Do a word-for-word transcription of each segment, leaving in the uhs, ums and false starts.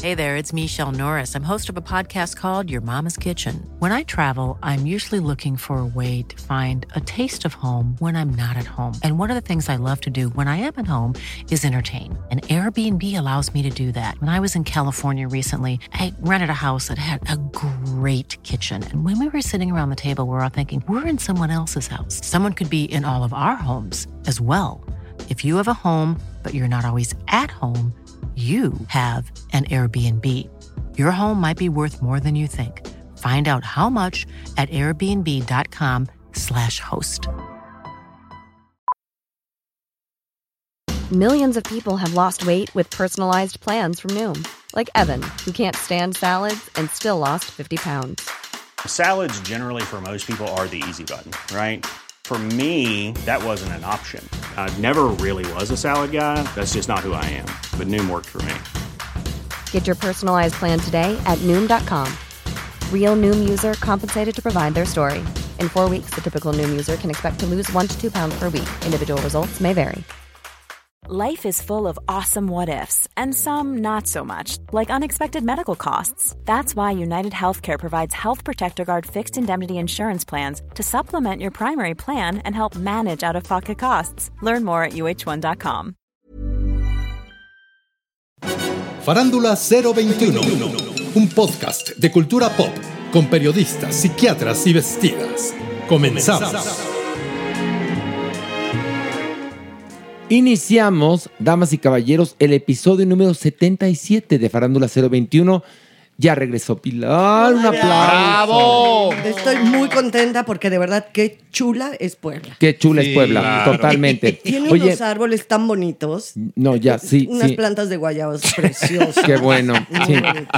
Hey there, it's Michelle Norris. I'm host of a podcast called Your Mama's Kitchen. When I travel, I'm usually looking for a way to find a taste of home when I'm not at home. And one of the things I love to do when I am at home is entertain. And Airbnb allows me to do that. When I was in California recently, I rented a house that had a great kitchen. And when we were sitting around the table, we were all thinking, we're in someone else's house. Someone could be in all of our homes as well. If you have a home, but you're not always at home, you have an Airbnb. Your home might be worth more than you think. Find out how much at airbnb.com slash host. Millions of people have lost weight with personalized plans from Noom. Like Evan, who can't stand salads and still lost fifty pounds. Salads generally for most people are the easy button, right? For me, that wasn't an option. I never really was a salad guy. That's just not who I am. But Noom worked for me. Get your personalized plan today at Noom dot com. Real Noom user compensated to provide their story. In four weeks, the typical Noom user can expect to lose one to two pounds per week. Individual results may vary. Life is full of awesome what-ifs, and some not so much, like unexpected medical costs. That's why United Healthcare provides Health Protector Guard fixed indemnity insurance plans to supplement your primary plan and help manage out-of-pocket costs. Learn more at U H one dot com. Farándula cero veintiuno, un podcast de cultura pop con periodistas, psiquiatras y vestidas. Comenzamos. Iniciamos, damas y caballeros, el episodio número setenta y siete de Farándula cero veintiuno. Ya regresó Pilar, un aplauso. ¡Bravo! Estoy muy contenta porque de verdad qué chula es Puebla. Qué chula sí, es Puebla, claro. Totalmente. Tiene Oye, unos árboles tan bonitos. No, ya, sí. Unas sí. plantas de guayabas preciosas. Qué bueno. Sí.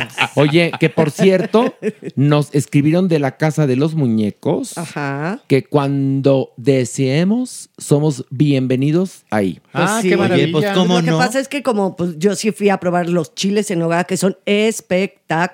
Oye, que por cierto, nos escribieron de la Casa de los Muñecos. Ajá. Que cuando deseemos, somos bienvenidos ahí. Pues ah, sí. qué maravilla. Oye, pues, ¿cómo Lo no? que pasa es que como pues, yo sí fui a probar los chiles en nogada, que son espectaculares.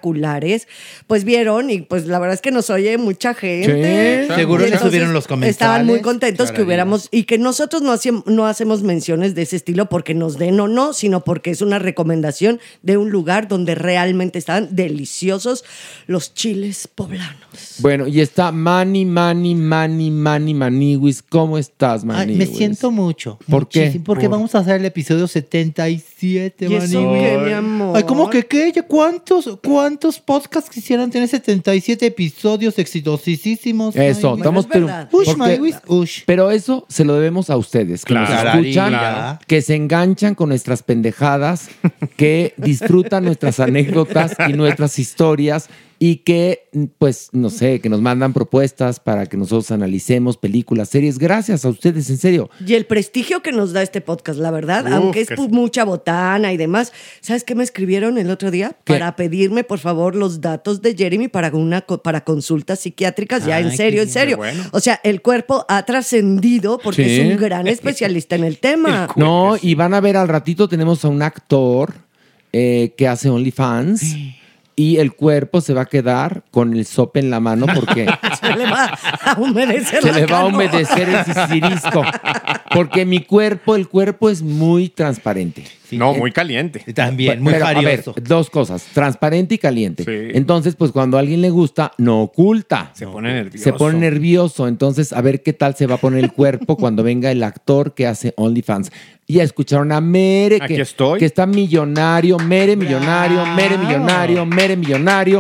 Pues vieron y pues la verdad es que nos oye mucha gente. Sí, seguro les subieron los comentarios. Estaban muy contentos que hubiéramos y que nosotros no, hacíamos, no hacemos menciones de ese estilo porque nos den o no, sino porque es una recomendación de un lugar donde realmente estaban deliciosos los chiles poblanos. Bueno, y está Manny, Manny, Manny, Manny, Maniwis. ¿Cómo estás, Maniwis? Ay, me siento mucho. ¿Por muchísimo, qué? Porque Por... vamos a hacer el episodio setenta y siete, ¿Y eso Maniwis. qué, mi amor? Ay, ¿cómo que qué? ¿Cuántos, cuántos podcasts quisieran tener setenta y siete episodios exitosísimos? Eso, Maniwis? estamos... Pero, Ush, porque, Maniwis, ush. pero eso se lo debemos a ustedes, que Claro. nos escuchan, Claro. que se enganchan con nuestras pendejadas, que disfrutan nuestras anécdotas y nuestras historias y que, pues, no sé, que nos mandan propuestas para que nosotros analicemos películas, series. Gracias a ustedes, en serio. Y el prestigio que nos da este podcast, la verdad, Uf, aunque es que pues, sí. mucha botana y demás. ¿Sabes qué me escribieron el otro día? ¿Qué? Para pedirme, por favor, los datos de Jeremy para, una, para consultas psiquiátricas. Ya, Ay, en serio, qué en serio. bueno. O sea, el cuerpo ha trascendido porque Sí. es un gran especialista en el tema. No, y van a ver al ratito, tenemos a un actor eh, que hace OnlyFans. Y el cuerpo se va a quedar con el sope en la mano porque Se le va a humedecer se la le va a canoa. humedecer el sisirisco. Porque mi cuerpo, el cuerpo es muy transparente. No, muy caliente. También, muy Pero, a ver, jarioso. dos cosas, transparente y caliente. Sí. Entonces, pues cuando a alguien le gusta, no oculta. Se pone nervioso. Se pone nervioso. Entonces, a ver qué tal se va a poner el cuerpo cuando venga el actor que hace OnlyFans. Ya escucharon a Mere, Aquí que, estoy. que está millonario, Mere millonario, Mere millonario, Mere millonario,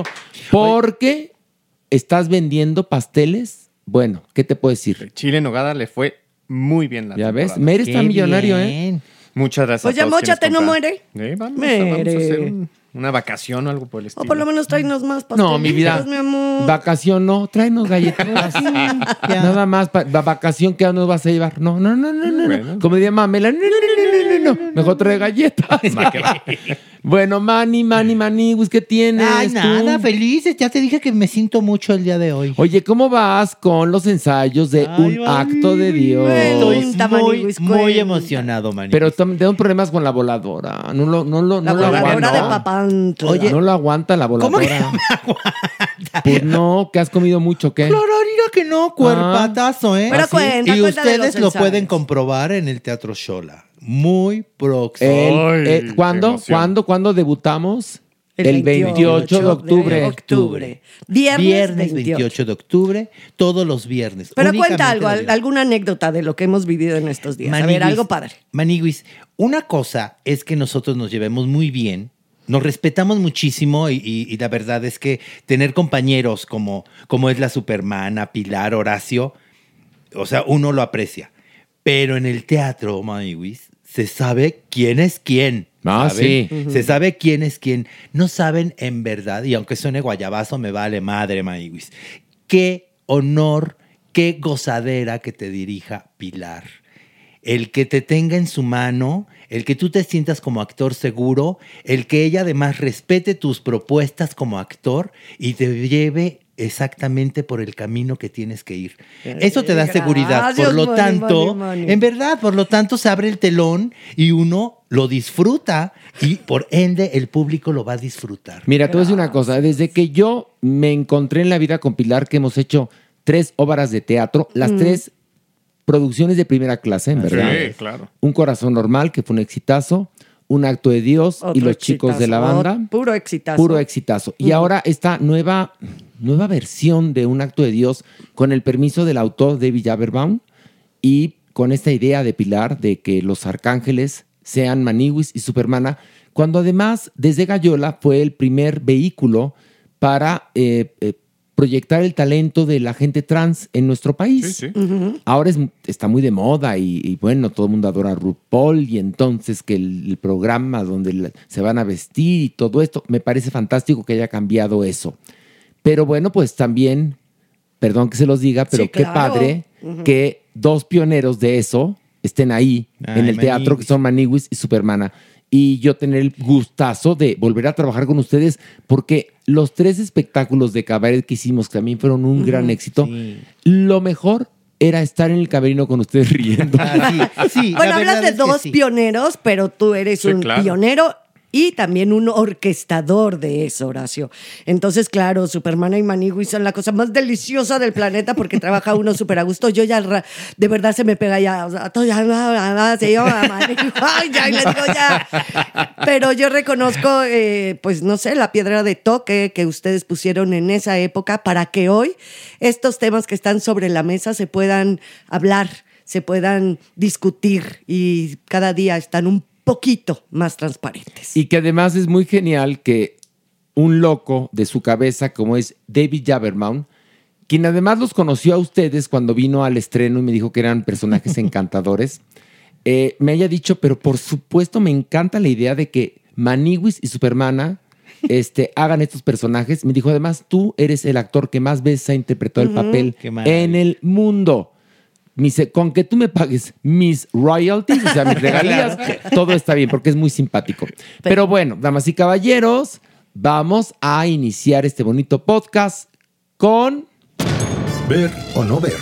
porque estás vendiendo pasteles. Bueno, ¿qué te puedo decir? El chile en nogada le fue muy bien la Ya ves, temporada. Mere está Qué millonario, ¿eh? bien. Muchas gracias Oye, a todos móchate, quienes no compraron. muere. Eh, vamos, Mere. vamos a hacer un- una vacación o algo por el O estilo. por lo menos tráenos más pastelitos, No, mi vida. mi amor. Vacación no, tráenos galletas. Nada más, pa- va- vacación que nos vas a llevar. No, no, no, no, no. Bueno. Como diría Mamela, no, no, no, no, no, no. Mejor trae galletas. Bueno, Manny, Manny, Manny, pues, ¿qué tienes Ay, tú? nada, felices. Ya te dije que me siento mucho el día de hoy. Oye, ¿cómo vas con los ensayos de Ay, Un Manny. Acto de Dios? Estoy Cuenta, muy, Maniwis, muy cuenta. emocionado, Manny. Pero tam- tengo problemas con la voladora. No lo, no lo, La no lo voladora aguanta. de Papantla. Oye, no lo aguanta la voladora. ¿Cómo que no me aguanta? Pues no, que has comido mucho, ¿qué? Claro, diga que no, cuerpatazo, ¿eh? Pero Así. cuenta, Y cuenta de ustedes los lo ensayos. pueden comprobar en el Teatro Xola. Muy próximo. El- Ay, eh, ¿Cuándo? qué emoción. ¿Cuándo? ¿Cuándo debutamos? El veintiocho de octubre. de octubre. Viernes, Viernes veintiocho. veintiocho de octubre, todos los viernes. Pero Únicamente cuenta algo, los al- viernes. alguna anécdota de lo que hemos vivido en estos días. A ver, Maniguis, algo padre. Maniguis, una cosa es que nosotros nos llevemos muy bien, nos respetamos muchísimo y, y- y la verdad es que tener compañeros como, como es la Supermana, Pilar, Horacio, o sea, uno lo aprecia. Pero en el teatro, Maniguis, se sabe quién es quién. Ah, ¿saben? sí. Se sabe quién es quién. No saben en verdad, y aunque suene guayabazo, me vale madre, Maniguis. Qué honor, qué gozadera que te dirija Pilar. El que te tenga en su mano, el que tú te sientas como actor seguro, el que ella además respete tus propuestas como actor y te lleve exactamente por el camino que tienes que ir. Eso te da seguridad. Gracias, Por lo Mani, tanto, Mani, Mani. en verdad, por lo tanto se abre el telón y uno lo disfruta y por ende el público lo va a disfrutar. Mira, te voy a decir una cosa. Desde que yo me encontré en la vida con Pilar, que hemos hecho tres obras de teatro, las Mm. tres producciones de primera clase, en verdad. Sí, claro. Un corazón normal, que fue un exitazo. Un acto de Dios y Otro los chicos de la exitazo, banda. ot- Puro exitazo. Puro exitazo. Y Ujú. ahora esta nueva, nueva versión de Un acto de Dios con el permiso del autor David Jaberbaum y con esta idea de Pilar de que los arcángeles sean Maniguis y Supermana, cuando además desde Gallola fue el primer vehículo para eh, eh, proyectar el talento de la gente trans en nuestro país. Sí, sí. Ujú. Ahora es, está muy de moda y, y bueno, todo el mundo adora a RuPaul y entonces que el, el programa donde la- se van a vestir y todo esto, me parece fantástico que haya cambiado eso. Pero bueno, pues también, perdón que se los diga, pero Sí, qué claro. padre Ujú. que dos pioneros de eso estén ahí Ay, en el teatro, Maniguis. que son Maniguis y Supermana. Y yo tener el gustazo de volver a trabajar con ustedes, porque los tres espectáculos de cabaret que hicimos, que también fueron un gran éxito, Sí. lo mejor era estar en el camerino con ustedes riendo. Ah, sí, sí, Bueno, la hablas verdad de es que dos sí. pioneros, pero tú eres Sí, un claro. pionero y también un orquestador de eso, Horacio. Entonces, claro, Supermana y Maniguis son la cosa más deliciosa del planeta porque trabaja uno súper a gusto. Yo ya, ra- de verdad, se me pega ya, o sea, todo ya, nada, nada, se llama Maniguis. Ay, ya, y les digo ya. Pero yo reconozco, eh, pues, no sé, la piedra de toque que ustedes pusieron en esa época para que hoy estos temas que están sobre la mesa se puedan hablar, se puedan discutir y cada día están un poquito más transparentes. Y que además es muy genial que un loco de su cabeza como es David Jaberbaum, quien además los conoció a ustedes cuando vino al estreno y me dijo que eran personajes encantadores, eh, me haya dicho, pero por supuesto me encanta la idea de que Maniguis y Supermana este, hagan estos personajes. Me dijo, además, tú eres el actor que más veces ha interpretado el papel Qué maravilla. en el mundo. Me dice, con que tú me pagues mis royalties, o sea, mis regalías, todo está bien, porque es muy simpático. Pero bueno, damas y caballeros, vamos a iniciar este bonito podcast con... Ver o no ver.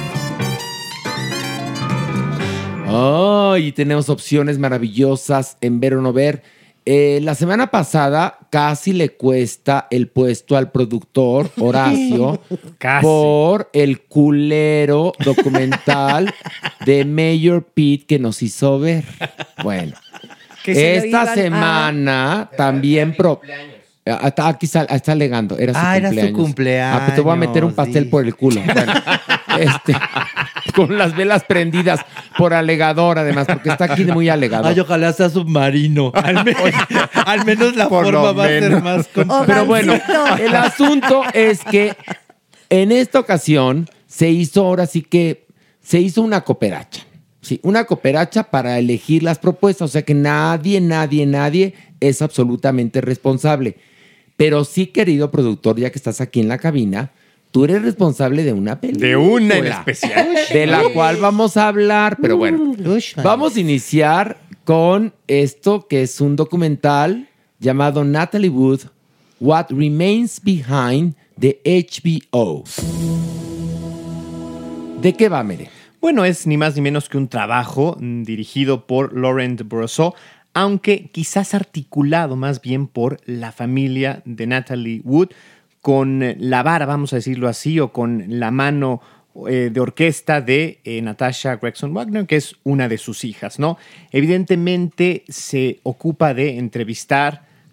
¡Ay! tenemos opciones maravillosas en ver o no ver. Eh, la semana pasada casi le cuesta el puesto al productor Horacio Casi. por el culero documental de Mayor Pete que nos hizo ver. Bueno, Que se lo esta iban a- semana también... Pro Ah, está- Aquí está, está alegando. Era su Ah, era su cumpleaños. cumpleaños, Ah, pues te voy a meter un pastel sí. por el culo. Bueno, este, con las velas prendidas por alegador, además, porque está aquí de muy alegador. Ay, ojalá sea submarino. Al, me- al menos la Por forma lo va a ser menos. más com- Pero bueno, Ojancito. el asunto es que en esta ocasión se hizo, ahora sí que, se hizo una cooperacha. Sí, una cooperacha para elegir las propuestas. O sea que nadie, nadie, nadie es absolutamente responsable. Pero sí, querido productor, ya que estás aquí en la cabina, tú eres responsable de una película. De una en especial. De la cual vamos a hablar. Pero bueno, Ush, man. vamos a iniciar con esto que es un documental llamado Natalie Wood, What Remains Behind, de H B O. ¿De qué va, Mere? Bueno, es ni más ni menos que un trabajo mm, dirigido por Laurent Brosseau, aunque quizás articulado más bien por la familia de Natalie Wood, con eh, la vara, vamos a decirlo así, o con la mano eh, de orquesta de eh, Natasha Gregson Wagner, que es una de sus hijas, ¿no? Evidentemente se ocupa de entrevistar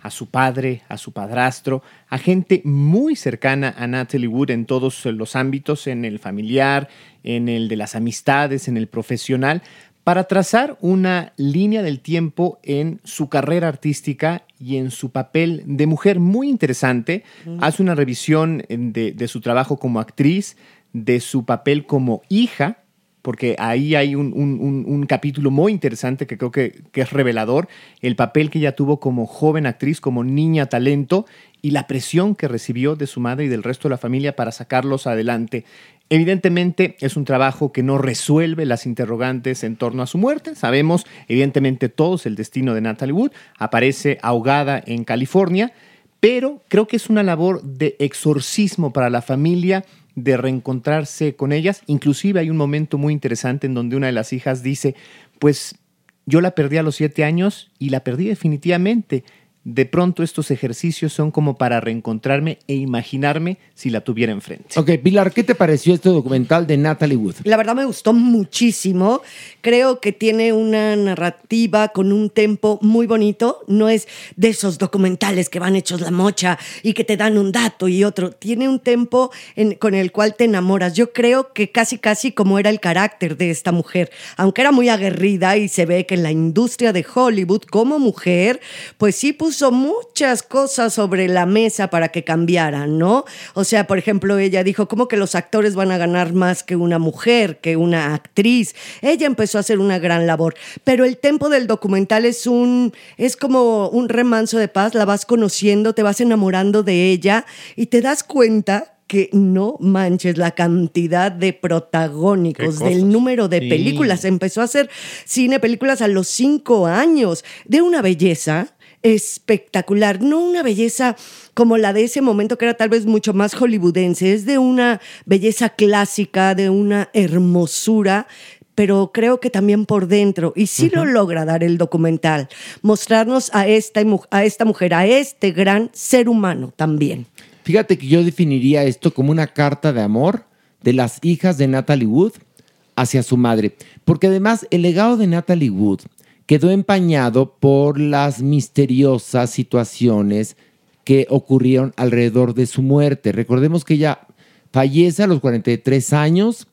a su padre, a su padrastro, a gente muy cercana a Natalie Wood en todos los ámbitos, en el familiar, en el de las amistades, en el profesional, para trazar una línea del tiempo en su carrera artística y en su papel de mujer muy interesante. Mm. Hace una revisión de, de su trabajo como actriz, de su papel como hija, porque ahí hay un, un, un, un capítulo muy interesante que creo que, que es revelador, el papel que ella tuvo como joven actriz, como niña talento, y la presión que recibió de su madre y del resto de la familia para sacarlos adelante. Evidentemente es un trabajo que no resuelve las interrogantes en torno a su muerte. Sabemos evidentemente todos el destino de Natalie Wood. Aparece ahogada en California, pero creo que es una labor de exorcismo para la familia, de reencontrarse con ellas. Inclusive hay un momento muy interesante en donde una de las hijas dice, pues yo la perdí a los siete años y la perdí definitivamente. De pronto estos ejercicios son como para reencontrarme e imaginarme si la tuviera enfrente. Ok, Pilar, ¿qué te pareció este documental de Natalie Wood? La verdad me gustó muchísimo. Creo que tiene una narrativa con un tempo muy bonito. No es de esos documentales que van hechos la mocha y que te dan un dato y otro. Tiene un tempo en, con el cual te enamoras. Yo creo que casi casi como era el carácter de esta mujer. Aunque era muy aguerrida y se ve que en la industria de Hollywood como mujer, pues sí puso muchas cosas sobre la mesa para que cambiaran, ¿no? O sea, por ejemplo, ella dijo, ¿cómo que los actores van a ganar más que una mujer, que una actriz? Ella empezó a hacer una gran labor, pero el tempo del documental es un, es como un remanso de paz, la vas conociendo, te vas enamorando de ella y te das cuenta que no manches la cantidad de protagónicos, del número de sí. películas. Empezó a hacer cine, películas a los cinco años, de una belleza espectacular, no una belleza como la de ese momento que era tal vez mucho más hollywoodense, es de una belleza clásica, de una hermosura, pero creo que también por dentro, y sí uh-huh. lo logra dar el documental, mostrarnos a esta, a esta mujer, a este gran ser humano también. Fíjate que yo definiría esto como una carta de amor de las hijas de Natalie Wood hacia su madre, porque además el legado de Natalie Wood quedó empañado por las misteriosas situaciones que ocurrieron alrededor de su muerte. Recordemos que ella fallece a los cuarenta y tres años.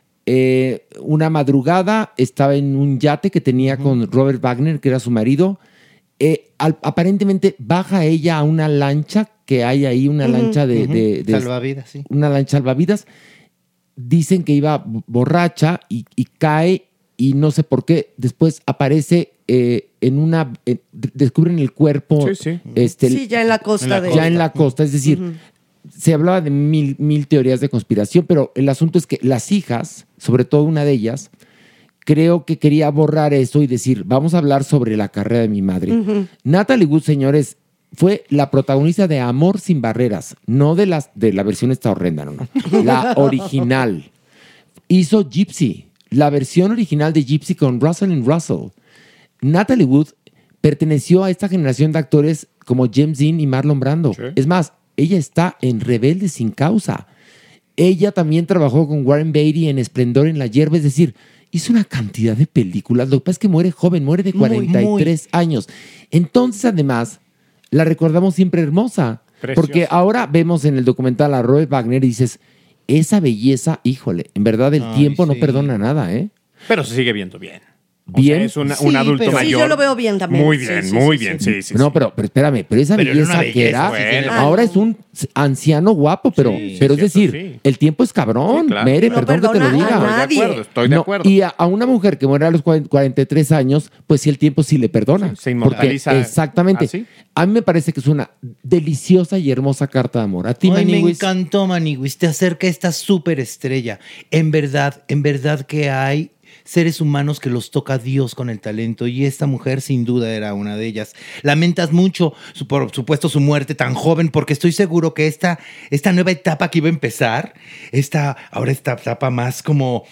Eh, una madrugada estaba en un yate que tenía uh-huh. con Robert Wagner, que era su marido. Eh, al, aparentemente baja ella a una lancha que hay ahí, una uh-huh. lancha de, uh-huh. de, de... Salvavidas, sí. Una lancha salvavidas. Dicen que iba borracha y, y cae. Y no sé por qué, después aparece eh, en una... Eh, descubren el cuerpo... Sí, sí. Este, sí, ya en la costa. En la de costa. Ya en la costa, es decir, uh-huh. se hablaba de mil, mil teorías de conspiración, pero el asunto es que las hijas, sobre todo una de ellas, creo que quería borrar eso y decir, vamos a hablar sobre la carrera de mi madre. Uh-huh. Natalie Wood, señores, fue la protagonista de Amor sin barreras, no de, las, de la versión esta horrenda, no, no. La original. Hizo Gypsy. La versión original de Gypsy con Rosalind Russell. Natalie Wood perteneció a esta generación de actores como James Dean y Marlon Brando. Sí. Es más, ella está en Rebelde sin causa. Ella también trabajó con Warren Beatty en Esplendor en la hierba. Es decir, hizo una cantidad de películas. Lo que pasa es que muere joven, muere de cuarenta y tres muy, muy. años. Entonces, además, la recordamos siempre hermosa. Preciosa. Porque ahora vemos en el documental a Robert Wagner y dices... Esa belleza, híjole, en verdad el Ay, tiempo sí. no perdona nada, ¿eh? Pero se sigue viendo bien. O Bien. sea, es una, Sí, un adulto pero- mayor. Sí, yo lo veo bien también. Muy Sí, bien, sí, muy sí, bien, sí. sí, sí. no, sí. pero, pero espérame, pero esa Pero era belleza, una que era, belleza, bueno. ahora es un anciano guapo, pero, Sí, pero es cierto, decir, sí. el tiempo es cabrón, Sí, claro. Mere, No perdón que te lo perdona a diga. Estoy de nadie. acuerdo, estoy de No, acuerdo. y a, a una mujer que muere a los cuarenta y tres años, pues sí, el tiempo sí le perdona. Sí, se inmortaliza Porque, exactamente. así. A mí me parece que es una deliciosa y hermosa carta de amor. A ti, Ay, me Maniwis. encantó, Maniwis. Te acerca esta súper estrella. En verdad, en verdad que hay seres humanos que los toca Dios con el talento y esta mujer sin duda era una de ellas. Lamentas mucho, su- por supuesto, su muerte tan joven porque estoy seguro que esta, esta nueva etapa que iba a empezar, esta, ahora esta etapa más como...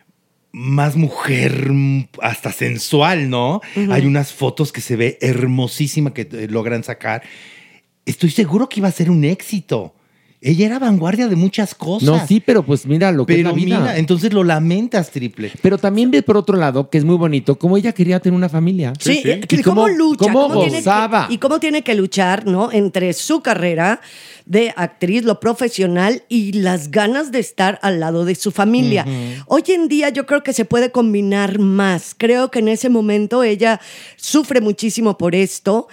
más mujer, mm, hasta sensual, ¿no? Ujú. Hay unas fotos que se ve hermosísima que eh, logran sacar. Estoy seguro que iba a ser un éxito. ella era vanguardia de muchas cosas. No, sí, pero pues mira lo que Pero es la vida. mira, entonces lo lamentas, Triple. Pero también ve por otro lado, que es muy bonito, cómo ella quería tener una familia. Sí, sí. y Y cómo, cómo- lucha, cómo cómo tiene gozaba. que- y cómo tiene que luchar, ¿no? Entre su carrera de actriz, lo profesional y las ganas de estar al lado de su familia. Hoy en día yo creo que se puede combinar más. Creo que en ese momento ella sufre muchísimo por esto.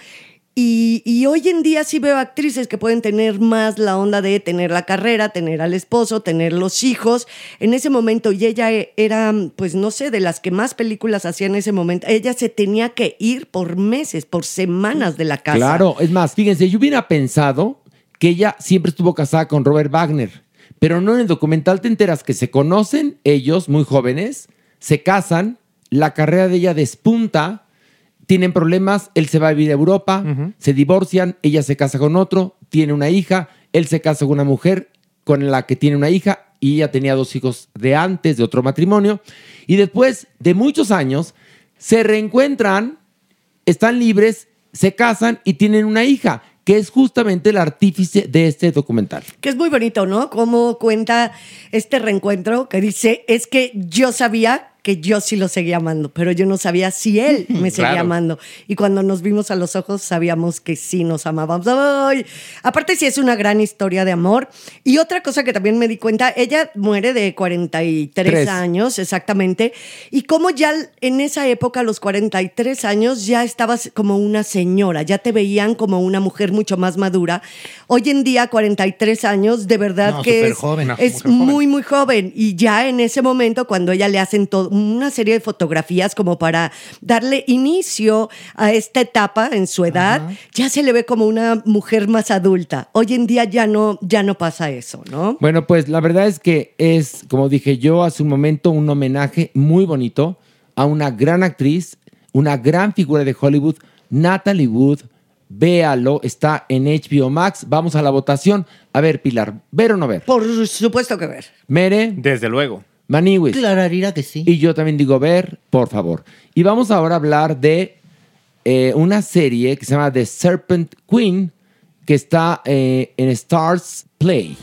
Y, y hoy en día sí veo actrices que pueden tener más la onda de tener la carrera, tener al esposo, tener los hijos. En ese momento, y ella era, pues no sé, de las que más películas hacía en ese momento. Ella se tenía que ir por meses, por semanas de la casa. Claro, es más, fíjense, yo hubiera pensado que ella siempre estuvo casada con Robert Wagner, pero no, en el documental te enteras que se conocen ellos, muy jóvenes, se casan, la carrera de ella despunta, tienen problemas, él se va a vivir a Europa, uh-huh. se divorcian, ella se casa con otro, tiene una hija, él se casa con una mujer con la que tiene una hija y ella tenía dos hijos de antes, de otro matrimonio, y después de muchos años se reencuentran, están libres, se casan y tienen una hija, que es justamente el artífice de este documental. Que es muy bonito, ¿no? Cómo cuenta este reencuentro que dice, es que yo sabía que yo sí lo seguía amando, pero yo no sabía si él me seguía Claro. amando. Y cuando nos vimos a los ojos, sabíamos que sí nos amábamos. ¡Ay! Aparte, sí es una gran historia de amor. Y otra cosa que también me di cuenta, ella muere de cuarenta y tres Tres. años, exactamente. Y cómo ya en esa época, a los cuarenta y tres años, ya estabas como una señora, ya te veían como una mujer mucho más madura. Hoy en día, cuarenta y tres años, de verdad No, que súper es, joven. es Mujer joven. muy, muy joven. Y ya en ese momento, cuando ella le hacen todo, una serie de fotografías como para darle inicio a esta etapa en su edad, Ajá. ya se le ve como una mujer más adulta. Hoy en día ya no, ya no pasa eso, ¿no? Bueno, pues la verdad es que es, como dije yo hace un momento, un homenaje muy bonito a una gran actriz, una gran figura de Hollywood, Natalie Wood. Véalo, está en H B O Max. Vamos a la votación. A ver, Pilar, ¿ver o no ver? Por supuesto que ver. Mere, Desde luego. Maniwis. Clararira que sí. Y yo también digo ver, por favor. Y vamos ahora a hablar de eh, una serie que se llama The Serpent Queen, que está eh, en Stars Play.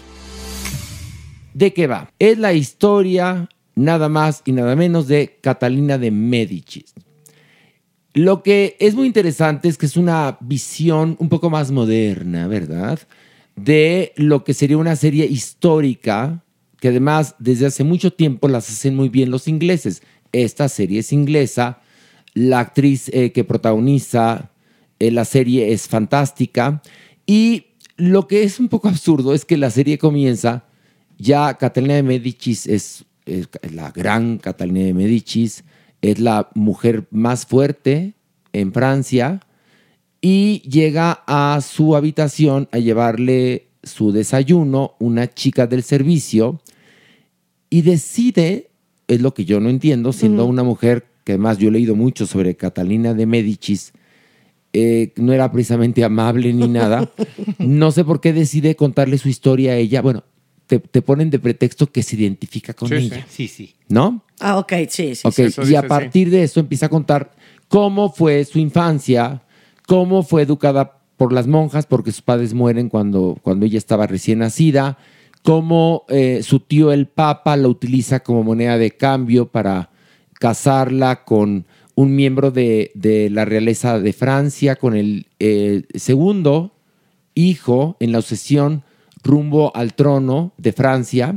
¿De qué va? Es la historia nada más y nada menos de Catalina de Médicis. Lo que es muy interesante es que es una visión un poco más moderna, ¿verdad? De lo que sería una serie histórica, que además desde hace mucho tiempo las hacen muy bien los ingleses. Esta serie es inglesa, la actriz eh, que protagoniza eh, la serie es fantástica, y lo que es un poco absurdo es que la serie comienza, ya Catalina de Médicis es, es la gran Catalina de Médicis, es la mujer más fuerte en Francia, y llega a su habitación a llevarle su desayuno una chica del servicio y decide, es lo que yo no entiendo, siendo uh-huh. una mujer que además yo he leído mucho sobre Catalina de Médicis, eh, no era precisamente amable ni nada, no sé por qué decide contarle su historia a ella. Bueno, te, te ponen de pretexto que se identifica con sí, ella. Sí, sí. ¿No? Ah, ok, sí, sí. Okay. sí. Y a partir de eso empieza a contar cómo fue su infancia, cómo fue educada por las monjas, porque sus padres mueren cuando, cuando ella estaba recién nacida, cómo eh, su tío el Papa la utiliza como moneda de cambio para casarla con un miembro de, de la realeza de Francia, con el eh, segundo hijo en la sucesión rumbo al trono de Francia,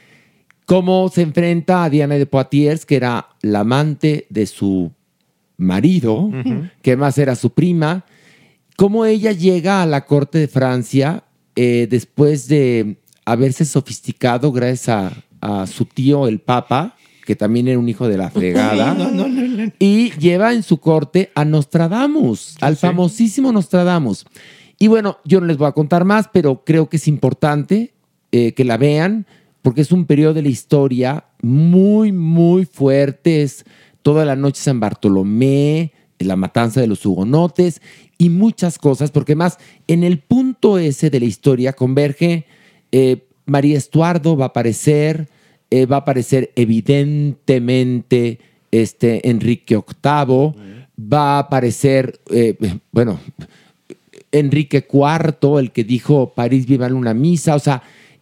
cómo se enfrenta a Diana de Poitiers, que era la amante de su marido, uh-huh. que además era su prima, cómo ella llega a la corte de Francia eh, después de haberse sofisticado gracias a, a su tío el Papa, que también era un hijo de la fregada, no, no, no, no. y lleva en su corte a Nostradamus, al sí. famosísimo Nostradamus. Y bueno, yo no les voy a contar más, pero creo que es importante eh, que la vean, porque es un periodo de la historia muy, muy fuerte. Es toda la noche San Bartolomé, la matanza de los hugonotes y muchas cosas, porque más en el punto ese de la historia converge eh, María Estuardo va a aparecer, eh, va a aparecer evidentemente este, Enrique octavo, va a aparecer, eh, bueno, Enrique cuarto, el que dijo París viva en una misa. O sea,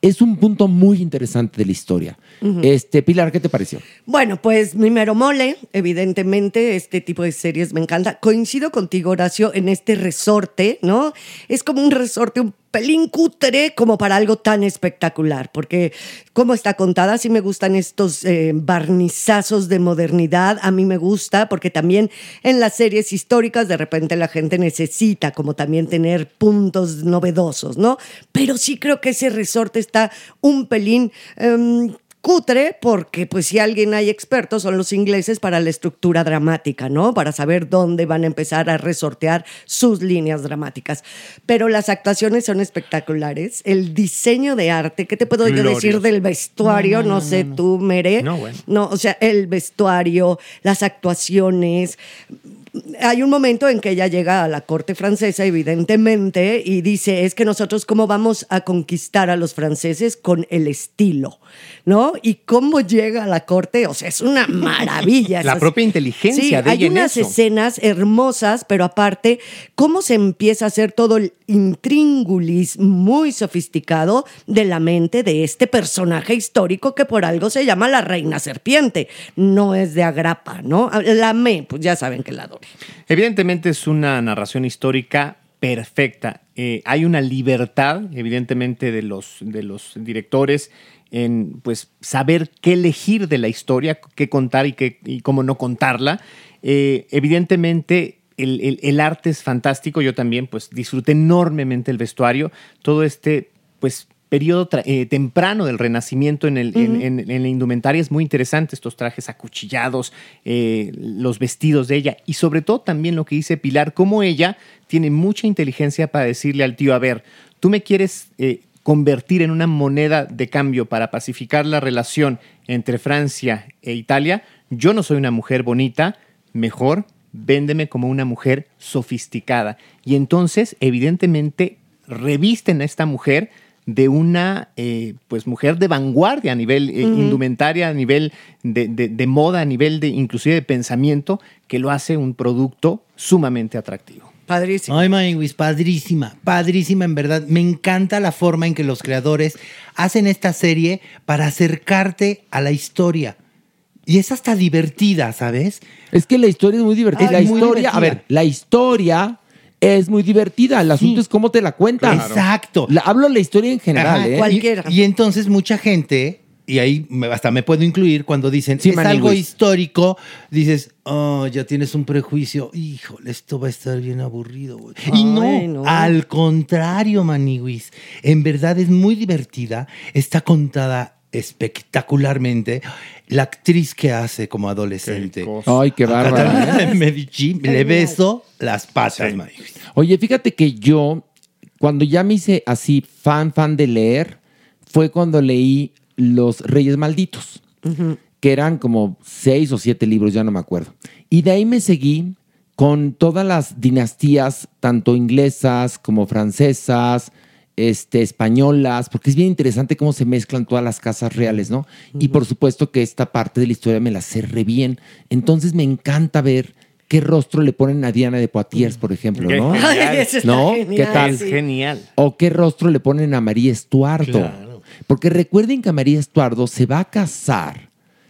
es un punto muy interesante de la historia. Uh-huh. Este, Pilar, ¿qué te pareció? Bueno, pues mi mero mole, evidentemente, este tipo de series me encanta. Coincido contigo, Horacio, en este resorte, ¿no? Es como un resorte un pelín cutre como para algo tan espectacular, porque como está contada, sí me gustan estos eh, barnizazos de modernidad, a mí me gusta, porque también en las series históricas de repente la gente necesita como también tener puntos novedosos, ¿no? Pero sí creo que ese resorte está un pelín Um, cutre, porque pues si alguien hay expertos son los ingleses para la estructura dramática, ¿no? Para saber dónde van a empezar a resortear sus líneas dramáticas. Pero las actuaciones son espectaculares. El diseño de arte, ¿qué te puedo yo decir del vestuario? No, no, no, no sé, no, no. tú, Mere. No, bueno. No, o sea, el vestuario, las actuaciones. Hay un momento en que ella llega a la corte francesa, evidentemente, y dice, es que nosotros cómo vamos a conquistar a los franceses con el estilo, ¿no? Y cómo llega a la corte, o sea, es una maravilla. La propia inteligencia sí, de ella hay en unas eso. escenas hermosas, pero aparte, cómo se empieza a hacer todo el intríngulis muy sofisticado de la mente de este personaje histórico que por algo se llama la reina serpiente. No es de agrapa, ¿no? La amé, pues ya saben que la adoro. Evidentemente es una narración histórica perfecta. Eh, hay una libertad, evidentemente, de los, de los directores en pues, saber qué elegir de la historia, qué contar y, qué, y cómo no contarla. Eh, evidentemente, el, el, el arte es fantástico. Yo también pues, disfruté enormemente el vestuario. Todo este pues, periodo tra- eh, temprano del Renacimiento en, el, uh-huh. en, en, en la indumentaria es muy interesante, estos trajes acuchillados, eh, los vestidos de ella y sobre todo también lo que dice Pilar, cómo ella tiene mucha inteligencia para decirle al tío, a ver, tú me quieres eh, convertir en una moneda de cambio para pacificar la relación entre Francia e Italia, yo no soy una mujer bonita, mejor véndeme como una mujer sofisticada. Y entonces, evidentemente, revisten a esta mujer de una eh, pues mujer de vanguardia a nivel eh, uh-huh. indumentaria, a nivel de, de, de moda, a nivel de inclusive de pensamiento, que lo hace un producto sumamente atractivo. Padrísimo. Ay, Maniwis, padrísima, padrísima en verdad. Me encanta la forma en que los creadores hacen esta serie para acercarte a la historia. Y es hasta divertida, ¿sabes? Es que la historia es muy divertida. Ay, la muy historia, divertida. a ver, la historia es muy divertida. El asunto sí. es cómo te la cuentan. Claro. Exacto. La, hablo de la historia en general. Ajá, ¿eh? Cualquiera. Y, y entonces mucha gente, y ahí me, hasta me puedo incluir, cuando dicen sí, es Maniwis. algo histórico, dices, oh, ya tienes un prejuicio. Híjole, esto va a estar bien aburrido. Güey. Y no, Ay, no, al contrario, Maniwis. En verdad es muy divertida. Está contada espectacularmente. La actriz que hace como adolescente. Qué Ay, qué bárbara. ¿eh? Medici, le beso las patas, sí. Maniwis. Oye, fíjate que yo, cuando ya me hice así fan, fan de leer, fue cuando leí Los Reyes Malditos, uh-huh. que eran como seis o siete libros, ya no me acuerdo. Y de ahí me seguí con todas las dinastías, tanto inglesas como francesas, Este, españolas, porque es bien interesante cómo se mezclan todas las casas reales, ¿no? Uh-huh. Y por supuesto que esta parte de la historia me la sé re bien. Entonces me encanta ver qué rostro le ponen a Diana de Poitiers, por ejemplo, ¿no? Ay, eso está ¿No? genial, ¿Qué tal? Es genial. O qué rostro le ponen a María Estuardo. Claro. Porque recuerden que María Estuardo se va a casar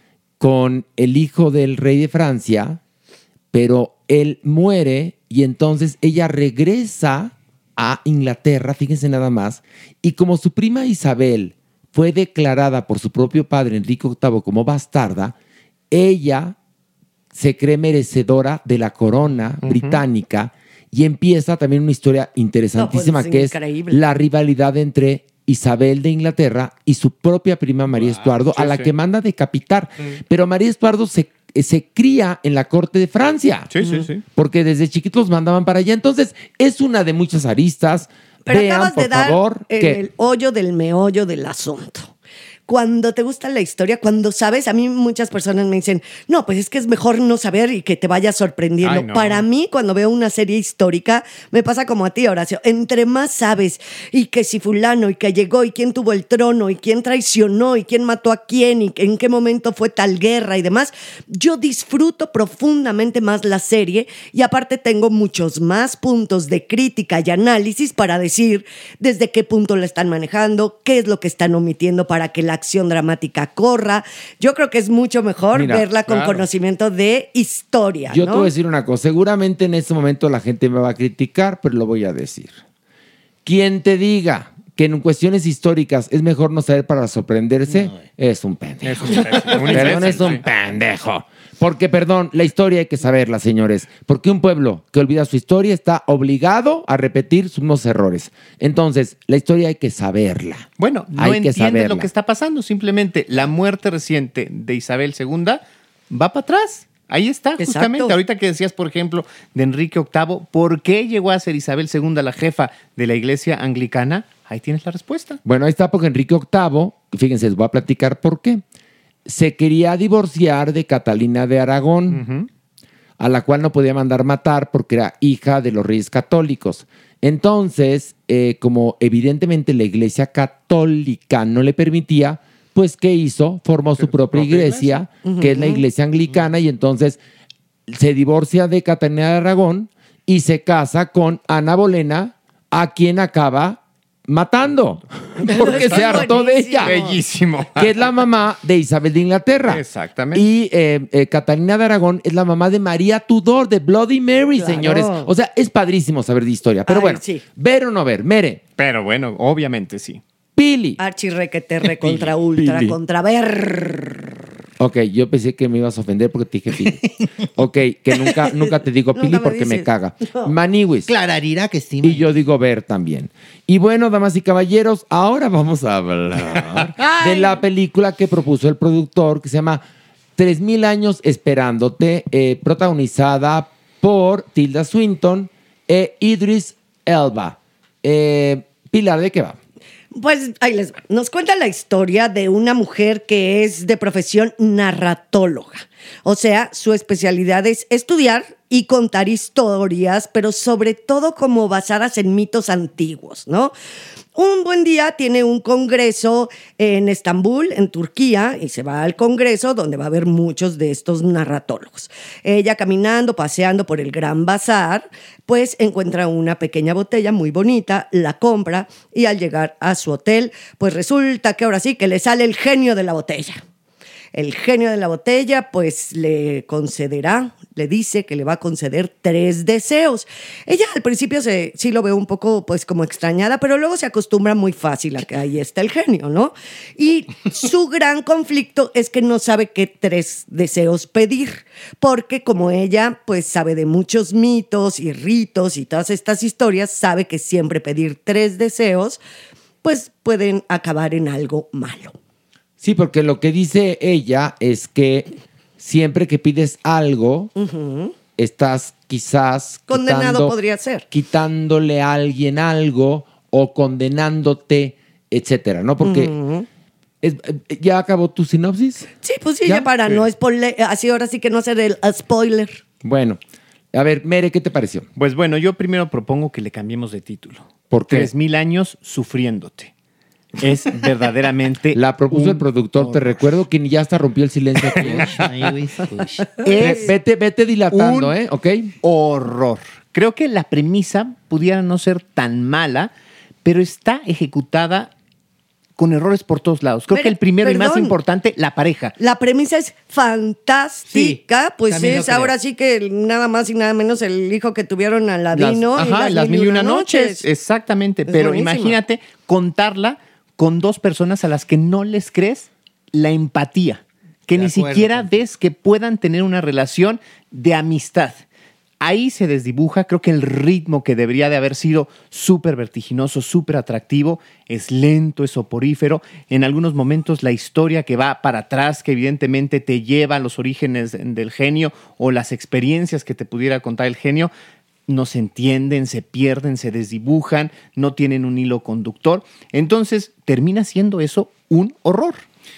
con el hijo del rey de Francia, pero él muere y entonces ella regresa a Inglaterra, fíjense nada más, y como su prima Isabel fue declarada por su propio padre Enrique octavo como bastarda, ella se cree merecedora de la corona uh-huh. británica y empieza también una historia interesantísima no, pues, que increíble. es la rivalidad entre Isabel de Inglaterra y su propia prima María wow, Estuardo, sí, a la sí. que manda decapitar. Uh-huh. Pero María Estuardo se se cría en la corte de Francia. Sí, sí, sí. Porque desde chiquitos mandaban para allá. Entonces, es una de muchas aristas. Pero Vean, acabas por de dar favor, en que el hoyo del meollo del asunto. cuando te gusta la historia, cuando sabes, a mí muchas personas me dicen, no, pues es que es mejor no saber y que te vaya sorprendiendo. Ay, no. Para mí, cuando veo una serie histórica, me pasa como a ti, Horacio. Entre más sabes, y que si fulano, y que llegó, y quién tuvo el trono, y quién traicionó, y quién mató a quién, y en qué momento fue tal guerra y demás, yo disfruto profundamente más la serie y aparte tengo muchos más puntos de crítica y análisis para decir desde qué punto la están manejando, qué es lo que están omitiendo para que la acción dramática corra. Yo creo que es mucho mejor Mira, verla con claro. conocimiento de historia, Yo ¿no? te voy a decir una cosa. Seguramente en este momento la gente me va a criticar, pero lo voy a decir. Quien te diga que en cuestiones históricas es mejor no saber para sorprenderse, No, eh. es un pendejo. Es un imbécil, un Perdón, imbécil, es un sí. pendejo. Porque, perdón, la historia hay que saberla, señores. Porque un pueblo que olvida su historia está obligado a repetir sus mismos errores. Entonces, la historia hay que saberla. Bueno, no Hay que entiendes saberla. lo que está pasando. Simplemente la muerte reciente de Isabel segunda va para atrás. Ahí está, Exacto. justamente. Ahorita que decías, por ejemplo, de Enrique octavo, ¿por qué llegó a ser Isabel segunda la jefa de la iglesia anglicana? Ahí tienes la respuesta. Bueno, ahí está porque Enrique octavo, fíjense, les voy a platicar por qué. Se quería divorciar de Catalina de Aragón, Ujú. a la cual no podía mandar matar porque era hija de los reyes católicos. Entonces, eh, como evidentemente la iglesia católica no le permitía, pues ¿qué hizo? Formó su propia propia iglesia, que es la iglesia anglicana, y entonces se divorcia de Catalina de Aragón y se casa con Ana Bolena, a quien acaba matando, porque se hartó de ella. Bellísimo. Que es la mamá de Isabel de Inglaterra. Exactamente. Y eh, eh, Catalina de Aragón es la mamá de María Tudor, de Bloody Mary, Claro. señores. O sea, es padrísimo saber de historia. Pero Ay, bueno, sí. ver o no ver, Mere, Pero bueno, obviamente sí. Pili. Archi requete re contra ultra Pili. contra ver. Ok, yo pensé que me ibas a ofender porque te dije Pili. Ok, que nunca, nunca te digo Nunca Pili me porque me dices. caga. No. Maniwis. Clararira que sí. Y yo digo ver también. Y bueno, damas y caballeros, ahora vamos a hablar de la película que propuso el productor, que se llama Tres Mil Años Esperándote, eh, protagonizada por Tilda Swinton e Idris Elba. Eh, Pilar, ¿de qué va? Pues ahí les va. Nos cuenta la historia de una mujer que es de profesión narratóloga. O sea, su especialidad es estudiar y contar historias, pero sobre todo como basadas en mitos antiguos, ¿no? Un buen día tiene un congreso en Estambul, en Turquía, y se va al congreso donde va a haber muchos de estos narratólogos. Ella caminando, paseando por el Gran Bazar, pues encuentra una pequeña botella muy bonita, la compra y al llegar a su hotel, pues resulta que ahora sí que le sale el genio de la botella. El genio de la botella pues le concederá, le dice que le va a conceder tres deseos. Ella al principio se, sí lo ve un poco pues como extrañada, pero luego se acostumbra muy fácil a que ahí está el genio, ¿no? Y su gran conflicto es que no sabe qué tres deseos pedir, porque como ella pues sabe de muchos mitos y ritos y todas estas historias, sabe que siempre pedir tres deseos pues pueden acabar en algo malo. Sí, porque lo que dice ella es que siempre que pides algo, Ujú. estás quizás Condenado quitando- podría ser. quitándole a alguien algo o condenándote, etcétera, ¿no? Porque Ujú. es- eh, ya acabó tu sinopsis. Sí, pues sí, ¿Ya? ya, para Sí. no spoiler, así ahora sí que no hacer el uh, spoiler. Bueno, a ver, Mere, ¿qué te pareció? Pues bueno, yo primero propongo que le cambiemos de título. ¿Por qué? Tres mil años sufriéndote. Es verdaderamente. La propuso un el productor, te horror. recuerdo que ya hasta rompió el silencio aquí. ¿eh? Ve- Es vete, vete dilatando, un ¿eh? ¿Ok? horror. Creo que la premisa pudiera no ser tan mala, pero está ejecutada con errores por todos lados. Creo Pero, que el primero y más perdón. importante, la pareja. La premisa es fantástica, Sí, pues también lo es creo. ahora sí que nada más y nada menos el hijo que tuvieron a Ladino Las, y ajá, las, mil y una noches. Exactamente. Es Pero buenísima. imagínate contarla con dos personas a las que no les crees la empatía, que De ni acuerdo siquiera contigo. ves que puedan tener una relación de amistad. Ahí se desdibuja, creo que el ritmo que debería de haber sido súper vertiginoso, súper atractivo, es lento, es soporífero. En algunos momentos la historia que va para atrás, que evidentemente te lleva a los orígenes del genio o las experiencias que te pudiera contar el genio, no se entienden, se pierden, se desdibujan, no tienen un hilo conductor. Entonces termina siendo eso un horror.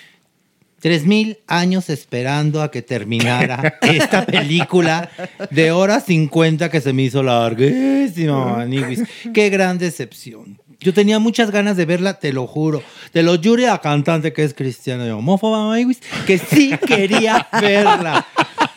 Tres mil años esperando a que terminara esta película de hora cincuenta que se me hizo larguísima, Maniguis. Qué gran decepción. Yo tenía muchas ganas de verla, te lo juro. Te lo juro a cantante que es cristiana y homófoba, Maniguis, que sí quería verla.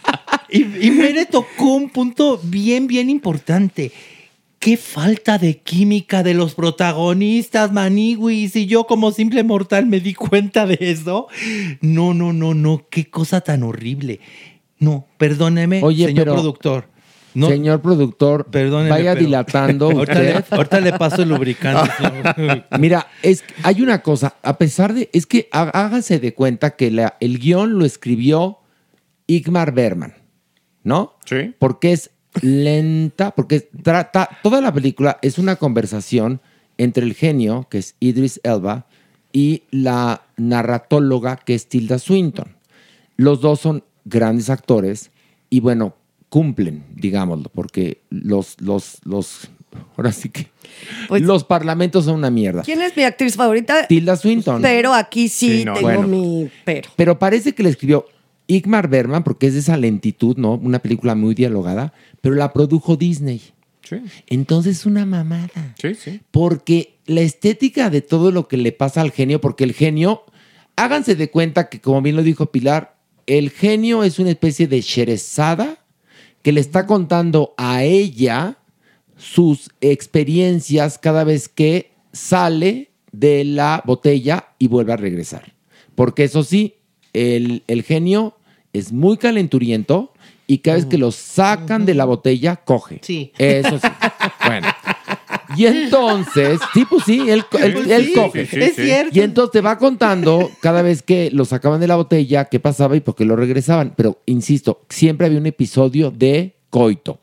Y, y Mere tocó un punto bien, bien importante. Qué falta de química de los protagonistas, Maniguis. Y yo como simple mortal me di cuenta de eso. No, no, no, no. Qué cosa tan horrible. No, perdóneme, Oye, señor pero- productor. No, Señor productor, perdóneme, vaya pero- dilatando ahorita, le, usted. ahorita le paso el lubricante. señor. Mira, es, hay una cosa, a pesar de, es que há- hágase de cuenta que la- el guión lo escribió Ingmar Bergman, ¿no? Sí. Porque es lenta, porque trata, toda la película es una conversación entre el genio, que es Idris Elba, y la narratóloga, que es Tilda Swinton. Los dos son grandes actores y bueno, cumplen, digámoslo, porque los, los, los, ahora sí que Pues- los parlamentos son una mierda. ¿Quién es mi actriz favorita? Tilda Swinton. Pero aquí sí, Sí, no. tengo Bueno. mi pero. Pero parece que le escribió Ingmar Bergman, porque es de esa lentitud, ¿no? Una película muy dialogada, pero la produjo Disney. Sí, Entonces es una mamada. sí, sí. Porque la estética de todo lo que le pasa al genio, porque el genio, háganse de cuenta que, como bien lo dijo Pilar, el genio es una especie de Sherezada que le está contando a ella sus experiencias cada vez que sale de la botella y vuelve a regresar. Porque eso sí, el, el genio es muy calenturiento y cada vez que lo sacan de la botella, coge. Sí. Eso sí. Bueno. Y entonces, sí, pues sí, él, él- Pues él sí, coge. sí, es sí. cierto. Y entonces te va contando cada vez que lo sacaban de la botella, qué pasaba y por qué lo regresaban. Pero, insisto, siempre había un episodio de coito.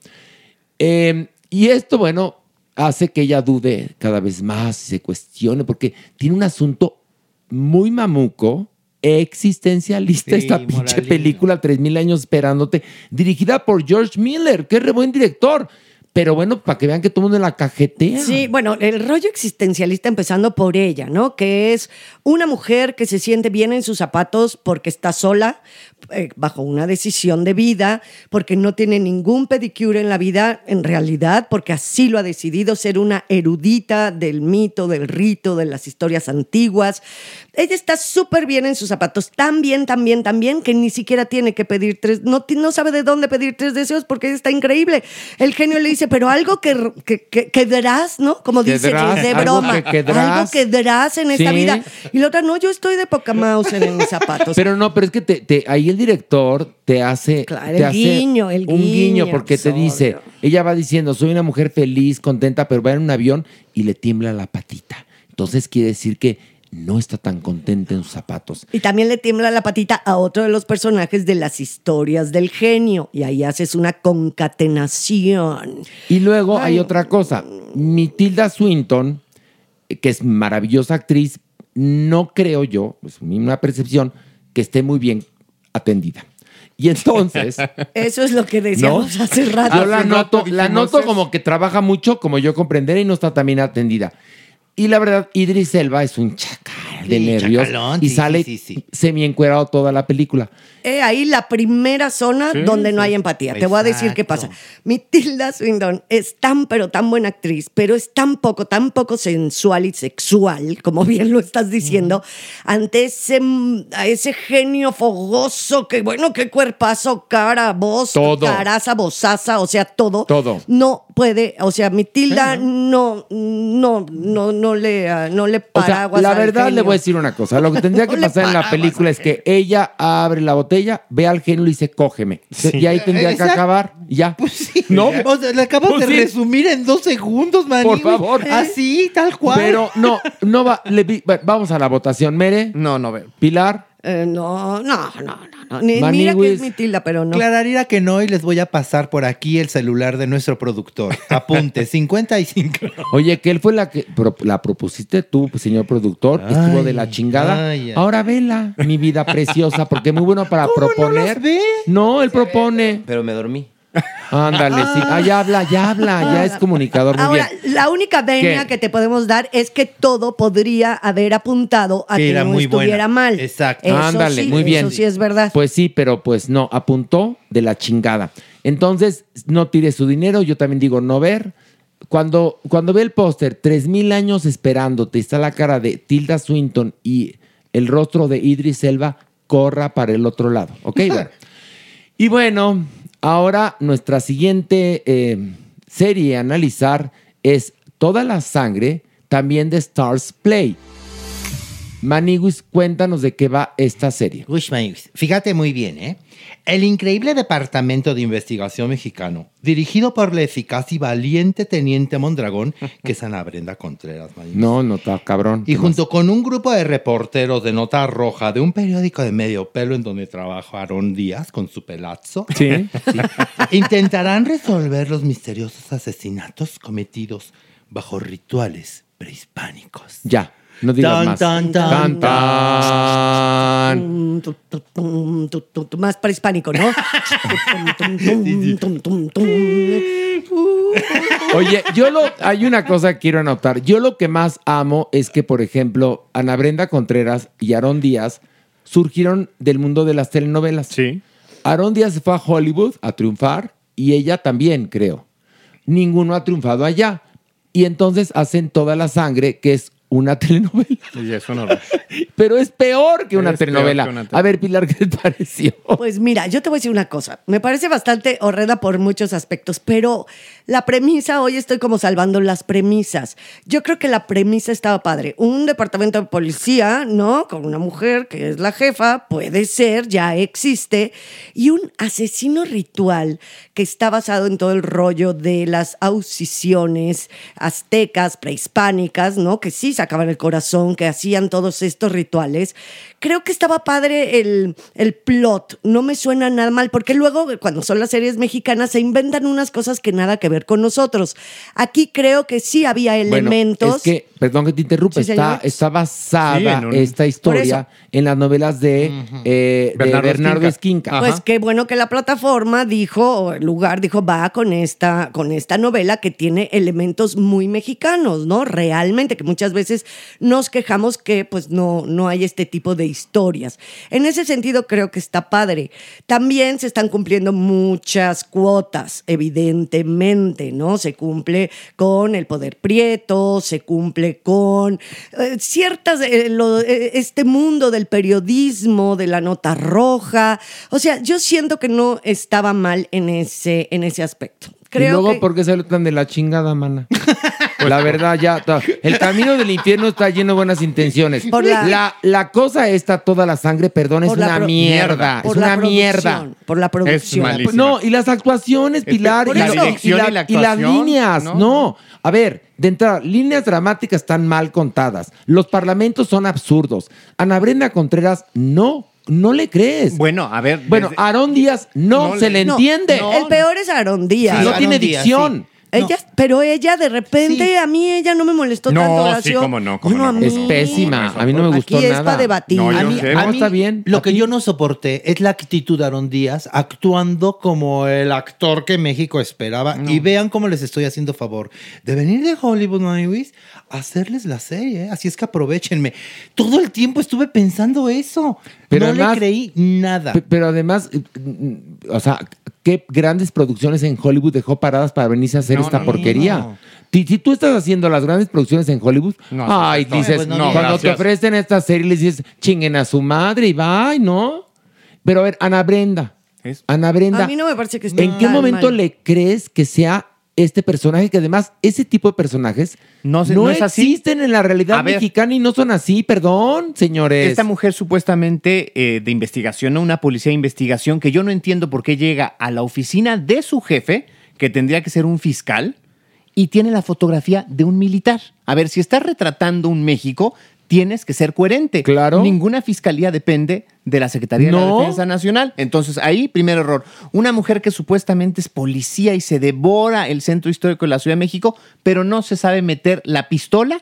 Eh, y esto, bueno, hace que ella dude cada vez más y se cuestione, porque tiene un asunto muy mamuco, existencialista, Sí, esta pinche moralista. película, Tres Mil Años Esperándote, dirigida por George Miller, que es re buen director. Pero bueno, para que vean que todo el mundo la cajetea. Sí, bueno, el rollo existencialista empezando por ella, ¿no? Que es una mujer que se siente bien en sus zapatos porque está sola, eh, bajo una decisión de vida, porque no tiene ningún pedicure en la vida, en realidad, porque así lo ha decidido, ser una erudita del mito, del rito, de las historias antiguas. Ella está súper bien en sus zapatos, tan bien, tan bien, tan bien, que ni siquiera tiene que pedir tres, no, ti- no sabe de dónde pedir tres deseos porque ella está increíble. El genio le dice, pero algo que, que, que quedarás, ¿no? Como dice, Quedarás, de algo broma. que quedarás. Algo quedarás en esta Sí. vida. Y la otra, no, yo estoy de poca Mauser en mis zapatos. Pero no, pero es que te, te- ahí el director te hace, Claro, te el hace guiño, el un guiño guiño, porque te obvio. dice, ella va diciendo, soy una mujer feliz, contenta, pero va en un avión y le tiembla la patita. Entonces quiere decir que no está tan contenta en sus zapatos. Y también le tiembla la patita a otro de los personajes de las historias del genio. Y ahí haces una concatenación. Y luego Ay. hay otra cosa. Mi Tilda Swinton, que es maravillosa actriz, no creo yo, es una percepción, que esté muy bien atendida. Y entonces, Eso es lo que decíamos ¿no? hace rato. yo la Hace noto, rato la dijimos noto eso. como que trabaja mucho, como yo comprenderé, y no está tan bien atendida. Y la verdad, Idris Elba es un chacal de Sí, nervios chacalón, y sí, sale sí, sí, sí. semi-encuerado toda la película. Eh, ahí la primera zona Sí, donde no sí. hay empatía. Te voy a decir qué Exacto. pasa. Mi Tilda Swinton es tan, pero tan buena actriz, pero es tan poco, tan poco sensual y sexual, como bien lo estás diciendo, ante ese, a ese genio fogoso que, bueno, qué cuerpazo, cara, voz, Todo. caraza, vozaza, o sea, todo. Todo. No puede, o sea, mi Tilda no, no, no, no le, ah, no le O sea, paraguas la al verdad le genio. voy a decir una cosa. Lo que tendría que No le pasar en la paraguas película al es que ella abre la botella, ve al genio y dice, cógeme. Y ahí tendría que Exacto. acabar. y Ya. Pues sí. ¿No? O sea, le acabas Pues de sí. resumir en dos segundos, Maniguis. Por favor. Así, tal cual. Pero no, no va. le vi- va- vamos a la votación. Mere, No, no veo. Pilar. Eh, no, no, no, no, no. Ni- mira Maniguis. que es mi Tilda, pero no. Aclararía que no y les voy a pasar por aquí el celular de nuestro productor. Apunte, cincuenta y cinco. Oye, que él fue la que pro- la propusiste tú, pues, señor productor. Ay, estuvo de la chingada. ay, ay. Ahora vela, mi vida preciosa, porque es muy bueno para ¿Cómo no proponer. las ve? No, él propone. Pero me dormí. Ándale, sí. Ah, ya habla, ya habla, ya es comunicador. Muy Ahora, bien. la única venia ¿Qué? que te podemos dar es que todo podría haber apuntado a Que que, era no muy estuviera buena. mal. Exacto. Eso Ándale, sí, muy bien. Eso sí es verdad. Pues sí, pero pues no, apuntó de la chingada. Entonces, no tire su dinero, yo también digo no ver. Cuando, cuando ve el póster, tres mil años esperándote, está la cara de Tilda Swinton y el rostro de Idris Elba, corra para el otro lado. ¿Ok? Bueno. Y bueno, ahora nuestra siguiente eh, serie a analizar es Toda la sangre, también de Stars Play. Maniguis, cuéntanos de qué va esta serie. Uy, Maniguis, fíjate muy bien, ¿eh? El increíble Departamento de Investigación Mexicano, dirigido por la eficaz y valiente Teniente Mondragón, que es Ana Brenda Contreras, Maniguis. No, no está cabrón. Y junto con un grupo de reporteros de nota roja de un periódico de medio pelo en donde trabaja Aarón Díaz con su pelazo, Sí. intentarán resolver los misteriosos asesinatos cometidos bajo rituales prehispánicos. Ya, no digas Tan, más. tan, tan, Tan, tan. Tum, tu, tu, tum, tu, tu, tu, Más prehispánico, ¿no? Tum, tum, tum, tum, tum, tum. Oye, yo lo, hay una cosa que quiero anotar. Yo lo que más amo es que, por ejemplo, Ana Brenda Contreras y Aarón Díaz surgieron del mundo de las telenovelas. Sí. Aarón Díaz se fue a Hollywood a triunfar y ella también, creo. Ninguno ha triunfado allá. Y entonces hacen Toda la sangre, que es una telenovela. Y eso no lo... Pero es peor que una Es peor telenovela. que una telenovela. A ver, Pilar, ¿qué te pareció? Pues mira, yo te voy a decir una cosa. Me parece bastante horrenda por muchos aspectos, pero la premisa, hoy estoy como salvando las premisas. Yo creo que la premisa estaba padre. Un departamento de policía, ¿no? Con una mujer que es la jefa, puede ser, ya existe. Y un asesino ritual que está basado en todo el rollo de las aucisiones aztecas, prehispánicas, ¿no? Que sí sacaban el corazón, que hacían todos estos rituales. Creo que estaba padre el, el plot. No me suena nada mal, porque luego, cuando son las series mexicanas, se inventan unas cosas que nada que ver con nosotros. Aquí creo que sí había elementos. Bueno, es que, perdón que te interrumpa, Sí, está, señor. está basada Sí, en un- esta historia Por eso. en las novelas de, eh, de Bernardo Bernardo Esquinca. Esquinca. Pues qué bueno que la plataforma dijo, o el lugar dijo, va con esta, con esta novela que tiene elementos muy mexicanos, ¿no? Realmente, que muchas veces nos quejamos que pues no, no hay este tipo de historias. En ese sentido creo que está padre. También se están cumpliendo muchas cuotas, evidentemente, ¿no? Se cumple con el poder prieto, se cumple con eh, ciertas, eh, lo- eh, este mundo del periodismo, de la nota roja. O sea, yo siento que no estaba mal en ese, en ese aspecto. Creo y luego, que... ¿por qué salió tan de la chingada, mana? La verdad, ya. ta- El camino del infierno está lleno de buenas intenciones. Por la- la... la cosa esta, Toda la sangre, perdón, es por la una pro- mierda. por Es la una producción, mierda. Por la producción. malísimo. No, y las actuaciones, Pilar, por y, eso. la- La dirección y la- y la y las actuación, líneas. ¿no? No. A ver, de entrada, líneas dramáticas están mal contadas. Los parlamentos son absurdos. Ana Brenda Contreras, no, no le crees. Bueno, a ver. Bueno, desde- Aarón Díaz, no, No se le- le No, entiende. El peor es Aarón Díaz. no Aarón tiene Díaz, dicción. Ella, pero ella de repente, Sí. a mí ella no me molestó No, tanto. sí, Horacio. cómo no, cómo Bueno, no. a mí- Es pésima. A mí no me gustó Aquí es nada. para debatir. No, yo A mí, sé. a No, mí está bien. Lo A que ti- yo no soporté es la actitud de Aarón Díaz actuando como el actor que México esperaba. Y vean cómo les estoy haciendo favor de venir de Hollywood, Maniguis, a hacerles la serie. ¿eh? Así es que aprovechenme. Todo el tiempo estuve pensando eso. Pero no además- le creí nada. Pe- Pero además, eh, mm, o sea, qué grandes producciones en Hollywood dejó paradas para venirse a hacer No, esta no, porquería. no. Si, si tú estás haciendo las grandes producciones en Hollywood, No, ay, no, dices, pues no, cuando te gracias. ofrecen esta serie, les dices, chinguen a su madre y bye, ¿no? Pero a ver, Ana Brenda. Es- Ana Brenda. A mí no me parece que esté ¿En qué tan momento mal. le crees que sea este personaje? Que además, ese tipo de personajes No se- no es así. existen en la realidad A ver. mexicana y no son así, perdón, señores. Esta mujer supuestamente eh, de investigación, ¿no? Una policía de investigación que yo no entiendo por qué llega a la oficina de su jefe, que tendría que ser un fiscal, y tiene la fotografía de un militar. A ver, si estás retratando un México, tienes que ser coherente. Claro. Ninguna fiscalía depende de la Secretaría de No. la Defensa Nacional. Entonces, ahí, primer error. Una mujer que supuestamente es policía y se devora el centro histórico de la Ciudad de México, pero no se sabe meter la pistola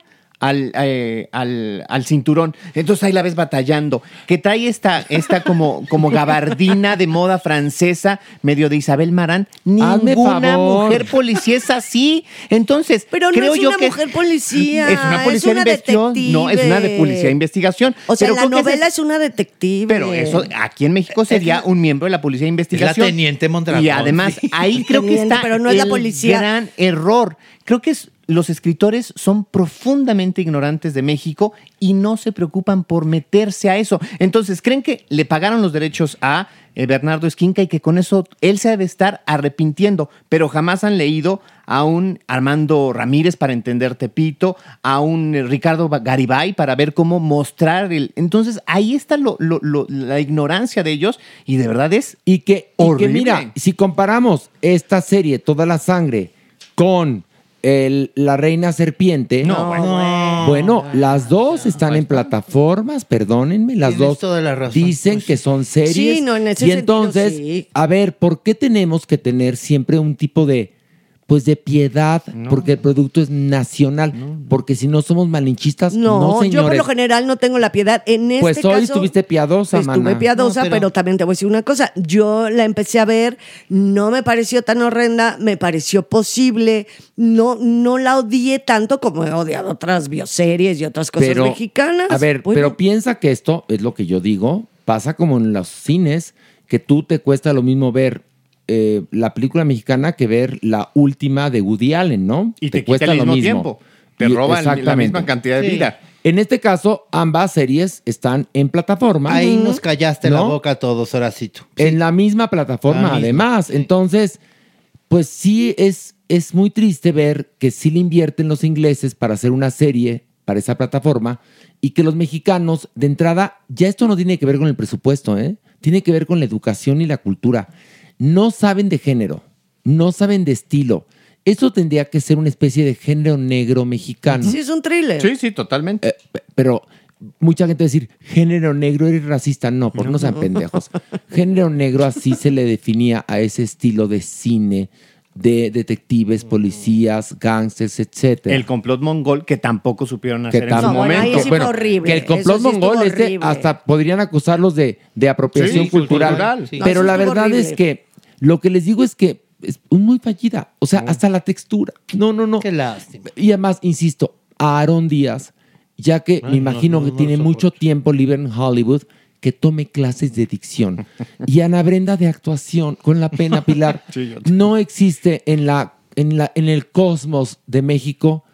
al, eh, al, al cinturón. Entonces ahí la ves batallando. Que trae esta, esta como, como gabardina de moda francesa, medio de Isabel Marant. Hazme Ninguna favor. mujer policía es así. Entonces, Pero no creo es yo una que mujer policía. es una policía es una de investigación. detective. No, es una de policía de investigación. O sea, Pero la creo que ese novela es- es una detective. Pero eso aquí en México sería un miembro de la policía de investigación. teniente Mondragón, Y además, sí. ahí creo que Teniente, está pero no es la el policía. gran error. Creo que es- los escritores son profundamente ignorantes de México y no se preocupan por meterse a eso. Entonces, creen que le pagaron los derechos a eh, Bernardo Esquinca y que con eso él se debe estar arrepintiendo, pero jamás han leído a un Armando Ramírez para entender Tepito, a un eh, Ricardo Garibay para ver cómo mostrar el... Entonces, ahí está lo- lo- lo- la ignorancia de ellos y de verdad es Y que, y que horrible. mira, si comparamos esta serie, Toda la Sangre, con el- La Reina Serpiente, No, bueno. bueno, las dos están en plataformas, perdónenme, las Tienes dos toda la razón, dicen pues. que son series. Sí, no, en ese y sentido, entonces, sí. a ver, ¿por qué tenemos que tener siempre un tipo de, pues de piedad? Porque el producto es nacional, porque si no somos malinchistas, no, No, señores. yo por lo general no tengo la piedad. En este Pues hoy caso, estuviste piadosa, estuve mana. piadosa, No, pero- pero... también te voy a decir una cosa. Yo la empecé a ver, no me pareció tan horrenda, me pareció posible. No, no la odié tanto como he odiado otras bioseries y otras cosas Pero, mexicanas. A ver, Bueno, pero piensa que esto es lo que yo digo. Pasa como en los cines, que tú te cuesta lo mismo ver eh, la película mexicana que ver la última de Woody Allen, ¿no? Y te, quita el mismo, tiempo. Te Y- roban la exactamente. misma cantidad de Sí. vida. En este caso, ambas series están en plataforma. Ahí nos callaste la ¿No? boca a todos, Horacito. En la misma plataforma, La misma, además. sí. Entonces, pues sí es, es muy triste ver que sí le invierten los ingleses para hacer una serie para esa plataforma y que los mexicanos, de entrada, ya esto no tiene que ver con el presupuesto, ¿eh? Tiene que ver con la educación y la cultura. No saben de género, no saben de estilo. Eso tendría que ser una especie de género negro mexicano. sí, es un thriller. Sí, sí, totalmente. Eh, pe- pero mucha gente va a decir, género negro, eres racista. No, por no sean pendejos. Género negro así se le definía a ese estilo de cine, de detectives, policías, gángsters, etcétera. El complot mongol que tampoco supieron Que hacer en su tampoco- bueno, ahí momento. sí fue horrible. Que el complot Eso sí estuvo mongol este, horrible. hasta podrían acusarlos de, de apropiación Sí, cultural. cultural, sí. No, Pero eso la estuvo verdad horrible. es que lo que les digo es que es muy fallida. O sea, hasta la textura. No, no, no. Qué lástima. Y además, insisto, a Aaron Díaz, ya que Ay, me imagino no, no, que no tiene lo mucho soporto. tiempo libre en Hollywood, que tome clases de dicción. Y Ana Brenda de actuación, con la pena, Pilar. Sí, yo te- No existe en, la, en, la, en el cosmos de México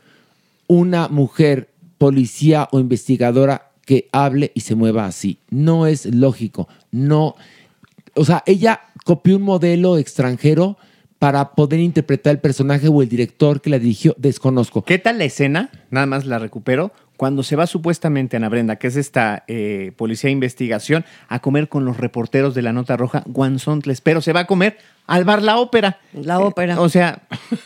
una mujer policía o investigadora que hable y se mueva así. No es lógico. No. O sea, ella copió un modelo extranjero para poder interpretar el personaje o el director que la dirigió. Desconozco. ¿Qué tal la escena? Nada más la recupero. Cuando se va supuestamente Ana Brenda, que es esta eh, policía de investigación, a comer con los reporteros de la Nota Roja, Guanzontles, pero se va a comer al bar La Ópera. La Ópera. Eh, o sea,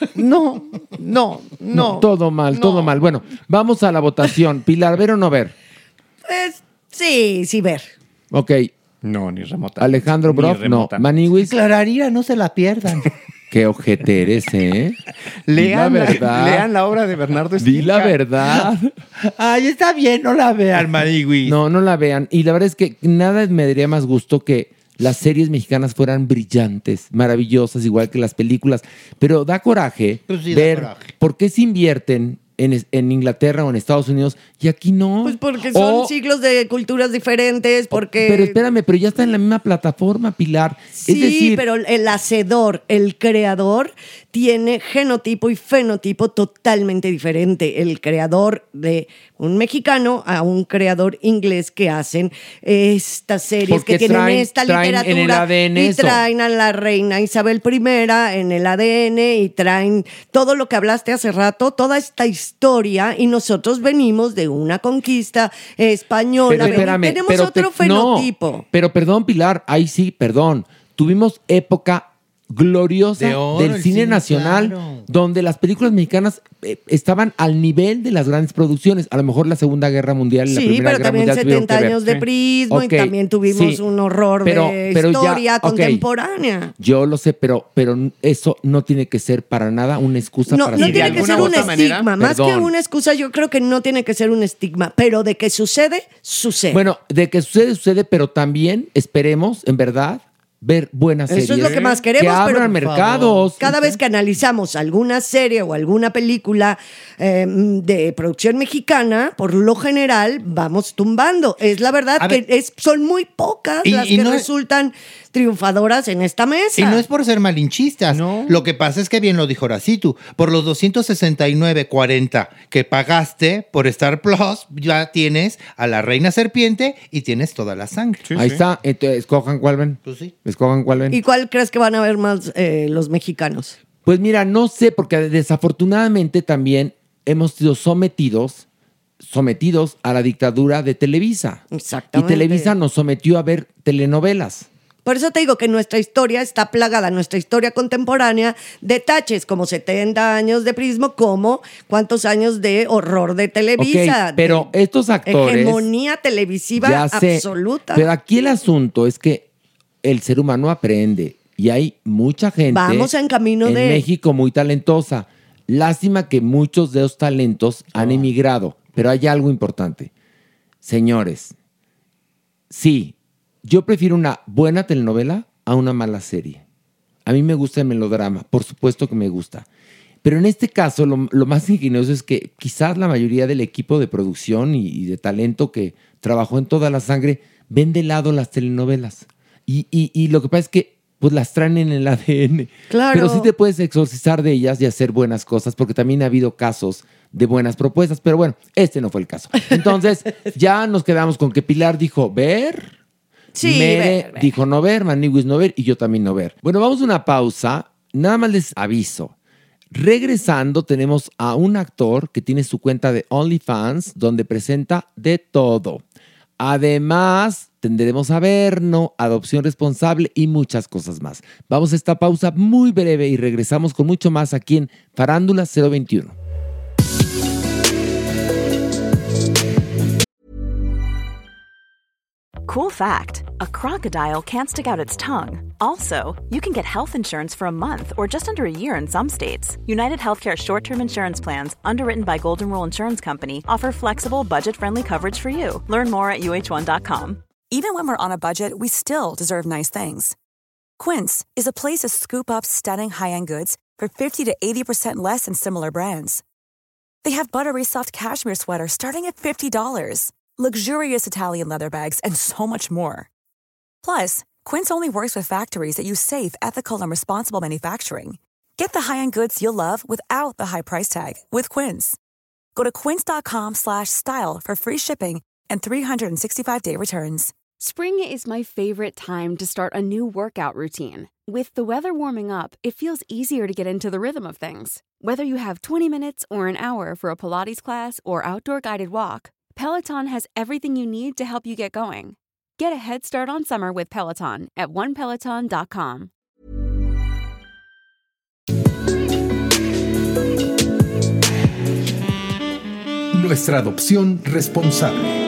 no, no, no. Todo mal, no. todo mal. Bueno, vamos a la votación. Pilar, ¿ver o no ver? Pues, sí, sí, ver. Ok. No, ni remota. Alejandro Ni Broff, no. remota. Maniwis, Clararira, no se la pierdan. qué ojete eres, ¿eh? Di la Lean la, verdad. lean la obra de Bernardo Di Esquinca. la verdad. Ay, está bien, no la vean, Maniwis. No, no la vean. Y la verdad es que nada me daría más gusto que las series mexicanas fueran brillantes, maravillosas, igual que las películas. Pero da coraje Pues sí, da ver coraje. por qué se invierten en, es- en Inglaterra o en Estados Unidos y aquí no. Pues porque son O- siglos de culturas diferentes, porque... Pero espérame, pero ya está en la misma plataforma, Pilar. Sí, es decir, pero el hacedor, el creador, tiene genotipo y fenotipo totalmente diferente. El creador de un mexicano a un creador inglés que hacen estas series Porque que tienen traen- esta traen literatura en el A D N y eso. traen a la reina Isabel I en el A D N y traen todo lo que hablaste hace rato, toda esta historia, y nosotros venimos de una conquista española. pero espérame, tenemos pero otro te- no, fenotipo. pero perdón, Pilar, ahí sí, perdón. Tuvimos época gloriosa De oro, del el cine cine, nacional, claro. donde las películas mexicanas eh, estaban al nivel de las grandes producciones. A lo mejor la Segunda Guerra Mundial y la Sí, Primera pero Guerra también Mundial tuvieron setenta que ver. años de Sí. prismo Ok, y también tuvimos sí. un horror Pero- de pero ya, historia ok. contemporánea. Yo lo sé, pero, pero eso no tiene que ser para nada una excusa No, para no Y de tiene que alguna ser u un otra manera, estigma. Más que perdón. una excusa, yo creo que no tiene que ser un estigma. Pero de que sucede, sucede. Bueno, de que sucede, sucede, pero también esperemos, en verdad, ver buenas Eso series. es lo que más queremos, Que pero abran por mercados. Cada vez que analizamos alguna serie o alguna película eh, de producción mexicana, por lo general vamos tumbando. Es la verdad A que ver. es, son muy pocas Y- las y que no es- resultan triunfadoras en esta mesa. Y no es por ser malinchistas. No. Lo que pasa es que bien lo dijo Horacitu. Por los doscientos sesenta y nueve cuarenta que pagaste por Star Plus, ya tienes a la Reina Serpiente y tienes toda la sangre. Sí, Ahí sí. está. Entonces, escojan cuál ven. Pues sí. Escojan cuál ven. ¿Y cuál crees que van a ver más eh, los mexicanos? Pues mira, no sé, porque desafortunadamente también hemos sido sometidos, sometidos a la dictadura de Televisa. Y Exactamente. Televisa nos sometió a ver telenovelas. Por eso te digo que nuestra historia está plagada, nuestra historia contemporánea, de taches, como setenta años de prismo, como cuántos años de horror de Televisa. Ok, pero de estos actores... hegemonía televisiva Ya sé, absoluta. pero aquí el asunto es que el ser humano aprende y hay mucha gente Vamos en camino en de- México muy talentosa. Lástima que muchos de esos talentos han emigrado, pero hay algo importante. Señores, sí, yo prefiero una buena telenovela a una mala serie. A mí me gusta el melodrama, por supuesto que me gusta. Pero en este caso, lo, lo más ingenioso es que quizás la mayoría del equipo de producción y, y de talento que trabajó en Toda la Sangre ven de lado las telenovelas. Y, y, y lo que pasa es que pues las traen en el A D N. Claro. Pero sí te puedes exorcizar de ellas y hacer buenas cosas, porque también ha habido casos de buenas propuestas. Pero bueno, este no fue el caso. Entonces, ya nos quedamos con que Pilar dijo ver. Sí, Mere ver, ver. dijo no ver, Maniwis no ver y yo también no ver. Bueno, vamos a una pausa. Nada más les aviso. Regresando, tenemos a un actor que tiene su cuenta de OnlyFans donde presenta de todo. Además, tendremos a Verno, Adopción Responsable y muchas cosas más. Vamos a esta pausa muy breve y regresamos con mucho más aquí en Farándula cero veintiuno. Cool fact, a crocodile can't stick out its tongue. Also, you can get health insurance for a month or just under a year in some states. United Healthcare short-term insurance plans, underwritten by Golden Rule Insurance Company, offer flexible, budget-friendly coverage for you. Learn more at U H one dot com. Even when we're on a budget, we still deserve nice things. Quince is a place to scoop up stunning high-end goods for fifty to eighty percent less than similar brands. They have buttery soft cashmere sweaters starting at fifty dollars, luxurious Italian leather bags, and so much more. Plus, Quince only works with factories that use safe, ethical, and responsible manufacturing. Get the high-end goods you'll love without the high price tag with Quince. Go to quince.com slash style for free shipping and three sixty-five day returns. Spring is my favorite time to start a new workout routine. With the weather warming up, it feels easier to get into the rhythm of things. Whether you have twenty minutes or an hour for a Pilates class or outdoor guided walk, Peloton has everything you need to help you get going. Get a head start on summer with Peloton at one peloton dot com. Nuestra adopción responsable.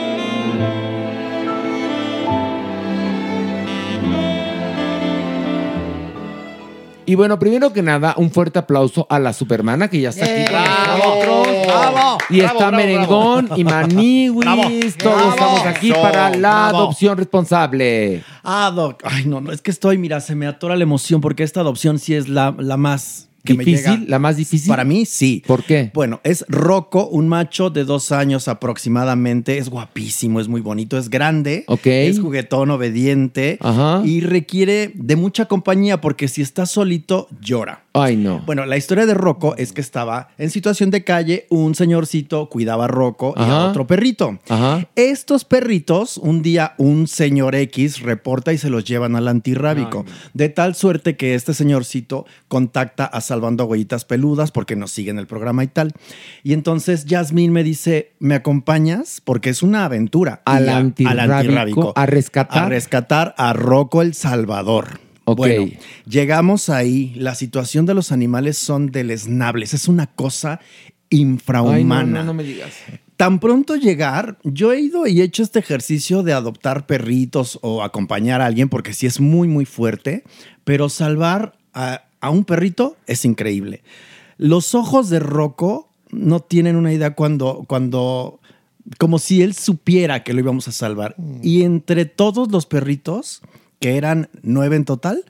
Y bueno, primero que nada, un fuerte aplauso a la Supermana que ya está aquí con nosotros. ¡Bravo! Y ¡Bravo, está bravo, Merengón bravo! y Maniwis. Bravo, Todos bravo. estamos aquí Eso, para la bravo. adopción responsable. Ah, Doc. Ay, no, no, es que estoy, mira, se me atora la emoción porque esta adopción sí es la, la más que me ¿Difícil? llega. ¿La más difícil? Para mí, sí. ¿Por qué? Bueno, es Rocco, un macho de dos años aproximadamente. Es guapísimo, es muy bonito, es grande. Ok. Es juguetón, obediente. Ajá. Y requiere de mucha compañía porque si está solito, llora. Ay, no. Bueno, la historia de Rocco es que estaba en situación de calle, un señorcito cuidaba a Rocco y a Ajá. otro perrito. Ajá. Estos perritos, un día un señor X reporta y se los llevan al antirrábico. De tal suerte que este señorcito contacta a Salvando Huellitas Peludas porque nos sigue en el programa y tal. Y entonces Yasmín me dice, ¿me acompañas? Porque es una aventura. Al Y a- antirrábico, a rescatar. A rescatar a Rocco el Salvador. Ok. Bueno, llegamos ahí. La situación de los animales son deleznables. Es una cosa infrahumana. Ay, no, no, no me digas. Tan pronto llegar, yo he ido y he hecho este ejercicio de adoptar perritos o acompañar a alguien porque sí es muy, muy fuerte, pero salvar a, a un perrito es increíble. Los ojos de Rocco no tienen una idea cuando, cuando, como si él supiera que lo íbamos a salvar. Mm. Y entre todos los perritos, que eran nueve en total,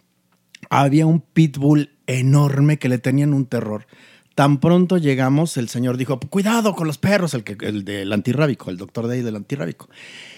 había un pitbull enorme que le tenían un terror. Tan pronto llegamos, el señor dijo, cuidado con los perros, el, que, el del antirrábico, el doctor de ahí del antirrábico.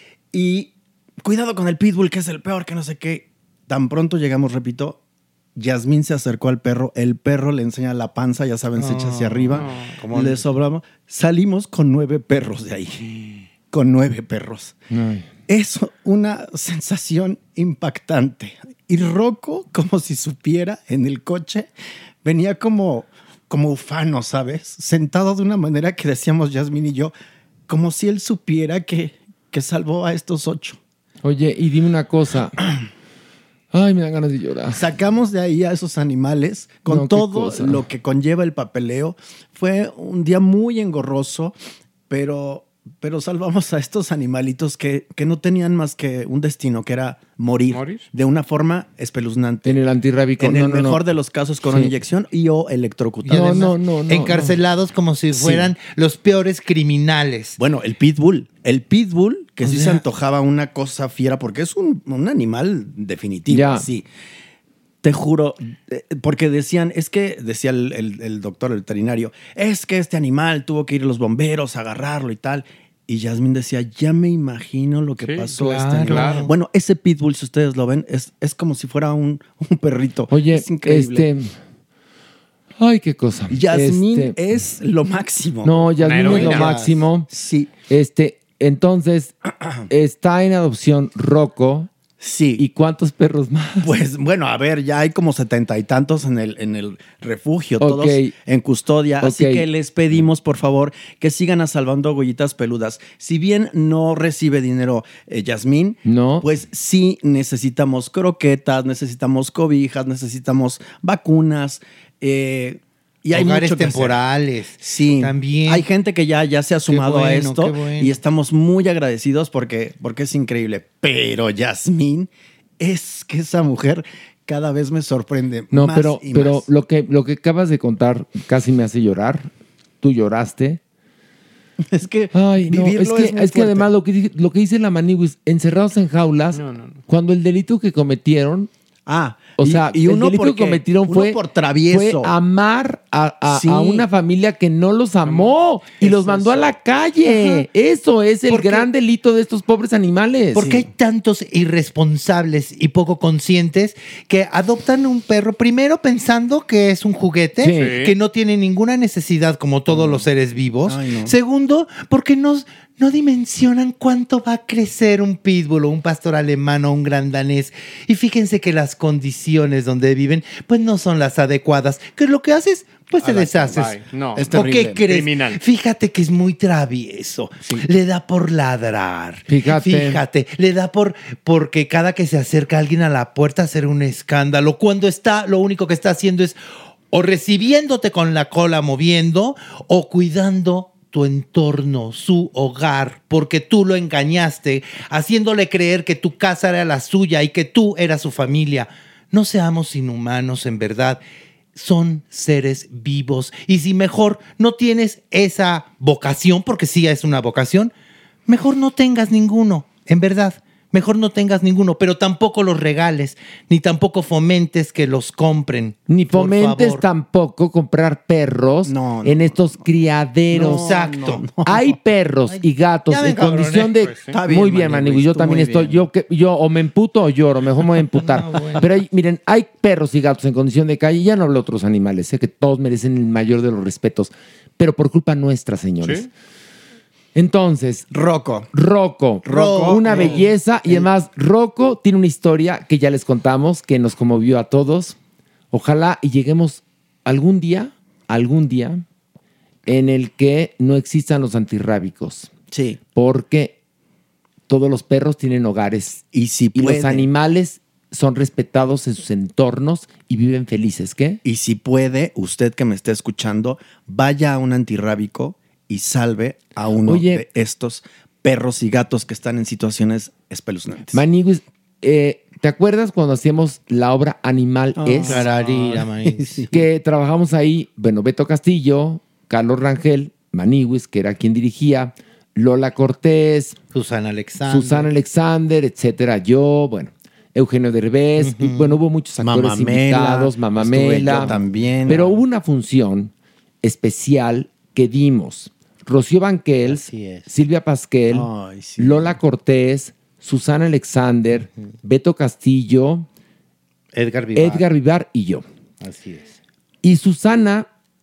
Y cuidado con el pitbull, que es el peor, que no sé qué. Tan pronto llegamos, repito, Yasmín se acercó al perro, el perro le enseña la panza, ya saben, se echa hacia arriba, ¿Cómo? le sobramos. Salimos con nueve perros de ahí, con nueve perros. Ay. Es una sensación impactante. Y Rocco, como si supiera, en el coche, venía como... como ufano, ¿sabes? Sentado de una manera que decíamos Yasmín y yo, como si él supiera que, que salvó a estos ocho. Oye, y dime una cosa. Ay, me dan ganas de llorar. Sacamos de ahí a esos animales con No, qué todo cosa. lo que conlleva el papeleo. Fue un día muy engorroso, pero, pero salvamos a estos animalitos que, que no tenían más que un destino, que era morir, ¿Morir? de una forma espeluznante. En el antirrábico. En no, el no, mejor no. de los casos con Sí. una inyección y o electrocutado. No, además, no, no, no, encarcelados como si Sí. fueran los peores criminales. Bueno, el pitbull. El pitbull, que O sí sea- se antojaba una cosa fiera, porque es un, un animal definitivo. Ya. Sí. Te juro, eh, porque decían, es que, decía el, el- el doctor, el veterinario, es que este animal tuvo que ir a los bomberos a agarrarlo y tal. Y Yasmín decía, ya me imagino lo que Sí, pasó a este claro. animal. Claro. Bueno, ese pitbull, si ustedes lo ven, es, es como si fuera un, un perrito. Oye, es increíble. este... Ay, qué cosa. Yasmín Este, es lo máximo. No, Yasmín es lo heroína. máximo. Sí, Este, entonces, está en adopción Rocco. sí. ¿Y cuántos perros más? Pues bueno, a ver, ya hay como setenta y tantos en el, en el refugio, todos Ok. en custodia. Así Ok. que les pedimos, por favor, que sigan a Salvando Huellitas Peludas. Si bien no recibe dinero eh, Yasmín, No. pues sí necesitamos croquetas, necesitamos cobijas, necesitamos vacunas. eh, y hay Hogares mucho que hacer. temporales. Sí, También. hay gente que ya, ya se ha sumado a bueno, esto qué bueno. y estamos muy agradecidos porque, porque es increíble. Pero Yasmín, es que esa mujer cada vez me sorprende No, más pero, y pero más. lo que, lo que acabas de contar casi me hace llorar. Tú lloraste. Es que Ay, no, vivirlo es que, es muy es que fuerte. además lo que, dice- lo que dice la Maniwis, encerrados en jaulas, No, no, no. cuando el delito que cometieron, Ah, o y- sea, y, uno el delito porque- que cometieron uno fue, por travieso. fue amar a, a- Sí. a una familia que no los amó y Es los mandó a eso. la calle. Ajá. Eso es el Porque- gran delito de estos pobres animales. Porque hay tantos irresponsables y poco conscientes que adoptan un perro primero pensando que es un juguete, Sí. que no tiene ninguna necesidad como todos los seres vivos. Ay, no. Segundo, porque no, no dimensionan cuánto va a crecer un pitbull o un pastor alemán o un gran danés. Y fíjense que las condiciones donde viven pues no son las adecuadas. ¿Qué es lo que haces? Pues te A la- deshaces. bye. No. Es ¿O terrible. qué crees? Criminal. Fíjate que es muy travieso. Le da por ladrar. Fíjate. Fíjate. Le da por porque cada que se acerca alguien a la puerta hacer un escándalo. Cuando está, lo único que está haciendo es o recibiéndote con la cola moviendo o cuidando tu entorno, su hogar, porque tú lo engañaste, haciéndole creer que tu casa era la suya y que tú eras su familia. No seamos inhumanos, en verdad. Son seres vivos. Y si mejor no tienes esa vocación, porque sí es una vocación, mejor no tengas ninguno, en verdad. Mejor no tengas ninguno, pero tampoco los regales, ni tampoco fomentes que los compren. Ni por fomentes favor. tampoco comprar perros No, no, en estos criaderos. Exacto. Hay perros y gatos Ya ven, en condición cabrones. de... Pues sí. Está bien, muy bien, Maniguis, Maniguis, yo tú también muy estoy... bien. Yo, que, yo o me emputo o lloro, mejor me voy a emputar. Pero hay- miren, hay perros y gatos en condición de calle, ya no hablo de otros animales, sé que todos merecen el mayor de los respetos, pero por culpa nuestra, señores. ¿Sí? Entonces, Rocco. Rocco, Rocco. una Eh, belleza. Y además, Rocco tiene una historia que ya les contamos, que nos conmovió a todos. Ojalá y lleguemos algún día, algún día, en el que no existan los antirrábicos. Sí. Porque todos los perros tienen hogares. Y si Y puede. los animales son respetados en sus entornos y viven felices. ¿Qué? Y si puede, usted que me esté escuchando, vaya a un antirrábico y salve a uno Oye. de estos perros y gatos que están en situaciones espeluznantes. Maniguis, eh, ¿te acuerdas cuando hacíamos la obra Animal Oh, es? Cararira, Maniguis. Que trabajamos ahí, bueno, Beto Castillo, Carlos Rangel, Maniguis, que era quien dirigía, Lola Cortés, Susana Alexander. Susana Alexander, etcétera. Yo, bueno, Eugenio Derbez, y bueno, hubo muchos actores Mamamela, invitados, Mamamela. estuve yo también. Pero hubo una función especial que dimos. Rocío Banquels, Así es. Silvia Pasquel, Ay, sí. Lola Cortés, Susana Alexander, Beto Castillo, Edgar Vivar. Edgar Vivar y yo. Así es. Y Susana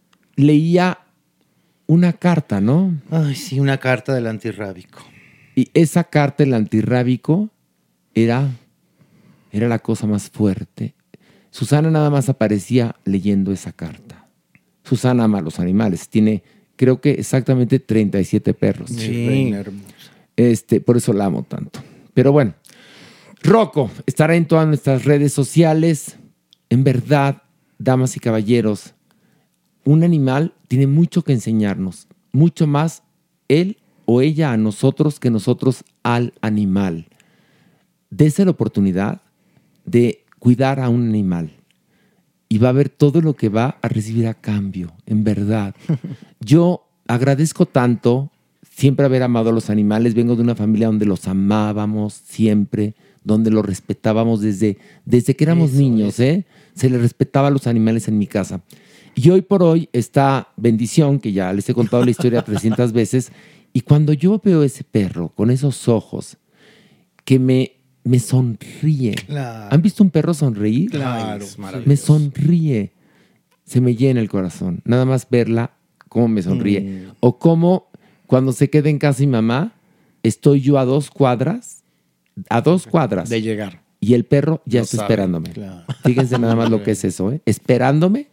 leía una carta, ¿no? Ay, sí, una carta del antirrábico. Y esa carta, el antirrábico, era, era la cosa más fuerte. Susana nada más aparecía leyendo esa carta. Susana ama a los animales. Tiene, creo que exactamente treinta y siete perros. Mi reina hermosa. Este, por eso la amo tanto. Pero bueno, Rocco estará en todas nuestras redes sociales. En verdad, damas y caballeros, un animal tiene mucho que enseñarnos, mucho más él o ella a nosotros que nosotros al animal. Dese la oportunidad de cuidar a un animal y va a ver todo lo que va a recibir a cambio, en verdad. Yo agradezco tanto siempre haber amado a los animales. Vengo de una familia donde los amábamos siempre, donde los respetábamos desde, desde que éramos Eso, niños, ¿eh? Se les respetaba a los animales en mi casa. Y hoy por hoy esta bendición, que ya les he contado la historia trescientas veces, y cuando yo veo ese perro con esos ojos que me, me sonríe. Claro. ¿Han visto un perro sonreír? Claro. Me sonríe. Se me llena el corazón. Nada más verla, cómo me sonríe. Mm. O cómo cuando se queda en casa mi mamá, estoy yo a dos cuadras, a dos cuadras. De llegar. Y el perro ya Lo está sabe. esperándome. Claro. Fíjense nada más lo que es eso, ¿eh? Esperándome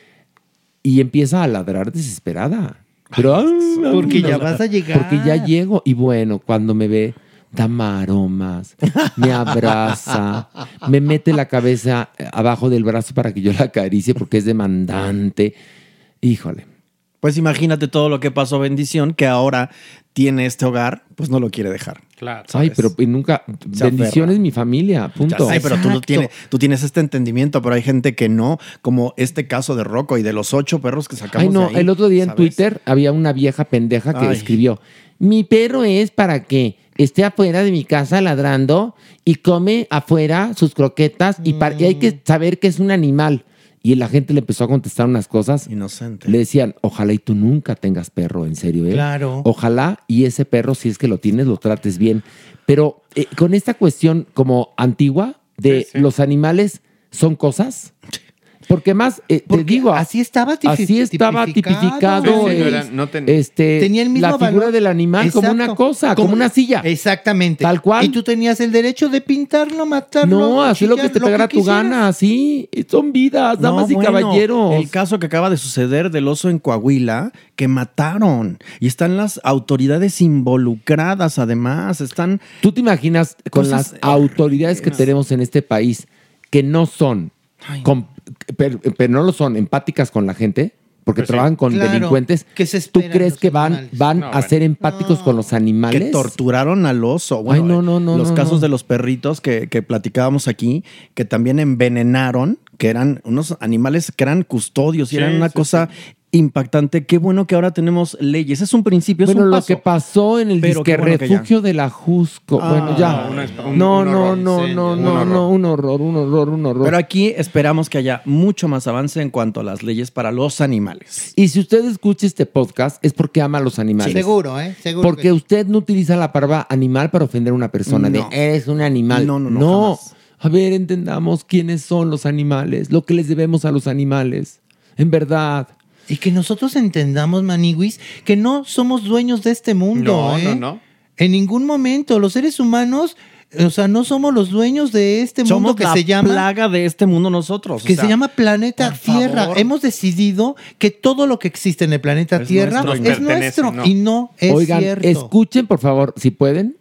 y empieza a ladrar desesperada. Pero, ah, Porque ya no, vas a llegar. Porque ya llego. Y bueno, cuando me ve, da maromas, me abraza, me mete la cabeza abajo del brazo para que yo la acaricie porque es demandante. Híjole. Pues imagínate todo lo que pasó Bendición, que ahora tiene este hogar, pues no lo quiere dejar. Claro. Ay, pero nunca. Se Bendiciones, aferra. mi familia. Punto. Ay, pero tú, lo Exacto. tienes, tú tienes este entendimiento, pero hay gente que no, como este caso de Rocco y de los ocho perros que sacamos Ay, no, de ahí, el otro día en ¿sabes? Twitter había una vieja pendeja que Ay. escribió: mi perro es para que esté afuera de mi casa ladrando y come afuera sus croquetas y, par- y hay que saber que es un animal. Y la gente le empezó a contestar unas cosas. Inocente. Le decían, ojalá y tú nunca tengas perro, en serio, ¿eh? Claro. Ojalá y ese perro, si es que lo tienes, lo trates bien. Pero eh, con esta cuestión como antigua de Sí, sí. los animales son cosas. Porque más, eh, te Porque digo, así estaba tipi- así estaba tipificado. tipificado, Sí, sí, no eh, era- no ten- este, Tenía el mismo la figura valor. del animal como una Exacto. cosa, como, una silla. Exactamente. Tal cual. Y tú tenías el derecho de pintarlo, matarlo. No, así lo que chillar, te pegara tu quisieras. gana, así. Son vidas, No, damas y bueno, caballeros. El caso que acaba de suceder del oso en Coahuila, que mataron. Y están las autoridades involucradas, además. Están. ¿Tú te imaginas con Cosas las autoridades que tenemos en este país que no son, com- pero, pero no lo son empáticas con la gente? Porque Pues sí. trabajan con Claro, delincuentes. ¿qué se ¿Tú esperan crees los que van, animales? van No, a bueno. ser empáticos con los animales? Que torturaron al oso. Bueno, Ay, no, no, no, Los no, casos no. de los perritos que, que platicábamos aquí, que también envenenaron, que eran unos animales que eran custodios y Sí, eran una sí, cosa impactante. Qué bueno que ahora tenemos leyes. Es un principio, es Bueno, un lo paso. que pasó en el Pero disque qué bueno que ya. refugio de la Jusco. Ah, bueno, ya. no, una- un- no, un no, horror. no, Sí, no, un no, horror. no, un horror, un horror, un horror. Pero aquí esperamos que haya mucho más avance en cuanto a las leyes para los animales. Y si usted escucha este podcast es porque ama a los animales. Seguro, ¿eh? Seguro. Porque que- usted no utiliza la palabra animal para ofender a una persona. No. De, eres un animal. No, no, no, jamás. A ver, entendamos quiénes son los animales, lo que les debemos a los animales. En verdad. Y que nosotros entendamos, Maniguis, que no somos dueños de este mundo. No, ¿eh? no, no. En ningún momento. Los seres humanos, o sea, no somos los dueños de este mundo Somos que la se llama. plaga de este mundo nosotros. o Que sea, se llama planeta por Tierra. favor. Hemos decidido que todo lo que existe en el planeta Es Tierra nuestro. es Nos pertenece, nuestro. ¿no? Y no es Oigan, cierto. escuchen, por favor, si pueden,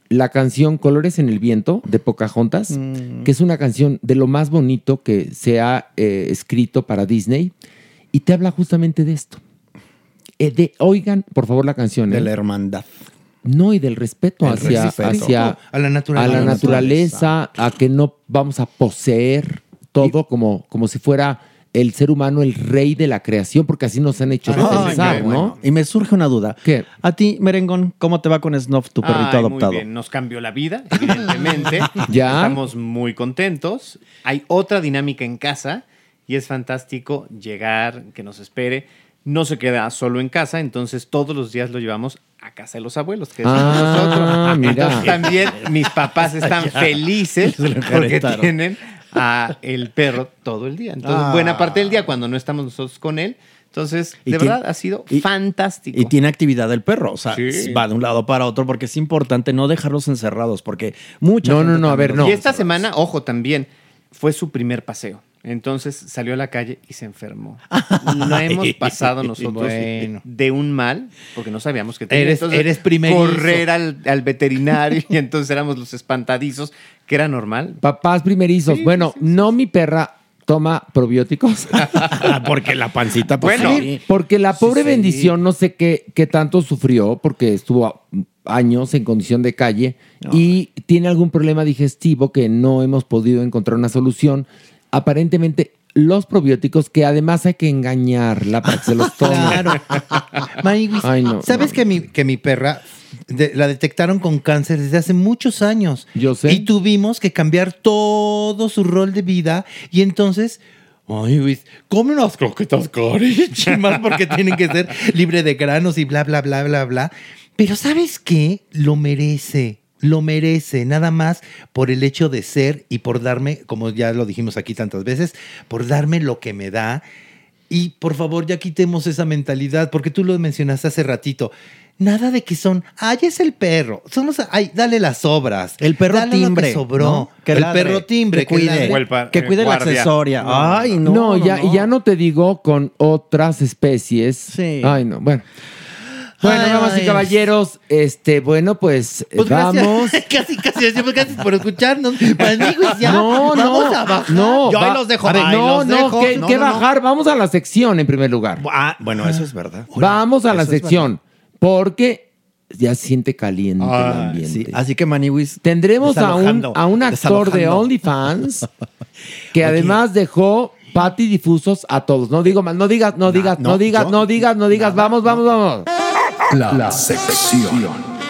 la canción Colores en el Viento de Pocahontas, Mm. que es una canción de lo más bonito que se ha eh, escrito para Disney y te habla justamente de esto. Eh, de, oigan, por favor, la canción. De ¿eh? la hermandad. No, y del respeto El hacia, respeto. hacia A la a naturaleza. la naturaleza, a que no vamos a poseer todo como, como si fuera el ser humano el rey de la creación, porque así nos han hecho Ay, pensar, qué ¿no? bueno. Y me surge una duda. ¿Qué? A ti, Merengón, ¿cómo te va con Snuff, tu perrito Ay, adoptado? Muy bien, nos cambió la vida, evidentemente. ¿Ya? Estamos muy contentos. Hay otra dinámica en casa y es fantástico llegar, que nos espere. No se queda solo en casa, entonces todos los días lo llevamos a casa de los abuelos, que es Ah, nosotros. mira. Entonces también mis papás están felices Se lo porque encaretaron. tienen a el perro todo el día. Entonces, Ah. buena parte del día cuando no estamos nosotros con él. Entonces, Y de tiene- verdad, ha sido y- fantástico. Y tiene actividad el perro, o sea, Sí. va de un lado para otro porque es importante no dejarlos encerrados porque mucha No, gente no, no, a también ver, los no. Y esta encerrados. semana, ojo, también fue su primer paseo. Entonces salió a la calle y se enfermó. No hemos pasado nosotros Bueno. de un mal, porque no sabíamos que tenía. Eres- Entonces, eres primerizo. correr al, al veterinario y entonces éramos los espantadizos, que era normal. Papás primerizos. Sí, bueno, no mi perra toma probióticos. Porque la pancita, pues Bueno, sí. Porque la pobre sí. bendición no sé qué, qué tanto sufrió, porque estuvo años en condición de calle y tiene algún problema digestivo que no hemos podido encontrar una solución. Aparentemente, los probióticos, que además hay que engañarla para que se los tome. Claro. Maywis, Ay, no, ¿sabes no. que mi, que mi perra de- la detectaron con cáncer desde hace muchos años? Yo sé. Y tuvimos que cambiar todo su rol de vida y entonces... Ay, Luis, come unas croquetas carísimas porque tienen que ser libre de granos y bla, bla, bla, bla, bla. Pero ¿sabes qué? Lo merece, lo merece, nada más por el hecho de ser y por darme, como ya lo dijimos aquí tantas veces, por darme lo que me da. Y por favor, ya quitemos esa mentalidad, porque tú lo mencionaste hace ratito. Nada de que son, ay, es el perro. Son los, ay, dale las obras. El perro Dale lo timbre, que sobró. ¿no? Que el ladre, perro timbre. que cuide, ladre. O el pa- que cuide la guardia. accesoria. No, no, Ay, No, no, no, ya, no. ya no te digo con otras especies. Sí. Ay, no, bueno. Bueno, Ay, damas y ay. caballeros, este, bueno, pues, eh, Pues vamos. gracias. casi, casi decimos gracias por escucharnos. Amigos, ya. No, vamos no, a bajar. no. Yo ahí va- los dejo, a ver, ahí no, los no, dejo. ¿qué, No, qué no, no. bajar? Vamos a la sección en primer lugar. Ah, bueno, eso es verdad. Vamos a la Eso es sección, porque ya siente caliente el Ah, ambiente. sí. Así que Maniwis. Tendremos a un, desalojando, a un actor de desalojando. OnlyFans que además dejó Patty difusos a todos. No digo más, no digas, no digas, no, no, digas, yo- no digas, no digas. nada, vamos, vamos, vamos. La, la sección.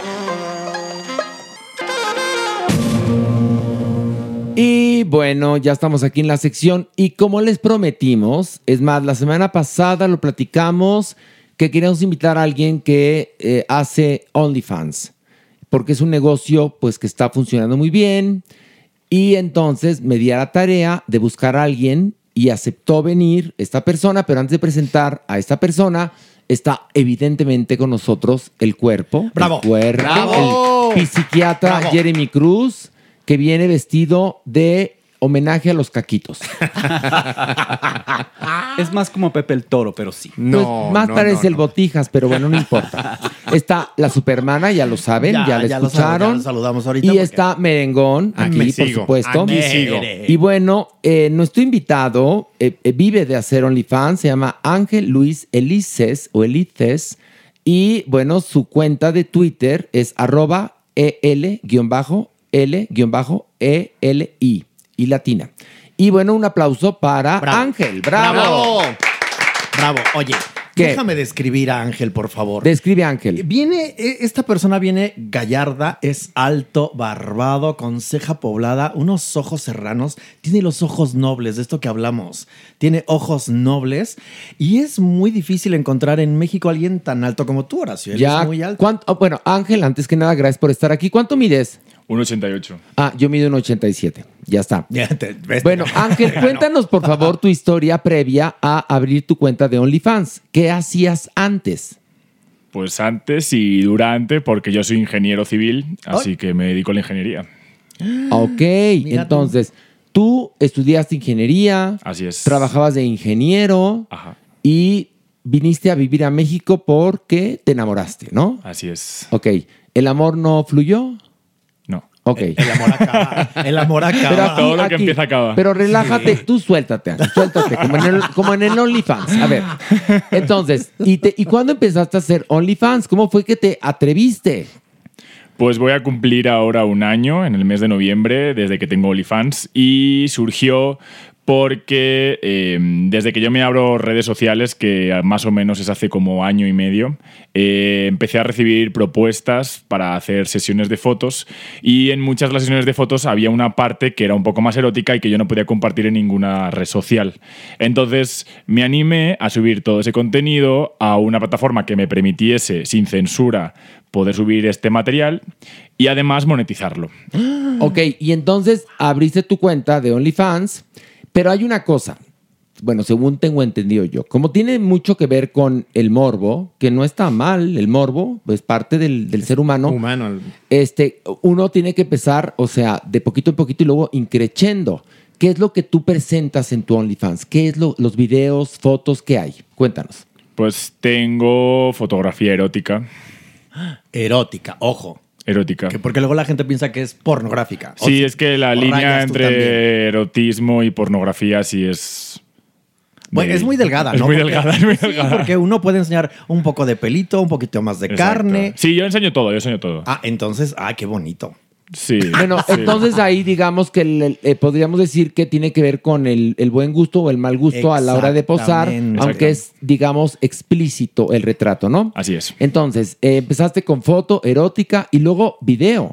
Y bueno, ya estamos aquí en la sección y como les prometimos, es más, la semana pasada lo platicamos que queríamos invitar a alguien que eh, hace OnlyFans, porque es un negocio pues que está funcionando muy bien y entonces me di a la tarea de buscar a alguien y aceptó venir esta persona, pero antes de presentar a esta persona está evidentemente con nosotros el cuerpo, Bravo. el cuerpo, Bravo. el psiquiatra Bravo. Jeremy Cruz, que viene vestido de homenaje a los caquitos. Es más como Pepe el Toro, pero sí. Pues, más parece el Botijas, pero bueno, no importa. Está la Supermana, ya lo saben, ya, Ya, la ya lo escucharon. sal- ya lo saludamos ahorita Y porque- está Merengón, Ah, aquí, me por sigo, supuesto. aquí sigo. Y bueno, eh, nuestro invitado eh, eh, vive de hacer OnlyFans, se llama Ángel Luis Elices o Elices. Y bueno, su cuenta de Twitter es arroba el-l-e-l-i y latina. Y bueno, un aplauso para Bravo. Ángel. ¡Bravo! Bravo. Bravo. Oye, ¿Qué? déjame describir a Ángel, por favor. Describe a Ángel. Viene, eh, esta persona viene gallarda, es alto, barbado, con ceja poblada, unos ojos serranos, tiene los ojos nobles, de esto que hablamos. Tiene ojos nobles y es muy difícil encontrar en México a alguien tan alto como tú, Horacio. Él Ya, es muy alto. ¿cuánto- oh, bueno, Ángel, antes que nada, gracias por estar aquí. ¿Cuánto mides? uno ochenta y ocho. Ah, yo mido un ochenta y siete. Ya está. Ya te- ves, Bueno, te- Ángel, cuéntanos por favor tu historia previa a abrir tu cuenta de OnlyFans. ¿Qué hacías antes? Pues antes y durante, porque yo soy ingeniero civil, así que me dedico a la ingeniería. Ok, Mira tú. entonces, tú estudiaste ingeniería, Así es. trabajabas de ingeniero Ajá, y viniste a vivir a México porque te enamoraste, ¿no? así es. Ok, ¿el amor no fluyó? Ok. El amor acaba. El amor acaba. Pero aquí- Todo lo que aquí- empieza acaba. Pero relájate, tú suéltate, Ángel, suéltate, como en el, como en el OnlyFans. A ver, entonces, ¿y, te, ¿y cuándo empezaste a hacer OnlyFans? ¿Cómo fue que te atreviste? Pues voy a cumplir ahora un año, en el mes de noviembre, desde que tengo OnlyFans, y surgió porque eh, desde que yo me abro redes sociales, que más o menos es hace como año y medio, eh, empecé a recibir propuestas para hacer sesiones de fotos, y en muchas de las sesiones de fotos había una parte que era un poco más erótica y que yo no podía compartir en ninguna red social. Entonces me animé a subir todo ese contenido a una plataforma que me permitiese, sin censura, poder subir este material y además monetizarlo. Ok, y entonces abriste tu cuenta de OnlyFans, pero hay una cosa, bueno, según tengo entendido yo, como tiene mucho que ver con el morbo, que no está mal, el morbo es parte del, del ser humano. Humano. Este, uno tiene que empezar, o sea, de poquito en poquito y luego increciendo. ¿Qué es lo que tú presentas en tu OnlyFans? ¿Qué es lo, los videos, fotos que hay? Cuéntanos. Pues tengo fotografía erótica. Erótica, ojo. Erótica. Que porque luego la gente piensa que es pornográfica. O Sí, sea, es que la o línea rayas tú entre también. erotismo y pornografía sí es... Bueno, de- es muy delgada, Es ¿no? muy Porque- delgada, es muy sí, delgada. porque uno puede enseñar un poco de pelito, un poquito más de Exacto. carne. Sí, yo enseño todo, yo enseño todo. Ah, entonces, ah, qué bonito. Sí. Bueno, sí. entonces ahí digamos que el- el- eh, podríamos decir que tiene que ver con el, el buen gusto o el mal gusto a la hora de posar, Exactamente. aunque es, digamos, explícito el retrato, ¿no? Así es. Entonces, eh, empezaste con foto erótica y luego video,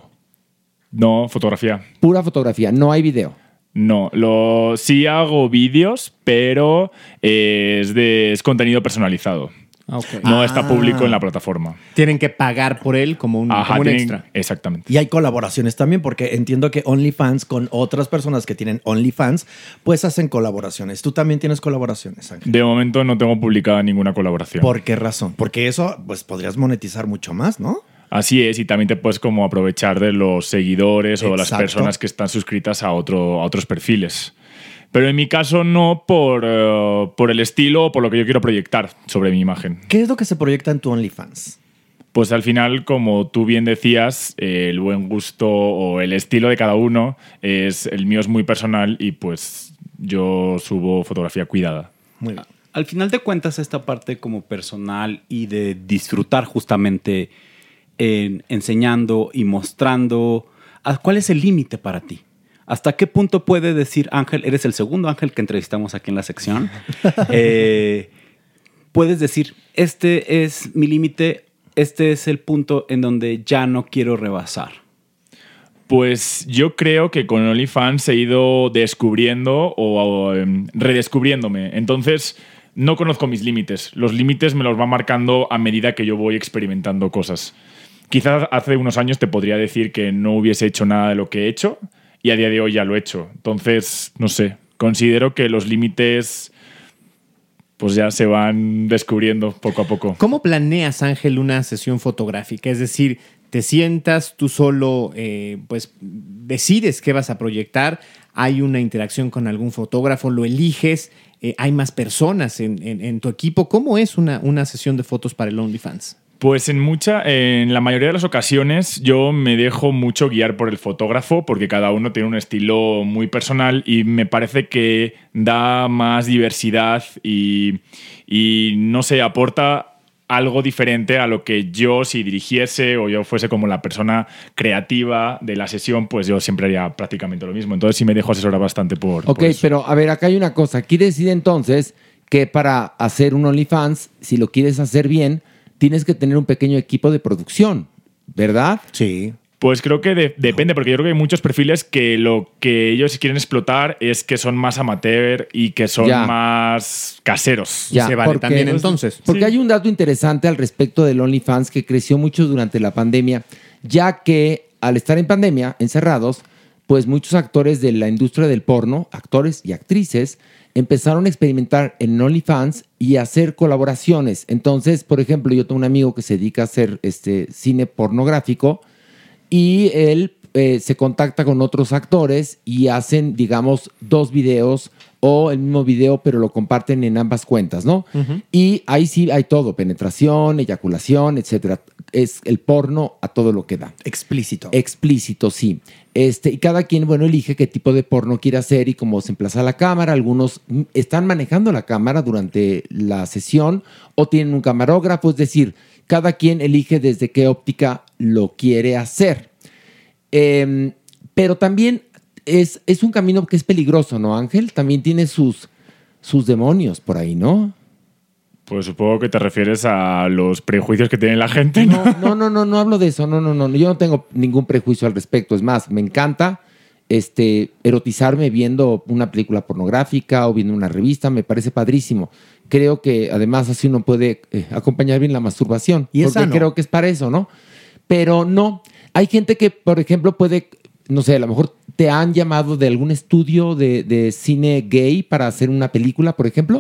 No, fotografía. pura fotografía, no hay video. No, lo, sí hago vídeos, pero eh, es, de, es contenido personalizado. Ok. No Ah. está público en la plataforma. Tienen que pagar por él como un, Ajá, como un tienen- extra. Exactamente. Y hay colaboraciones también, porque entiendo que OnlyFans con otras personas que tienen OnlyFans, pues hacen colaboraciones. Tú también tienes colaboraciones, Ángel. De momento no tengo publicada ninguna colaboración. ¿Por qué razón? Porque eso, pues podrías monetizar mucho más, ¿no? Así es, y también te puedes como aprovechar de los seguidores o de las Exacto. personas que están suscritas a, otro, a otros perfiles. Pero en mi caso no por, eh, por el estilo o por lo que yo quiero proyectar sobre mi imagen. ¿Qué es lo que se proyecta en tu OnlyFans? Pues al final, como tú bien decías, eh, el buen gusto o el estilo de cada uno, es el mío es muy personal y pues yo subo fotografía cuidada. Muy bien. Al final de cuentas, esta parte como personal y de disfrutar justamente en enseñando y mostrando, ¿a- ¿cuál es el límite para ti? ¿Hasta qué punto puede decir Ángel, eres el segundo Ángel que entrevistamos aquí en la sección? eh, puedes decir, este es mi límite, este es el punto en donde ya no quiero rebasar. Pues yo creo que con OnlyFans he ido descubriendo o, o, em, redescubriéndome. Entonces, no conozco mis límites. Los límites me los va marcando a medida que yo voy experimentando cosas. Quizás hace unos años te podría decir que no hubiese hecho nada de lo que he hecho y a día de hoy ya lo he hecho. Entonces, no sé, considero que los límites pues ya se van descubriendo poco a poco. ¿Cómo planeas, Ángel, una sesión fotográfica? Es decir, te sientas, tú solo eh, pues decides qué vas a proyectar, hay una interacción con algún fotógrafo, lo eliges, eh, hay más personas en, en- en tu equipo. ¿Cómo es una, una sesión de fotos para el OnlyFans? Pues en mucha, en la mayoría de las ocasiones yo me dejo mucho guiar por el fotógrafo porque cada uno tiene un estilo muy personal y me parece que da más diversidad y, y no sé, aporta algo diferente a lo que yo si dirigiese o yo fuese como la persona creativa de la sesión, pues yo siempre haría prácticamente lo mismo. Entonces sí me dejo asesorar bastante por, Ok, por eso. pero a ver, acá hay una cosa. Aquí decide entonces que para hacer un OnlyFans, si lo quieres hacer bien, tienes que tener un pequeño equipo de producción, ¿verdad? Sí. Pues creo que de- depende, porque yo creo que hay muchos perfiles que lo que ellos quieren explotar es que son más amateur y que son Ya. más caseros. Ya, Se vale porque- también entonces. Porque Sí. hay un dato interesante al respecto del OnlyFans que creció mucho durante la pandemia, ya que al estar en pandemia, encerrados, pues muchos actores de la industria del porno, actores y actrices, empezaron a experimentar en OnlyFans y a hacer colaboraciones. Entonces, por ejemplo, yo tengo un amigo que se dedica a hacer este, cine pornográfico y él eh, se contacta con otros actores y hacen, digamos, dos videos o el mismo video, pero lo comparten en ambas cuentas, ¿no? Y ahí sí hay todo, penetración, eyaculación, etcétera. es el porno a todo lo que da. Explícito. Explícito, sí. Este, y cada quien, bueno, elige qué tipo de porno quiere hacer y cómo se emplaza la cámara. Algunos están manejando la cámara durante la sesión o tienen un camarógrafo, es decir, cada quien elige desde qué óptica lo quiere hacer. Eh, pero también es, es un camino que es peligroso, ¿no, Ángel? También tiene sus, sus demonios por ahí, ¿no? Pues supongo que te refieres a los prejuicios que tiene la gente, ¿no? No, no, no, no, no hablo de eso. No, no, no. Yo no tengo ningún prejuicio al respecto. Es más, me encanta este, erotizarme viendo una película pornográfica o viendo una revista. Me parece padrísimo. Creo que además así uno puede eh, acompañar bien la masturbación. Y es porque sano. creo que es para eso, ¿no? Pero no. Hay gente que, por ejemplo, puede, no sé, a lo mejor te han llamado de algún estudio de, de cine gay para hacer una película, por ejemplo.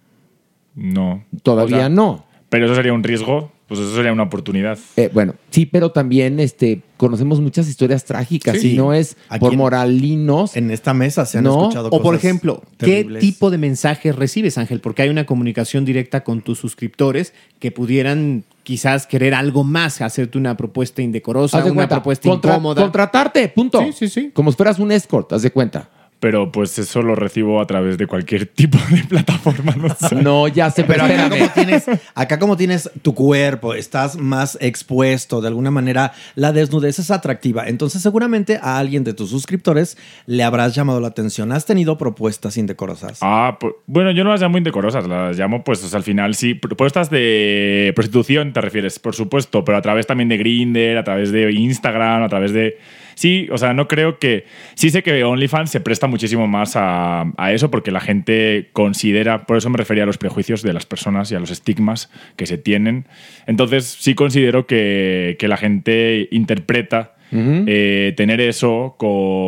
No. Todavía O sea, no. Pero eso sería un riesgo, pues eso sería una oportunidad. Eh, bueno, sí, pero también este, conocemos muchas historias trágicas Sí. y no es Aquí por en- moralinos. En esta mesa se han No. escuchado O por cosas ejemplo, terribles. ¿qué tipo de mensajes recibes, Ángel? Porque hay una comunicación directa con tus suscriptores que pudieran quizás querer algo más, hacerte una propuesta indecorosa, Haz de una cuenta, propuesta contra- incómoda. Contratarte, punto. Sí, sí, sí. Como si fueras un escort, haz de cuenta. Pero pues eso lo recibo a través de cualquier tipo de plataforma, no sé. No, ya sé, pero Pero acá espérame. como, tienes, acá como tienes tu cuerpo, estás más expuesto, de alguna manera la desnudez es atractiva. Entonces seguramente a alguien de tus suscriptores le habrás llamado la atención. ¿Has tenido propuestas indecorosas? Ah, pues, bueno, yo no las llamo indecorosas, las llamo, pues, o sea, al final sí. Propuestas de prostitución te refieres, por supuesto, pero a través también de Grindr, a través de Instagram, a través de. Sí, o sea, no creo que. Sí sé que OnlyFans se presta muchísimo más a, a eso porque la gente considera. Por eso me refería a los prejuicios de las personas y a los estigmas que se tienen. Entonces, sí considero que, que la gente interpreta Ujú. eh, tener eso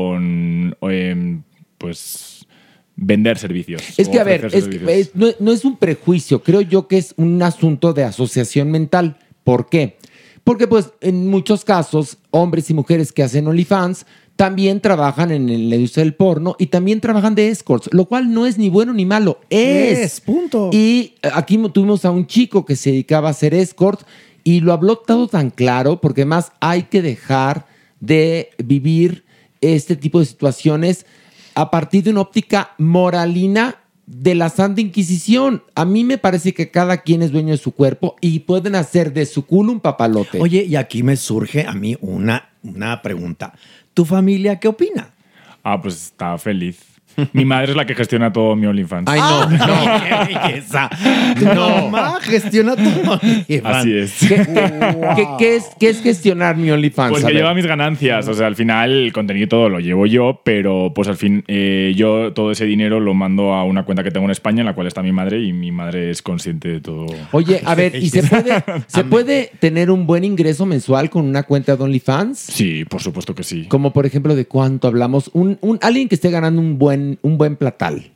con. eh, pues. Vender servicios. Es o que, a ver, ofrecer es que, servicios. es- no, no es un prejuicio. Creo yo que es un asunto de asociación mental. ¿Por qué? Porque, pues, en muchos casos, hombres y mujeres que hacen OnlyFans también trabajan en la industria del porno y también trabajan de escorts, lo cual no es ni bueno ni malo. Es. Es, punto. Y aquí tuvimos a un chico que se dedicaba a hacer escort y lo habló todo tan claro, porque además hay que dejar de vivir este tipo de situaciones a partir de una óptica moralina de la Santa Inquisición. A mí me parece que cada quien es dueño de su cuerpo y pueden hacer de su culo un papalote. Oye, y aquí me surge a mí una, una pregunta. ¿Tu familia qué opina? Ah, pues está feliz. Mi madre es la que gestiona todo mi OnlyFans. Ay, no, no. ¡Qué belleza! Tu mamá gestiona tu OnlyFans. Así es. ¿Qué, qué- qué es, qué es gestionar mi OnlyFans? Pues A que ver. lleva mis ganancias. O sea, al final el contenido y todo lo llevo yo, pero pues al fin eh, yo todo ese dinero lo mando a una cuenta que tengo en España, en la cual está mi madre, y mi madre es consciente de todo. Oye, a ver, ¿y se puede, ¿se puede tener un buen ingreso mensual con una cuenta de OnlyFans? Sí, por supuesto que sí. Como por ejemplo, ¿de cuánto hablamos? Un, un- alguien que esté ganando un buen, un buen platal.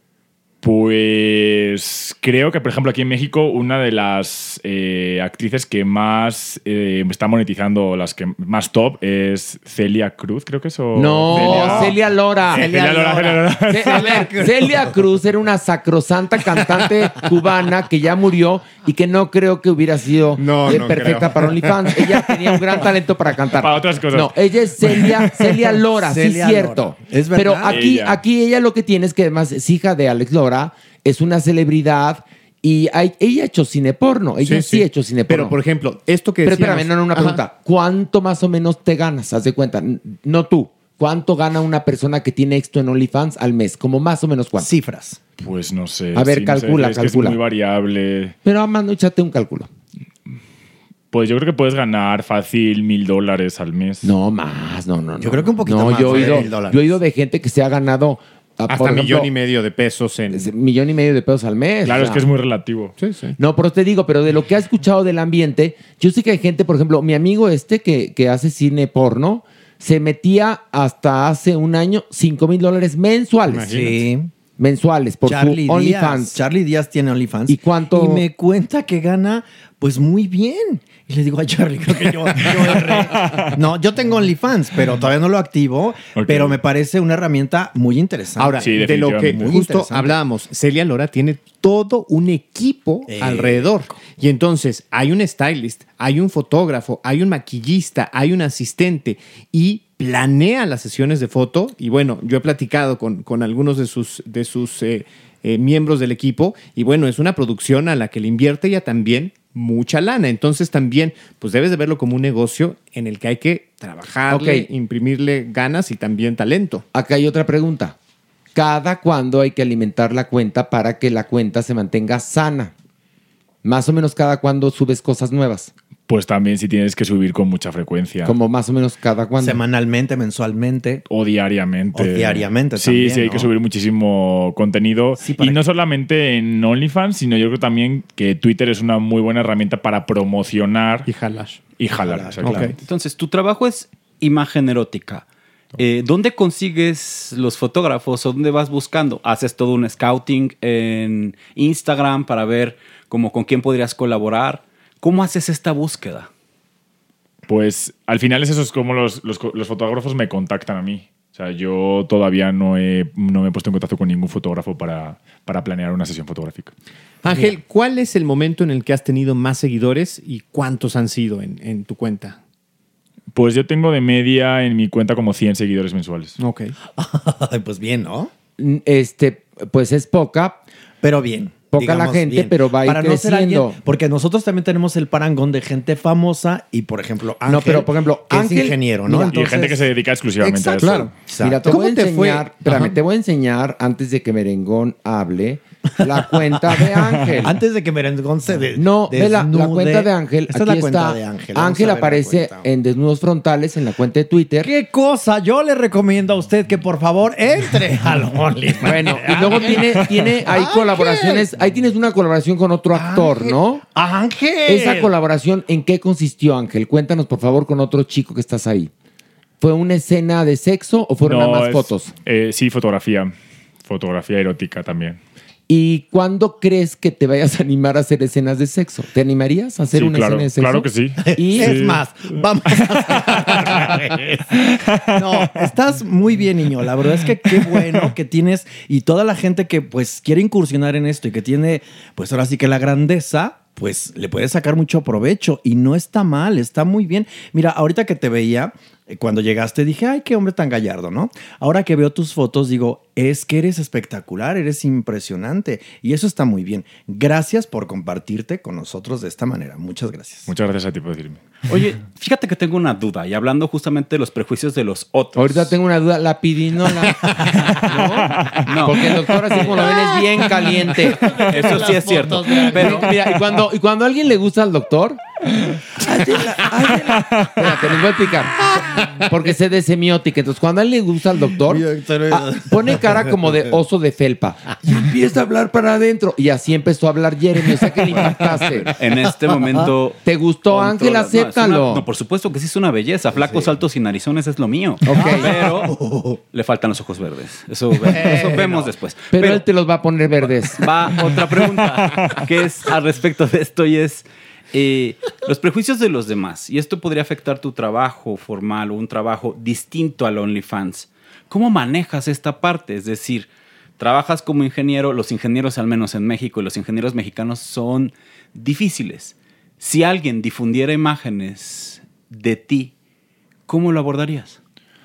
Pues creo que, por ejemplo, aquí en México, una de las eh, actrices que más eh, está monetizando, las que más top, es Celia Cruz, creo que es. o No, Celia Lora. Celia Lora, Celia Lora. Ce- a ver, Celia Cruz era una sacrosanta cantante cubana que ya murió y que no creo que hubiera sido No, eh, no perfecta creo. para OnlyFans. Ella tenía un gran talento para cantar. Para otras cosas. No, ella es Celia, Celia Lora, Celia sí, cierto. Lora. Es verdad. Pero aquí, Ella. aquí ella lo que tiene es que además es hija de Alex Lora, es una celebridad y hay- ella ha hecho cine porno. Ella sí, Sí, sí. ha hecho cine porno. Pero, por ejemplo, esto que Pero decíamos- espérame, no, no, una Ajá. pregunta. ¿Cuánto más o menos te ganas? Haz de cuenta, N- no tú. ¿Cuánto gana una persona que tiene éxito en OnlyFans al mes? Como más o menos cuánto. Cifras. Pues no sé. A ver, sí, no sé, calcula, es que calcula. es muy variable. Pero mano, échate un cálculo. Pues yo creo que puedes ganar fácil mil dólares al mes. No, más, no, no. Yo no. creo que un poquito no, más yo he, de oído, mil dólares. yo he oído de gente que se ha ganado a, Hasta por ejemplo, millón y medio de pesos en. millón y medio de pesos al mes. Claro, o es sea. que es muy relativo. Sí, sí. No, pero te digo, pero de lo que ha escuchado del ambiente, yo sé que hay gente, por ejemplo, mi amigo este que, que hace cine porno, se metía hasta hace un año cinco mil dólares mensuales. Sí. mensuales por Charlie su Díaz. OnlyFans. Charlie Díaz tiene OnlyFans. ¿Y cuánto? Y me cuenta que gana, pues muy bien. Y le digo a Charlie, creo que yo, yo erré. No, yo tengo OnlyFans, pero todavía no lo activo. Ok. Pero me parece una herramienta muy interesante. Ahora, de lo que Muy justo interesante. hablábamos, Celia Lora tiene todo un equipo Eh. alrededor. Y entonces hay un stylist, hay un fotógrafo, hay un maquillista, hay un asistente y planea las sesiones de foto. Y bueno, yo he platicado con, con algunos de sus, de sus eh, eh, miembros del equipo y bueno, es una producción a la que le invierte ella también mucha lana. Entonces también, pues debes de verlo como un negocio en el que hay que trabajarle, Ok. imprimirle ganas y también talento. Acá hay otra pregunta. ¿Cada cuándo hay que alimentar la cuenta para que la cuenta se mantenga sana? Más o menos cada cuándo subes cosas nuevas. Pues también si tienes que subir con mucha frecuencia. Como más o menos cada cuándo. Semanalmente, mensualmente. O diariamente. O diariamente Sí, también, sí, hay ¿no? que subir muchísimo contenido. para y no solamente en OnlyFans, sino yo creo también que Twitter es una muy buena herramienta para promocionar. Y jalar. Y jalar, exactamente. Entonces, tu trabajo es imagen erótica. Eh, ¿Dónde consigues los fotógrafos o dónde vas buscando? ¿Haces todo un scouting en Instagram para ver como con quién podrías colaborar? ¿Cómo haces esta búsqueda? Pues al final es eso, es como los, los, los fotógrafos me contactan a mí. O sea, yo todavía no, he, no me he puesto en contacto con ningún fotógrafo para, para planear una sesión fotográfica. Ángel, ¿cuál es el momento en el que has tenido más seguidores y cuántos han sido en, en tu cuenta? Pues yo tengo de media en mi cuenta como cien seguidores mensuales. Ok. Pues bien, ¿no? Este, pues es poca. Pero bien. Poca la digamos, gente, bien. pero va a ir Para no ser creciendo. alguien- porque nosotros también tenemos el parangón de gente famosa y, por ejemplo, Ángel, No, pero, por ejemplo, que Ángel- es ingeniero, ¿no? mira, Y hay gente que se dedica exclusivamente Exacto, a eso. claro. Exacto. Mira, te voy a ¿Cómo te fue? enseñar, espérame, Ajá. te voy a enseñar antes de que Merengón hable la cuenta de Ángel. Antes de que Merengón se de- No, ve la, la desnude. cuenta de Ángel. Esta es Aquí la cuenta está. de Ángel. Vamos Ángel a ver la aparece cuenta. en Desnudos Frontales en la cuenta de Twitter. ¿Qué cosa? Yo le recomiendo a usted que por favor entre al OnlyFans. Bueno, y luego tiene, tiene ahí Ángel. colaboraciones. Ahí tienes una colaboración con otro actor, ¿no? Ángel. Esa colaboración, ¿en qué consistió, Ángel? Cuéntanos, por favor, con otro chico que estás ahí. ¿Fue una escena de sexo o fueron No, nada más es- fotos? eh, sí, fotografía. Fotografía erótica también. ¿Y cuándo crees que te vayas a animar a hacer escenas de sexo? ¿Te animarías a hacer Sí, una claro, escena de sexo? claro que sí. Y Es más, vamos a No, estás muy bien, niño. La verdad es que qué bueno que tienes y toda la gente que pues quiere incursionar en esto y que tiene pues ahora sí que la grandeza, pues le puedes sacar mucho provecho y no está mal, está muy bien. Mira, ahorita que te veía, eh, cuando llegaste dije, ay, qué hombre tan gallardo, ¿no? Ahora que veo tus fotos digo, es que eres espectacular, eres impresionante y eso está muy bien. Gracias por compartirte con nosotros de esta manera. Muchas gracias. Muchas gracias a ti por decirme. Oye, fíjate que tengo una duda y hablando justamente de los prejuicios de los otros. ahorita tengo una duda, la pirinola. ¿No? No. Porque el doctor, así como lo ven, es bien caliente. Eso sí es cierto. Pero mira, y cuando, y cuando a alguien le gusta al doctor, hazla, hazla. Espérate, les voy a explicar. Porque sé de semiótica. Entonces, cuando a él le gusta al doctor, ah, pone cara como de oso de felpa. Y empieza a hablar para adentro. Y así empezó a hablar Jeremy. O sea que le impactaste. En este momento. ¿Te gustó, Ángel? controlas- no, es Acéptalo. una- No, por supuesto que sí es una belleza. Flacos, altos y narizones es lo mío. Ok. Pero le faltan los ojos verdes. Eso, eso vemos después. Pero, él te los va a poner verdes. Va otra pregunta que es al respecto de esto y es eh, los prejuicios de los demás. Y esto podría afectar tu trabajo formal o un trabajo distinto al OnlyFans. ¿Cómo manejas esta parte? Es decir, trabajas como ingeniero, los ingenieros al menos en México y los ingenieros mexicanos son difíciles. Si alguien difundiera imágenes de ti, ¿cómo lo abordarías?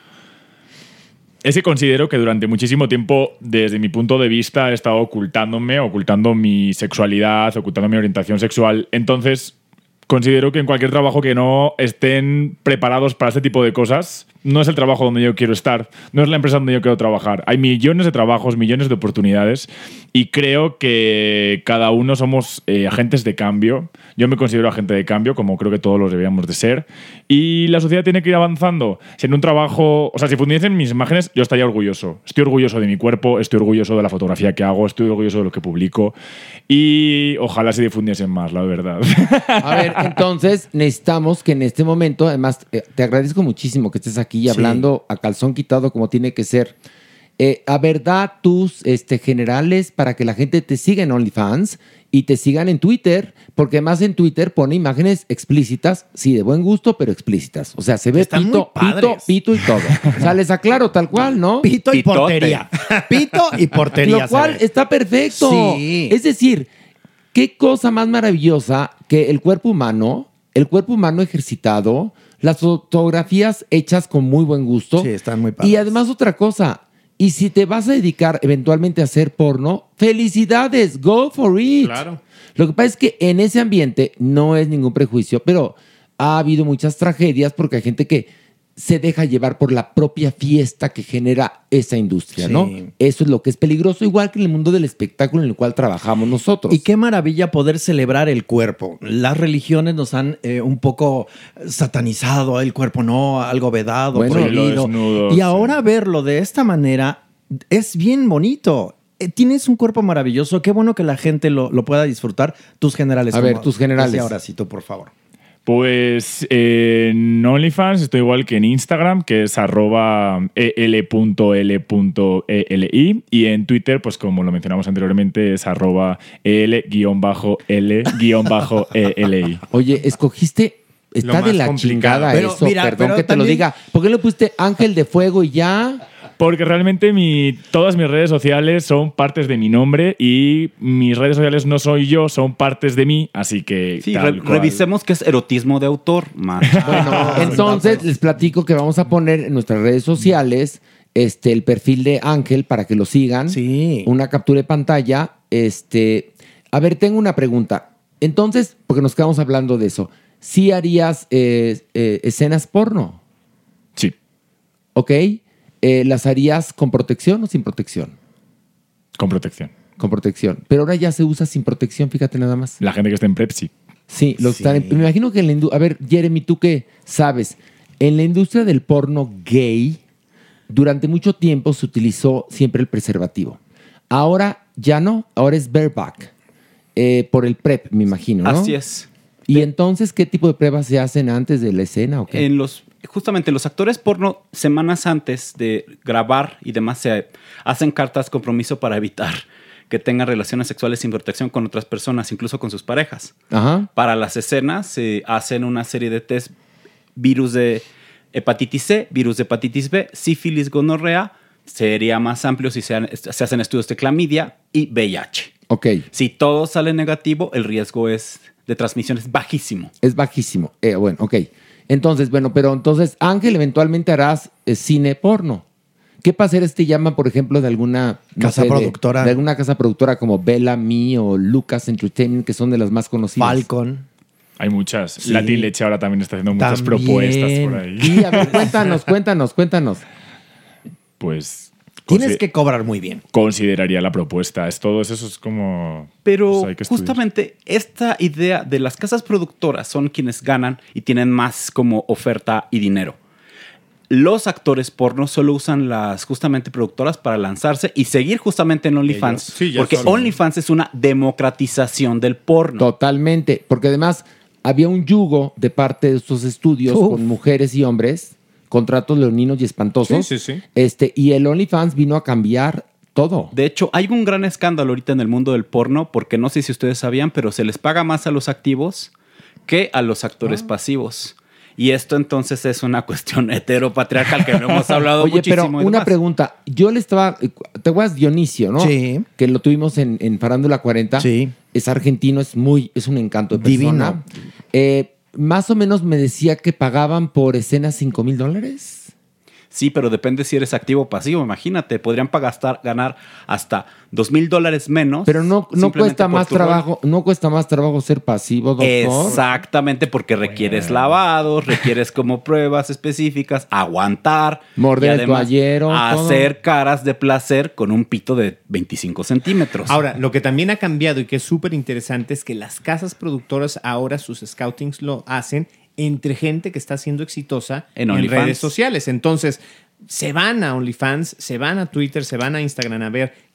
Es que considero que durante muchísimo tiempo, desde mi punto de vista, he estado ocultándome, ocultando mi sexualidad, ocultando mi orientación sexual. Entonces, considero que en cualquier trabajo que no estén preparados para este tipo de cosas, no es el trabajo donde yo quiero estar, no es la empresa donde yo quiero trabajar. Hay millones de trabajos, millones de oportunidades y creo que cada uno somos eh, agentes de cambio. Yo me considero agente de cambio, como creo que todos los deberíamos de ser. Y la sociedad tiene que ir avanzando. Si en un trabajo, o sea, si fundiesen mis imágenes, yo estaría orgulloso. Estoy orgulloso de mi cuerpo, estoy orgulloso de la fotografía que hago, estoy orgulloso de lo que publico y ojalá se difundiesen más, la verdad. A ver, entonces necesitamos que en este momento, además, eh, te agradezco muchísimo que estés aquí Sí. hablando a calzón quitado como tiene que ser. Eh, a ver, da tus este, generales para que la gente te siga en OnlyFans y te sigan en Twitter, porque además en Twitter pone imágenes explícitas, sí, de buen gusto, pero explícitas. O sea, se ve Están muy pito, pito, padres. pito y todo. O sea, les aclaro tal cual, ¿no? Pito y Pitote. portería. Pito y portería. Lo cual se ve. está perfecto. Sí. Es decir, qué cosa más maravillosa que el cuerpo humano, el cuerpo humano ejercitado, las fotografías hechas con muy buen gusto. Sí, están muy padres. Y además otra cosa, y si te vas a dedicar eventualmente a hacer porno, felicidades, go for it. Claro. Lo que pasa es que en ese ambiente no es ningún prejuicio, pero ha habido muchas tragedias porque hay gente que se deja llevar por la propia fiesta que genera esa industria, Sí. ¿no? Eso es lo que es peligroso, igual que en el mundo del espectáculo en el cual trabajamos nosotros. Y qué maravilla poder celebrar el cuerpo. Las religiones nos han eh, un poco satanizado el cuerpo, no, algo vedado, Bueno, prohibido. lo desnudo, y sí. ahora verlo de esta manera es bien bonito. Eh, Tienes un cuerpo maravilloso. Qué bueno que la gente lo, lo pueda disfrutar. Tus generales. A ver, como tus generales. decía ahora sí, tú, por favor. Pues eh, en OnlyFans estoy igual que en Instagram, que es arroba el punto l punto e l i, y en Twitter, pues como lo mencionamos anteriormente, es arroba el guión bajo l guión bajo e l i. Oye, escogiste, está Lo de más la complicado. chingada Pero, eso, mira, perdón pero que te lo también- diga. ¿Por qué le pusiste Ángel de Fuego y ya? Porque realmente mi, todas mis redes sociales son partes de mi nombre y mis redes sociales no soy yo, son partes de mí, así que Sí, tal re- cual. revisemos que es erotismo de autor, man. Bueno, entonces les platico que vamos a poner en nuestras redes sociales este, el perfil de Ángel para que lo sigan. Sí. Una captura de pantalla. Este, a ver, tengo una pregunta. Entonces, porque nos quedamos hablando de eso, ¿sí harías eh, eh, escenas porno? Sí. ¿Ok? Eh, ¿Las harías con protección o sin protección? Con protección. Con protección. Pero ahora ya se usa sin protección, fíjate nada más. La gente que está en PrEP, sí. Sí, lo Sí. están. Me imagino que en la industria. A ver, Jeremy, tú qué sabes. En la industria del porno gay, durante mucho tiempo se utilizó siempre el preservativo. Ahora ya no, ahora es bareback. Eh, por el PrEP, me imagino, ¿no? Así es. ¿Y entonces qué tipo de pruebas se hacen antes de la escena o qué? En los, justamente los actores porno, semanas antes de grabar y demás, se hacen cartas compromiso para evitar que tengan relaciones sexuales sin protección con otras personas, incluso con sus parejas. Ajá. Para las escenas se hacen una serie de test: virus de hepatitis C, virus de hepatitis B, sífilis, gonorrea. Sería más amplio si se, han- se hacen estudios de clamidia y V I H. Ok. Si todo sale negativo, el riesgo es de transmisión es bajísimo. Es bajísimo. Eh, bueno, ok. Entonces, bueno, pero entonces, Ángel, eventualmente harás eh, cine porno. ¿Qué pasaría si te llaman, por ejemplo, de alguna no Casa sé, de- productora. De, alguna casa productora como Bella Me o Lucas Entertainment, que son de las más conocidas? Falcon. Hay muchas. Sí. Latin Leche ahora también está haciendo muchas También. propuestas por ahí. Y a ver, cuéntanos, cuéntanos, cuéntanos. Pues. Tienes consi- que cobrar muy bien. Consideraría la propuesta. Es todo eso, eso es como. Pero pues hay que estudiar. justamente esta idea de las casas productoras son quienes ganan y tienen más como oferta y dinero. Los actores porno solo usan las justamente productoras para lanzarse y seguir justamente en OnlyFans. Ellos. Sí, ya porque solo. OnlyFans es una democratización del porno. Totalmente, porque además había un yugo de parte de estos estudios Uf. con mujeres y hombres, contratos leoninos y espantosos. Sí, sí, sí. Este, y el OnlyFans vino a cambiar todo. De hecho, hay un gran escándalo ahorita en el mundo del porno porque no sé si ustedes sabían, pero se les paga más a los activos que a los actores Ah. pasivos. Y esto entonces es una cuestión heteropatriarcal que no hemos hablado Oye, muchísimo. pero y una demás. pregunta. Yo le estaba. ¿Te acuerdas Dionisio, no? Sí. Que lo tuvimos en, en Farándula cuarenta. Sí. Es argentino, es muy. Es un encanto de persona. Divino. Eh, más o menos me decía que pagaban por escenas cinco mil dólares. Sí, pero depende si eres activo o pasivo. Imagínate, podrían pagar, ganar hasta dos mil dólares menos. Pero no, no simplemente cuesta por más tu rol. trabajo. No cuesta más trabajo ser pasivo, doctor. Exactamente, porque requieres lavados, requieres como pruebas específicas, aguantar. Morder y el además toallero, todo. hacer caras de placer con un pito de veinticinco centímetros. Ahora, lo que también ha cambiado y que es súper interesante es que las casas productoras ahora sus scoutings lo hacen entre gente que está siendo exitosa En en, OnlyFans. redes sociales. Entonces, se van a OnlyFans, se van a Twitter, se van a Instagram a ver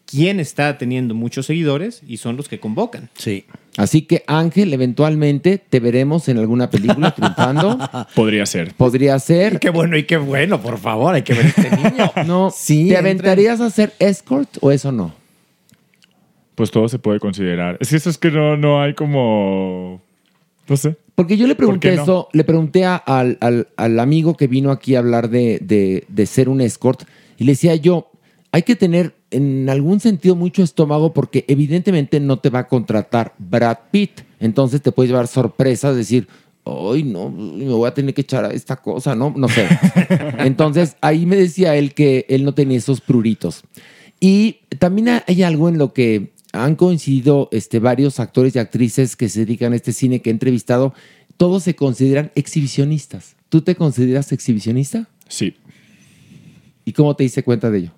quién está teniendo muchos seguidores y son los que convocan. Sí. Así que, Ángel, eventualmente te veremos en alguna película triunfando. Podría ser. Podría ser. Y qué bueno, y qué bueno, por favor, hay que ver este niño. No, Sí, ¿te entre- aventarías a hacer escort o eso no? Pues todo se puede considerar. Es que eso es que no, no hay como... No sé. Porque yo le pregunté ¿Por qué no? eso, le pregunté a- al, al- al amigo que vino aquí a hablar de, de- de ser un escort y le decía yo, hay que tener en algún sentido mucho estómago porque evidentemente no te va a contratar Brad Pitt. Entonces te puedes llevar sorpresas, decir, ay, no, me voy a tener que echar a esta cosa, ¿no? No sé. Entonces ahí me decía él que él no tenía esos pruritos. Y también hay algo en lo que han coincidido este, varios actores y actrices que se dedican a este cine que he entrevistado. Todos se consideran exhibicionistas. ¿Tú te consideras exhibicionista? Sí. ¿Y cómo te diste cuenta de ello?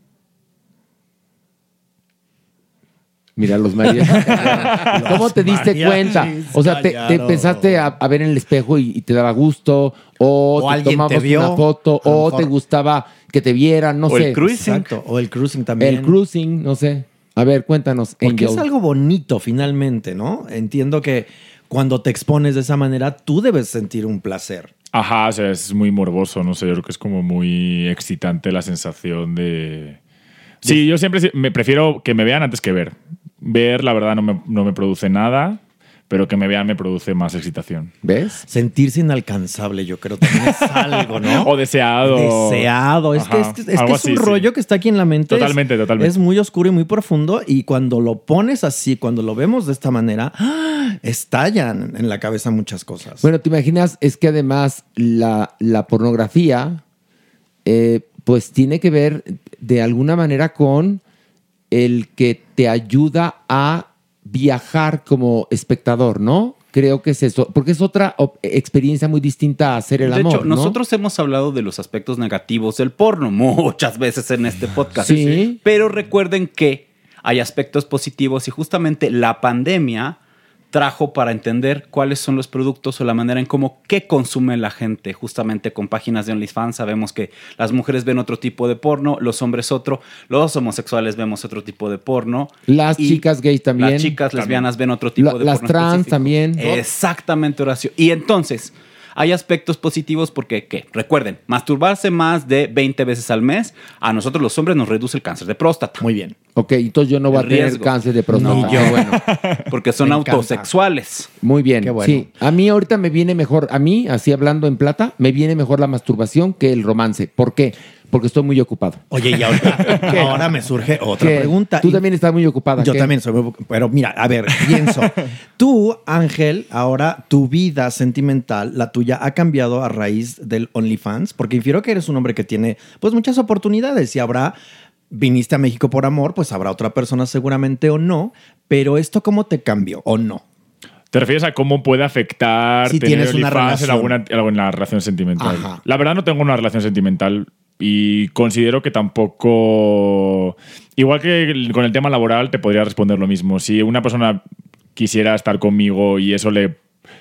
Mira, los mariachis. ¿Cómo te diste mariachis cuenta? O sea, te, te callaron. empezaste a, a ver en el espejo y, y te daba gusto, o, O te alguien tomabas te vio, una foto, a lo o mejor. te gustaba que te vieran, no O sé. el cruising. Exacto, o el cruising también. El cruising, no sé. A ver, cuéntanos, Porque Angel. es algo bonito finalmente, ¿no? Entiendo que cuando te expones de esa manera, tú debes sentir un placer. Ajá, o sea, es muy morboso, no sé, yo creo que es como muy excitante la sensación de... Sí, yo siempre me prefiero que me vean antes que ver. Ver, la verdad, no me, no me produce nada, pero que me vean me produce más excitación. ¿Ves? Sentirse inalcanzable, yo creo también es algo, ¿no? O deseado. Deseado. Es Ajá, que es, es, algo que es un así, sí. rollo que está aquí en la mente. Totalmente, es, totalmente. Es muy oscuro y muy profundo y cuando lo pones así, cuando lo vemos de esta manera, ¡ah! Estallan en la cabeza muchas cosas. Bueno, te imaginas, es que además la, la pornografía, eh, pues tiene que ver de alguna manera con el que te ayuda a viajar como espectador, ¿no? Creo que es eso, porque es otra op- experiencia muy distinta a hacer el de amor, hecho, ¿no? nosotros hemos hablado de los aspectos negativos del porno muchas veces en este podcast. Sí. Pero recuerden que hay aspectos positivos y justamente la pandemia trajo para entender cuáles son los productos o la manera en cómo qué consume la gente. Justamente con páginas de OnlyFans sabemos que las mujeres ven otro tipo de porno, los hombres otro, los homosexuales vemos otro tipo de porno. Las y chicas gays también. Las chicas También. lesbianas ven otro tipo La- de las porno trans específico. también. Exactamente, Horacio. Y entonces, hay aspectos positivos porque, ¿qué? Recuerden, masturbarse más de veinte veces al mes, a nosotros los hombres nos reduce el cáncer de próstata. Muy bien. Ok, entonces yo no voy a El tener riesgo. cáncer de próstata. No. Qué bueno. Porque son Me encanta. autosexuales. Muy bien, Qué bueno. sí. A mí ahorita me viene mejor, a mí, así hablando en plata, me viene mejor la masturbación que el romance. ¿Por qué? Porque estoy muy ocupado. Oye, y ahora, ahora me surge otra ¿Qué? pregunta. Tú Y- también estás muy ocupada. Yo ¿qué? también soy muy... Pero mira, a ver, pienso. Tú, Ángel, ahora tu vida sentimental, la tuya, ha cambiado a raíz del OnlyFans, porque infiero que eres un hombre que tiene pues muchas oportunidades y habrá... Viniste a México por amor, pues habrá otra persona seguramente o no, pero ¿esto cómo te cambió o no? ¿Te refieres a cómo puede afectar Si tener tienes una OnlyFans en relación. alguna, en alguna relación sentimental? Ajá. La verdad no tengo una relación sentimental y considero que tampoco... Igual que con el tema laboral te podría responder lo mismo. Si una persona quisiera estar conmigo y eso le...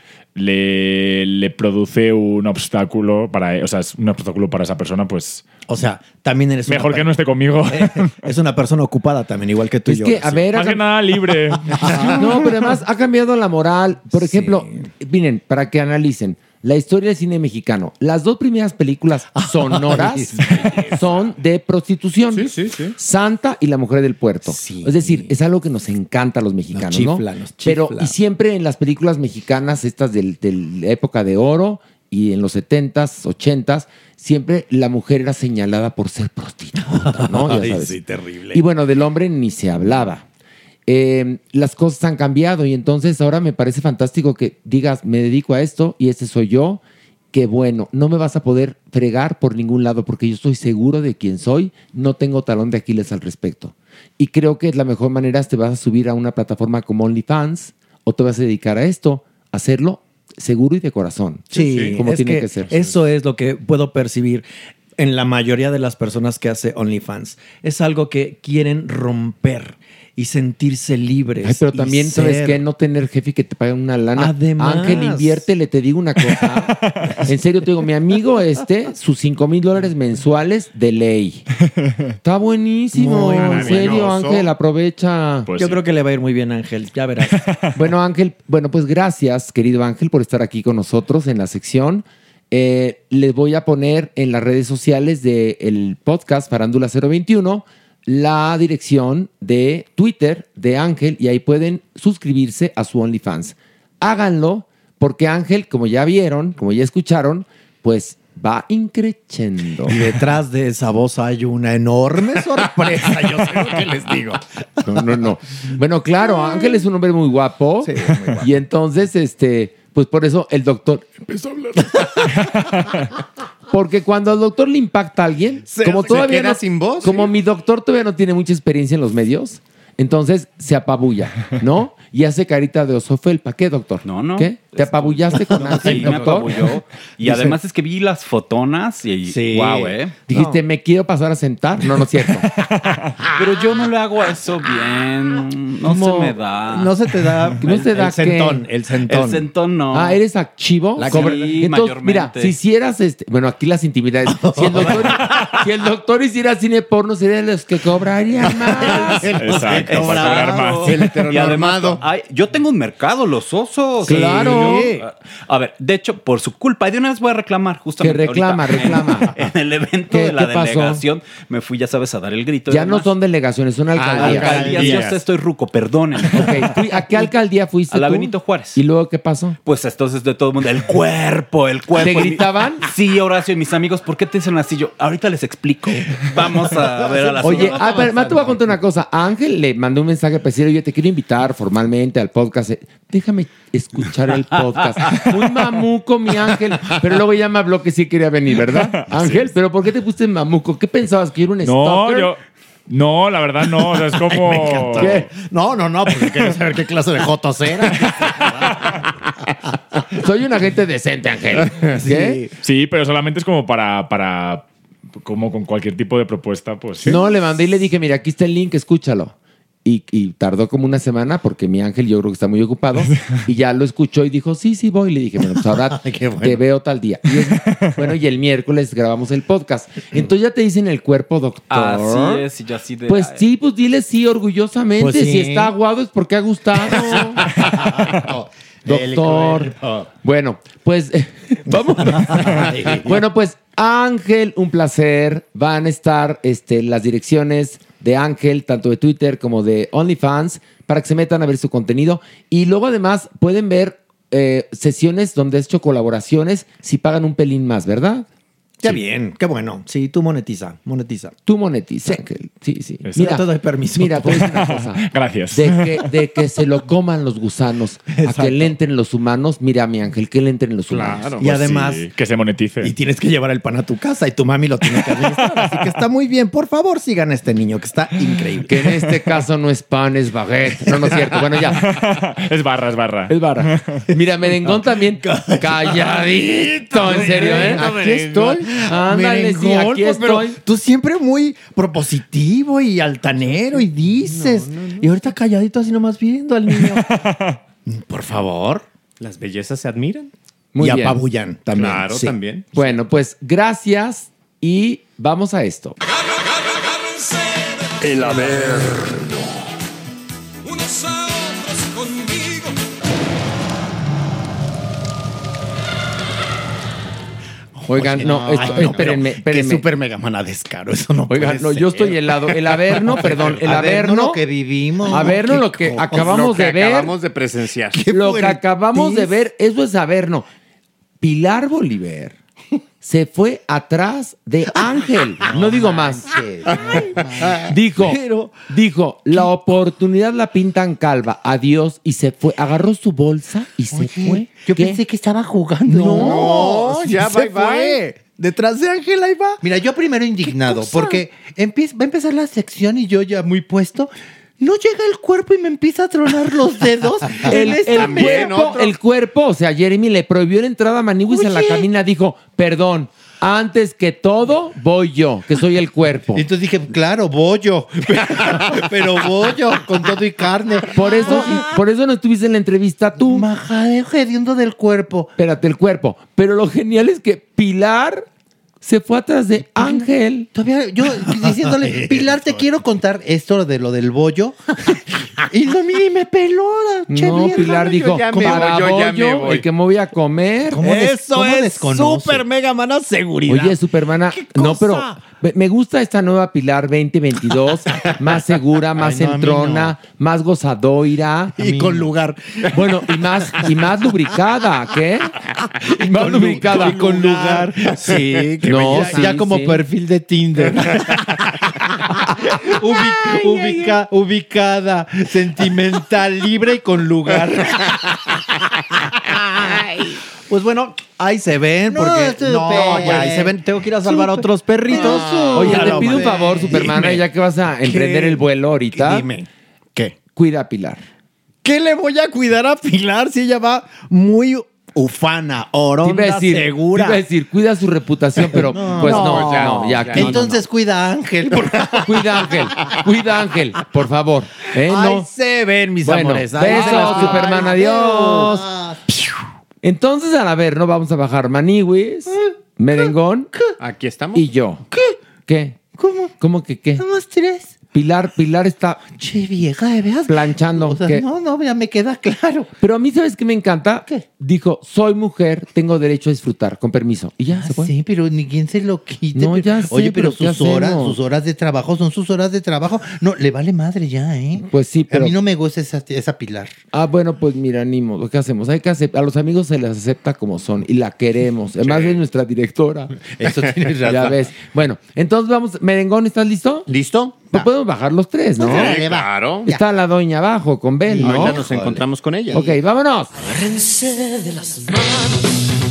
Le, le produce un obstáculo para, o sea, es un obstáculo para esa persona, pues O sea, también eres una mejor per- que no esté conmigo. Es una persona ocupada también, igual que tú y Es yo. que, a Sí. ver, Más ha que nada libre. No, pero además ha cambiado la moral. Por ejemplo, miren, para que analicen, la historia del cine mexicano. Las dos primeras películas sonoras son de prostitución. Sí, sí, sí. Santa y La Mujer del Puerto. Es decir, es algo que nos encanta a los mexicanos, Nos ¿no? chifla, nos Pero, chifla. y siempre en las películas mexicanas, estas del- de la época de oro y en los setentas, ochentas, siempre la mujer era señalada por ser prostituta, ¿no? Ya Ay, sabes. sí, terrible. Y bueno, del hombre ni se hablaba. Eh, las cosas han cambiado y entonces ahora me parece fantástico que digas, me dedico a esto y este soy yo. Que bueno, no me vas a poder fregar por ningún lado porque yo estoy seguro de quién soy, no tengo talón de Aquiles al respecto. Y creo que la mejor manera es te vas a subir a una plataforma como OnlyFans o te vas a dedicar a esto, hacerlo seguro y de corazón. Sí, como es tiene que, que ser. Eso es lo que puedo percibir en la mayoría de las personas que hace OnlyFans. Es algo que quieren romper. y sentirse libres. Ay, pero y también, ¿sabes ser- qué? No tener jefe que te pague una lana. Además. Ángel, inviértele, te digo una cosa. En serio, te digo, mi amigo este, sus cinco mil dólares mensuales de ley. Está buenísimo. Muy en serio, maravilloso. Ángel, aprovecha. Pues Yo sí. creo que le va a ir muy bien a Ángel, ya verás. Bueno, Ángel, bueno, pues gracias, querido Ángel, por estar aquí con nosotros en la sección. Eh, les voy a poner en las redes sociales del podcast Farándula cero veintiuno la dirección de Twitter de Ángel y ahí pueden suscribirse a su OnlyFans. Háganlo porque Ángel, como ya vieron, como ya escucharon, pues va increciendo. Y detrás de esa voz hay una enorme sorpresa, yo sé lo que les digo. No, no, no. Bueno, claro, Ángel es un hombre muy guapo. Sí, muy guapo. Y entonces, este, pues por eso el doctor empezó a hablar. Porque cuando al doctor le impacta a alguien, Se- como se todavía queda no, sin voz, como mi doctor todavía no tiene mucha experiencia en los medios, entonces se apabulla, ¿no? Y hace carita de oso felpa. ¿Qué, doctor? No, no. ¿Qué? ¿Te apabullaste con Ángel, Sí, me doctor? apabulló. Y Dice- además es que vi las fotonas y Sí. wow, ¿eh? Dijiste, ¿me quiero pasar a sentar? No, no es cierto. Pero yo no le hago eso bien. No ¿Cómo? se me da. No se te da, ¿No se da el centón, qué? el centón. El centón no. Ah, ¿eres acchivo? La- Cobra- sí, Entonces, mira, mayormente. si hicieras este... Bueno, aquí las intimidades. Si el doctor, si el doctor hiciera cine porno, sería de los que cobrarían más. Exacto, para cobrar más. El Y además, heteronormado. ay, yo tengo un mercado, los osos. Claro. Sí. A ver, de hecho, por su culpa, y de una vez voy a reclamar justamente. Que reclama, ahorita, reclama. En, en el evento ¿Qué- de la qué pasó? delegación, me fui, ya sabes, a dar el grito. y Ya no demás. son delegaciones, son alcaldías. Alcaldías, yo sé, estoy ruco, perdónenme. Ok, fui- ¿a qué alcaldía fuiste A la tú? Benito Juárez. ¿Y luego qué pasó? Pues entonces de todo el mundo, el cuerpo, el cuerpo. ¿Te gritaban? Sí, Horacio y mis amigos, ¿por qué te dicen así? Yo, ahorita les explico. Vamos a ver a la Oye, señora. a ver, me te voy a contar una cosa. A Ángel le mandé un mensaje para decirle, oye, te quiero invitar formalmente al podcast. Déjame escuchar el podcast. Un mamuco, mi Ángel. Pero luego ya me habló que sí quería venir, ¿verdad? Ángel, ¿pero por qué te pusiste mamuco? ¿Qué pensabas? ¿Que era un No, stalker? yo. No, la verdad no. O sea, es como. ¿Qué? No, no, no, porque quería saber qué clase de jotos era. Soy un agente decente, Ángel. ¿Qué? Sí, pero solamente es como para. para como con cualquier tipo de propuesta, pues sí. No, le mandé y le dije, mira, aquí está el link, escúchalo. Y, y tardó como una semana porque mi Ángel yo creo que está muy ocupado y ya lo escuchó y dijo, sí, sí voy. Le dije, bueno, pues ahora Ay, qué bueno. te veo tal día. Y es- bueno, y el miércoles grabamos el podcast. Entonces ya te dicen el cuerpo, doctor. Así es, y yo así de. Pues ay, sí, pues dile sí orgullosamente. Pues sí. Si está aguado es porque ha gustado. Doctor. Bueno, pues vamos. Bueno, pues Ángel, un placer. Van a estar este, las direcciones de Ángel, tanto de Twitter como de OnlyFans, para que se metan a ver su contenido. Y luego además pueden ver eh, sesiones donde he hecho colaboraciones si pagan un pelín más, ¿verdad? Qué bien, qué bueno. Sí, tú monetiza, monetiza. Tú monetiza, Ángel. Sí, sí. Eso. Yo te doy permiso. Mira, te voy a decir una cosa. Gracias. De que, de que se lo coman los gusanos a que le entren los humanos. Mira, mi Ángel, que le entren los humanos. Claro, Y pues además- sí, que se monetice. Y tienes que llevar el pan a tu casa y tu mami lo tiene que administrar. Así que está muy bien. Por favor, sigan a este niño que está increíble. Que en este caso no es pan, es baguette. No, no es cierto. Bueno, ya. Es barra, es barra. Es barra. Mira, merengón también. Calladito, en serio, ¿eh? Aquí estoy. Ándale, sí, aquí pues, pero estoy. tú siempre muy propositivo y altanero y dices. Y ahorita calladito así nomás viendo al niño. Por favor. Las bellezas se admiran. Muy y bien. apabullan también. Claro, sí. también. Bueno, pues gracias y vamos a esto. El Averno. Unos a otros conmigo. Oigan, no, Ay, esto- no, pero espérenme, Qué espérenme. súper mega mana descaro. Eso no Oigan, puede no, yo ser. estoy helado. El Averno, perdón, el Averno, Averno. lo que vivimos. Averno, Qué lo que cosa. acabamos Lo que de ver. acabamos de presenciar. Lo que acabamos de fuertes. ver, eso es Averno. Pilar Bolívar se fue atrás de Ángel. No digo más. Dijo, Pero- dijo, la oportunidad la pintan calva. Adiós. Y se fue. Agarró su bolsa y se fue. Yo ¿Qué? pensé que estaba jugando. No, No, ya ya, se bye, bye. fue. Detrás de Ángel, ahí va. Mira, yo primero indignado, cosa? porque empieza, va a empezar la sección y yo ya muy puesto. No llega el cuerpo y me empieza a tronar los dedos. El, en esta el mesa. cuerpo, el cuerpo, o sea, Jeremy le prohibió la entrada a Maniwis a la Oye. cabina. Dijo, perdón, Antes que todo, voy yo, que soy el cuerpo. Y entonces dije, claro, bollo. Pero bollo, con todo y carne. Por eso, por eso no estuviste en la entrevista tú. Majadeo hediondo del cuerpo. Espérate, el cuerpo. Pero lo genial es que Pilar se fue atrás de Ángel. Todavía yo diciéndole, Pilar, te quiero contar esto de lo del bollo. Y no, mira, y me peló la che No, vieja. Pilar dijo, Yo ya me para voy, yo ya me bollo, voy. el que me voy a comer. ¿Cómo des- Eso cómo es desconoce? super mega mana seguridad. Oye, Supermana, no, pero me- me gusta esta nueva Pilar veinte veintidós, más segura, más Ay, no, a mí entrona, más gozadoira. y con lugar. Bueno, y más, y más lubricada, ¿qué? Y más lubricada. Y con lugar. Sí, qué No, belleza. sí, ya como sí. perfil de Tinder. Ubi- ubica- ubicada, sentimental, libre y con lugar. Pues bueno, ahí se ven, No, porque súper. no, ya ahí se ven. Tengo que ir a salvar a otros perritos. Oye, Ya te lo pido un mandé. favor, Supermana, Dime. ya que vas a emprender ¿Qué? el vuelo ahorita. Dime. ¿Qué? Cuida a Pilar. ¿Qué le voy a cuidar a Pilar si ella va muy ufana, Te iba a oronda, decir, segura? te iba a decir, cuida su reputación, pero pues no, no, no, ya, ya. que- Entonces cuida a Ángel. por favor. cuida a Ángel, cuida a Ángel, por favor. ¿eh? Ahí No. se ven, mis Bueno, amores. Ahí se besos, las- Superman, adiós. Entonces, a ver, no vamos a bajar Maniwis, Merengón Aquí estamos. y yo. ¿Qué? ¿Qué? ¿Cómo? ¿Cómo que qué? Somos tres. Pilar, Pilar está Che, vieja, de veras. planchando. O sea, ¿qué? no, no, ya me queda claro. Pero a mí, ¿sabes qué me encanta? ¿Qué? Dijo, soy mujer, tengo derecho a disfrutar, con permiso. Y ya, Ah, se fue. sí, pero ni quien se lo quite. No, pero- ya sé, Oye, pero, pero ¿qué sus horas, hacemos? sus horas de trabajo son sus horas de trabajo. No, le vale madre ya, ¿eh? Pues sí, pero... A mí no me gusta esa, esa Pilar. Ah, bueno, pues mira, ni modo, ¿qué hacemos? Hay que aceptar, a los amigos se les acepta como son y la queremos. Además es nuestra directora. Eso tienes razón. Ya ves. Bueno, entonces vamos, Merengón, ¿estás listo? ¿Listo? Pues podemos bajar los tres, ¿no? Sí, claro. Está la doña abajo con Bel, ¿no? Ahorita nos encontramos con ella. Ok, vámonos. de las manos,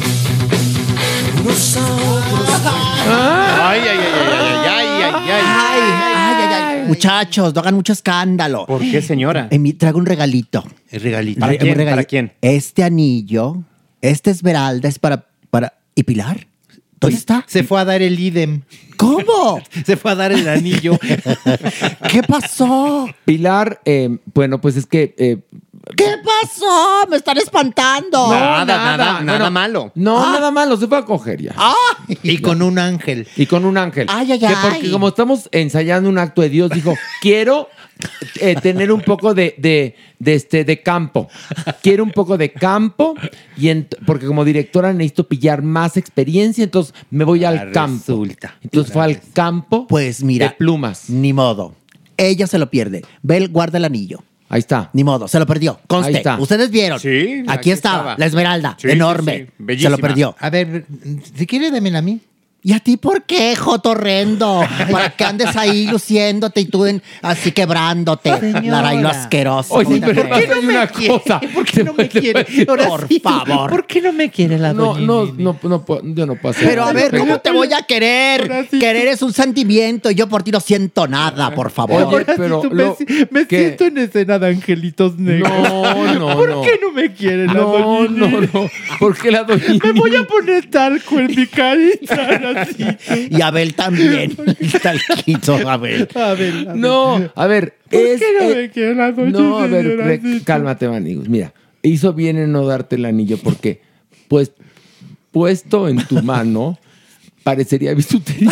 unos a otros. Ay, ay, ay, ay, ay, ay, ay, ay. Ay, ay, ay, ay. Muchachos, no hagan mucho escándalo. ¿Por qué, señora? Eh, mi- traigo un regalito. El regalito. ¿Para Un quién? regali- ¿Para quién? Este anillo, este esmeralda es para, para... ¿Y Pilar? ¿Dónde está? Se fue a dar el idem. ¿Cómo? Se fue a dar el anillo. ¿Qué pasó? Pilar, eh, bueno, pues es que... eh, ¿Qué pasó? Me están espantando. Nada, nada, nada Bueno, malo. No, Ah. nada malo, se fue a coger ya. Ay. Y con un ángel. Y con un ángel. Ay, ay, Que ay. porque como estamos ensayando un acto de Dios, dijo, quiero eh, tener un poco de, de, de, este, de campo. Quiero un poco de campo, y ent- porque como directora necesito pillar más experiencia, entonces me voy al Ah, campo. resulta. Entonces fue al campo Pues mira, de plumas. ni modo. Ella se lo pierde. Bel guarda el anillo. Ahí está. Ni modo, se lo perdió. Conste, Ahí está. ustedes vieron. Sí, aquí, aquí estaba, estaba. la esmeralda, Sí, sí, enorme. sí, Se bellísima. lo perdió. A ver, si quiere, démela a mí. ¿Y a ti por qué, jotorrendo? Para que andes ahí luciéndote y tú en- así quebrándote. Señora. Larailo asqueroso. Oye, pero ¿Por qué hay una cosa. ¿Por qué no me quiere? Ahora Por sí. favor. ¿Por qué no me quiere la No, doña no, Mimi? no, no, puedo- yo no puedo hacer Pero a ver, Pero- ¿cómo te voy a querer? Ahora sí. Querer es un sentimiento y yo por ti no siento nada, por favor. Oye, Ahora sí pero tú lo- me, me ¿qué? siento en escena de angelitos negros. No, no, ¿Por no. qué no me quiere la No, doña no, Mimi? no. ¿Por qué la doña Me voy a Mimi? poner talco en mi carita. Así. Y Abel también. Talquito, Abel. A ver, a ver. No, a ver. ¿Por es, qué no eh, me quiere la doña No, a ver, señora? re- Sí, sí. cálmate, manigos. Mira, hizo bien en no darte el anillo porque, pues, puesto en tu mano, parecería bisutería.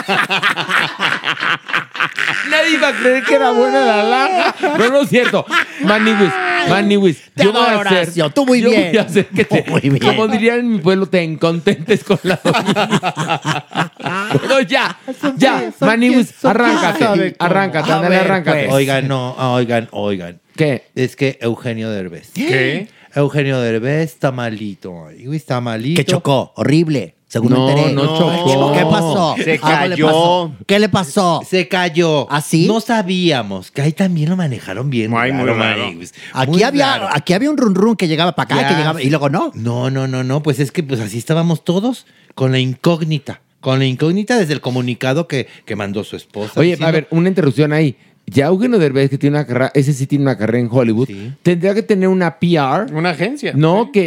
Nadie iba a creer que era buena la lana. Pero no es cierto. Maniwis, Maniwis. Te Yo voy a adoro, hacer. Horacio, tú muy yo bien. Voy a hacer que te, Muy bien. como dirían en mi pueblo, te encontentes con la doña. Bueno, ya, ya. son Maniwis, quién- son arráncate. quién sabe cómo. Arráncate, A ándale, ver, arráncate. pues. Oigan, no, oigan, oigan. ¿Qué? Es que Eugenio Derbez. ¿Qué? Eugenio Derbez está malito. Ay, güey, está malito. Que chocó, horrible. Según No, me enteré. no chocó. ¿Qué pasó? Se Algo le cayó. pasó. ¿Qué le pasó? Se cayó. ¿Ah, sí? No sabíamos. Que ahí también lo manejaron bien. Muy, muy raro. Maniguis. Aquí Muy había, raro. aquí había un run run que llegaba para acá Ya. que llegaba, y luego no. No, no, no, no. Pues es que pues así estábamos todos con la incógnita. Con la incógnita desde el comunicado que, que mandó su esposa. Oye, diciendo- a ver, una interrupción ahí. Ya Eugenio Derbez, que tiene una carrera, ese sí tiene una carrera en Hollywood, Sí. tendría que tener una P R, Una agencia. ¿no? Sí. Que